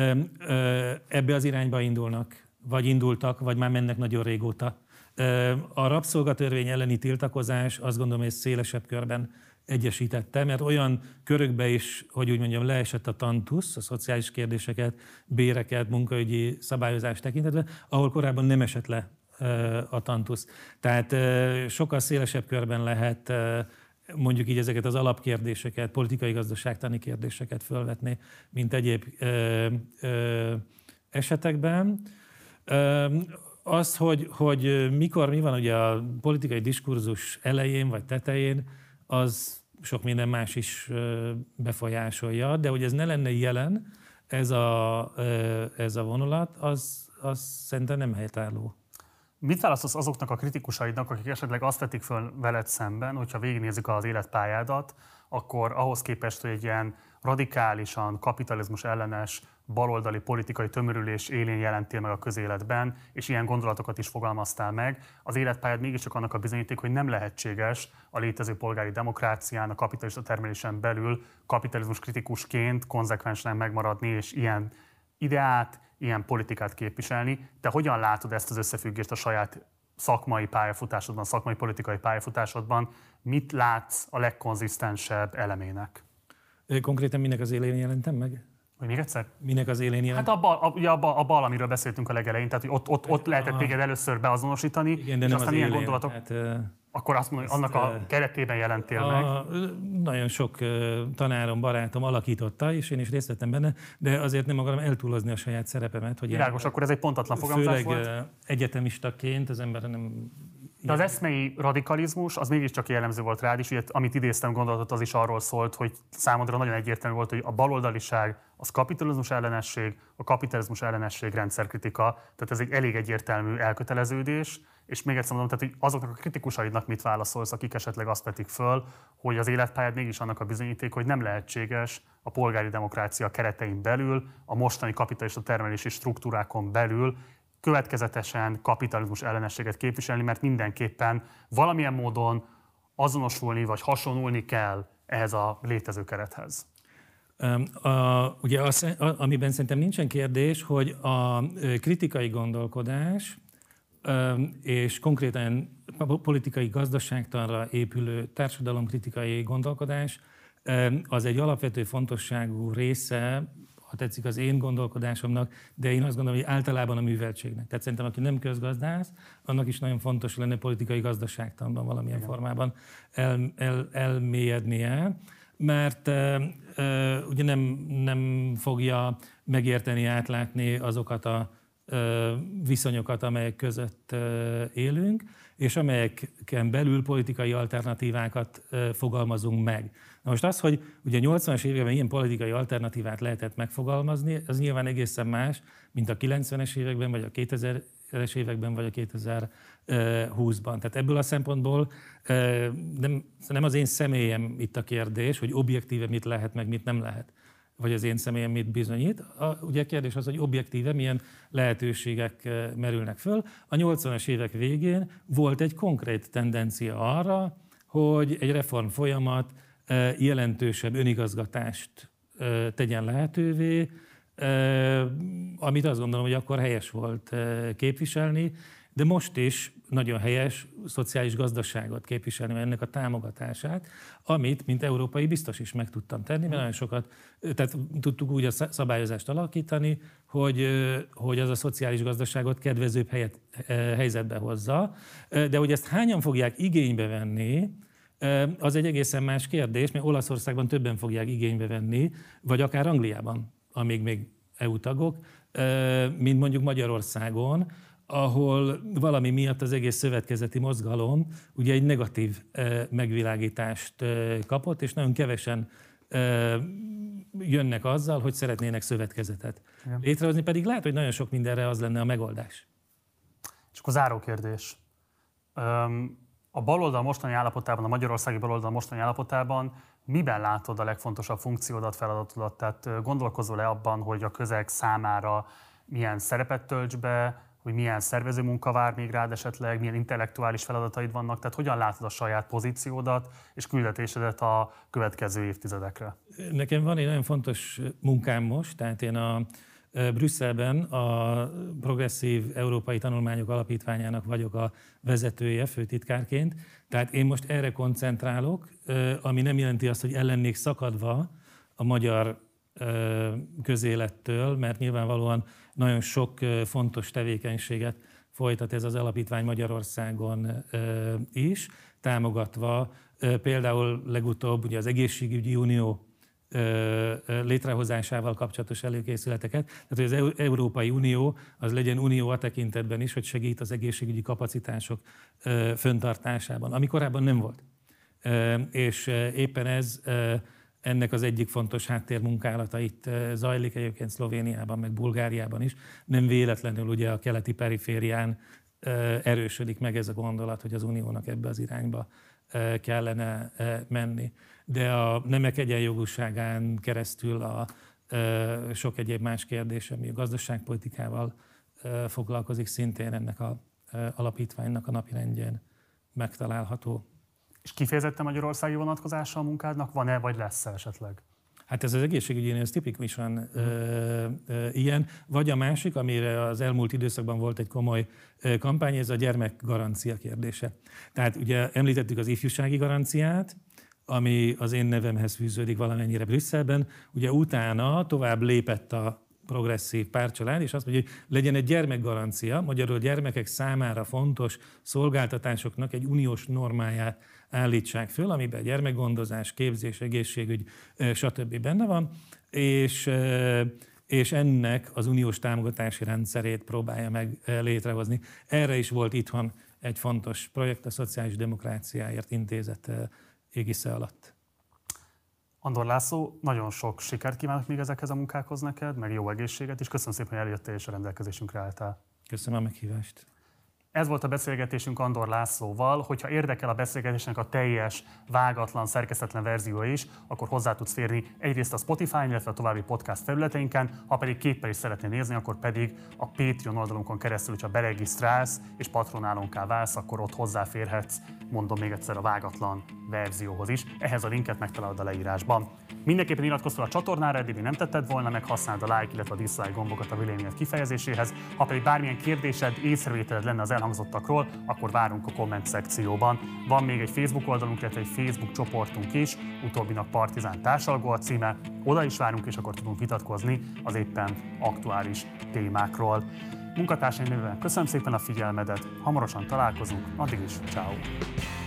ebbe az irányba indulnak, vagy indultak, vagy már mennek nagyon régóta. A rabszolgatörvény elleni tiltakozás azt gondolom, hogy szélesebb körben egyesítette, mert olyan körökbe is, hogy úgy mondjam, leesett a tantusz, a szociális kérdéseket, béreket, munkaügyi szabályozást tekintetve, ahol korábban nem esett le a tantusz. Tehát sokkal szélesebb körben lehet mondjuk így ezeket az alapkérdéseket, politikai gazdaságtani kérdéseket fölvetni, mint egyéb ö, ö, esetekben. Ö, az, hogy, hogy mikor, mi van ugye a politikai diskurzus elején vagy tetején, az sok minden más is befolyásolja, de hogy ez ne lenne jelen, ez a, ez a vonulat, az, az szerintem nem helytálló. Mit válaszolsz azoknak a kritikusaidnak, akik esetleg azt vetik föl veled szemben, hogyha végignézik az életpályádat, akkor ahhoz képest, hogy egy ilyen radikálisan kapitalizmus ellenes baloldali politikai tömörülés élén jelentél meg a közéletben, és ilyen gondolatokat is fogalmaztál meg, az életpályád mégiscsak annak a bizonyíték, hogy nem lehetséges a létező polgári demokrácián, a kapitalista termelésen belül kapitalizmus kritikusként konzekvensen megmaradni, és ilyen ideát, ilyen politikát képviselni. Te hogyan látod ezt az összefüggést a saját szakmai pályafutásodban, szakmai politikai pályafutásodban? Mit látsz a legkonzisztensebb elemének? Konkrétan minek az élén jelentem meg? Hogy még egyszer? Minek az élén jelent? Hát a bal, a, a, a bal, amiről beszéltünk a legelején, tehát hogy ott, ott, ott lehetett téged először beazonosítani, igen, de és nem aztán az ilyen élén, gondolatok... hát, akkor azt mondom, hogy annak a keretében jelentél a, meg. Nagyon sok tanárom, barátom alakította, és én is részt vettem benne, de azért nem akarom eltúlozni a saját szerepemet. Hogy Világos, akkor ez egy pontatlan fogalmazás volt. Főleg egyetemistaként az ember nem... De az eszmei radikalizmus, az mégiscsak jellemző volt rád is, ugye, amit idéztem gondolatot, az is arról szólt, hogy számodra nagyon egyértelmű volt, hogy a baloldaliság az kapitalizmus ellenesség, a kapitalizmus ellenesség rendszerkritika, tehát ez egy elég egyértelmű elköteleződés, és még egyszer mondom, tehát, hogy azoknak a kritikusaidnak mit válaszolsz, akik esetleg azt vetik föl, hogy az életpályád mégis annak a bizonyíték, hogy nem lehetséges a polgári demokrácia keretein belül, a mostani kapitalista termelési struktúrákon belül következetesen kapitalizmus ellenességet képviselni, mert mindenképpen valamilyen módon azonosulni vagy hasonlulni kell ehhez a létező kerethez. A, ugye az, amiben szerintem nincsen kérdés, hogy a kritikai gondolkodás és konkrétan politikai gazdaságtanra épülő társadalomkritikai gondolkodás az egy alapvető fontosságú része, ha tetszik, az én gondolkodásomnak, de én azt gondolom, hogy általában a műveltségnek. Tehát szerintem, aki nem közgazdász, annak is nagyon fontos lenne politikai gazdaságtanban valamilyen Igen. formában el, el, elmélyednie, mert e, e, ugye nem, nem fogja megérteni, átlátni azokat a e, viszonyokat, amelyek között e, élünk, és amelyeken belül politikai alternatívákat e, fogalmazunk meg. Na most az, hogy ugye nyolcvanas években ilyen politikai alternatívát lehetett megfogalmazni, az nyilván egészen más, mint a kilencvenes években, vagy a kétezres években, vagy a kétezer-húszban. Tehát ebből a szempontból nem, nem az én személyem itt a kérdés, hogy objektíve mit lehet, meg mit nem lehet, vagy az én személyem mit bizonyít. A, ugye a kérdés az, hogy objektíve milyen lehetőségek merülnek föl. A nyolcvanas évek végén volt egy konkrét tendencia arra, hogy egy reform folyamat jelentősebb önigazgatást tegyen lehetővé, amit azt gondolom, hogy akkor helyes volt képviselni, de most is nagyon helyes szociális gazdaságot képviselni, mert ennek a támogatását, amit, mint európai biztos is meg tudtam tenni, mert nagyon sokat, tehát tudtuk úgy a szabályozást alakítani, hogy, hogy az a szociális gazdaságot kedvezőbb helyet, helyzetbe hozza, de hogy ezt hányan fogják igénybe venni, az egy egészen más kérdés, mert Olaszországban többen fogják igénybe venni, vagy akár Angliában, amíg még é u tagok, mint mondjuk Magyarországon, ahol valami miatt az egész szövetkezeti mozgalom ugye egy negatív megvilágítást kapott, és nagyon kevesen jönnek azzal, hogy szeretnének szövetkezetet Igen. létrehozni, pedig lehet, hogy nagyon sok mindenre az lenne a megoldás. És akkor záró kérdés. Um... A baloldal mostani állapotában, a magyarországi baloldal mostani állapotában miben látod a legfontosabb funkciódat, feladatodat? Tehát gondolkozol-e abban, hogy a közeg számára milyen szerepet tölts be, hogy milyen szervező munka vár még rád esetleg, milyen intellektuális feladataid vannak? Tehát hogyan látod a saját pozíciódat és küldetésedet a következő évtizedekre? Nekem van egy nagyon fontos munkám most, tehát én a Brüsszelben a Progresszív Európai Tanulmányok Alapítványának vagyok a vezetője, főtitkárként. Tehát én most erre koncentrálok, ami nem jelenti azt, hogy el lennék szakadva a magyar közélettől, mert nyilvánvalóan nagyon sok fontos tevékenységet folytat ez az alapítvány Magyarországon is, támogatva például legutóbb ugye az Egészségügyi Unió létrehozásával kapcsolatos előkészületeket. Tehát, hogy az Európai Unió az legyen unió a tekintetben is, hogy segít az egészségügyi kapacitások föntartásában, ami korábban nem volt. És éppen ez ennek az egyik fontos háttérmunkálata itt zajlik egyébként Szlovéniában, meg Bulgáriában is. Nem véletlenül ugye a keleti periférián erősödik meg ez a gondolat, hogy az uniónak ebbe az irányba kellene menni. De a nemek egyenjogúságán keresztül a sok egyéb más kérdés, ami a gazdaságpolitikával foglalkozik, szintén ennek az alapítványnak a napirendjén megtalálható. És kifejezetten magyarországi vonatkozása a munkádnak van-e, vagy lesz esetleg? Hát ez az egészségügyi, ez tipikusan ö, ö, ilyen. Vagy a másik, amire az elmúlt időszakban volt egy komoly ö, kampány, ez a gyermekgarancia kérdése. Tehát ugye említettük az ifjúsági garanciát, ami az én nevemhez fűződik valamennyire Brüsszelben. Ugye utána tovább lépett a progresszív pártcsalád, és azt mondja, hogy legyen egy gyermekgarancia, magyarul a gyermekek számára fontos szolgáltatásoknak egy uniós normáját állítsák föl, amiben gyermekgondozás, képzés, egészségügy, stb. Benne van, és, és ennek az uniós támogatási rendszerét próbálja meg létrehozni. Erre is volt itthon egy fontos projekt, a Szociális Demokráciáért Intézet égisze alatt. Andor László, nagyon sok sikert kívánok még ezekhez a munkákhoz neked, meg jó egészséget, és köszönöm szépen, hogy eljöttél és a rendelkezésünkre álltál. Köszönöm a meghívást. Ez volt a beszélgetésünk Andor Lászlóval. Hogyha érdekel a beszélgetésnek a teljes, vágatlan, szerkesztetlen verziója is, akkor hozzá tudsz férni egyrészt a Spotify-n, illetve a további podcast felületeinken, ha pedig képpel is szeretnél nézni, akkor pedig a Patreon oldalunkon keresztül, hogyha beregisztrálsz és patronálónká válsz, akkor ott hozzáférhetsz, mondom még egyszer, a vágatlan verzióhoz is. Ehhez a linket megtalálod a leírásban. Mindenképpen iratkozz fel a csatornára, eddig nem tetted volna, meg használd a like, illetve a dislike gombokat a véleményed kifejezéséhez. Ha pedig bármilyen kérdésed, észrevételed lenne az elhangzottakról, akkor várunk a komment szekcióban. Van még egy Facebook oldalunk, illetve egy Facebook csoportunk is, utóbbinak Partizán társalgó a címe. Oda is várunk, és akkor tudunk vitatkozni az éppen aktuális témákról. Munkatársaim nevében köszönöm szépen a figyelmedet, hamarosan találkozunk, addig is, ciao.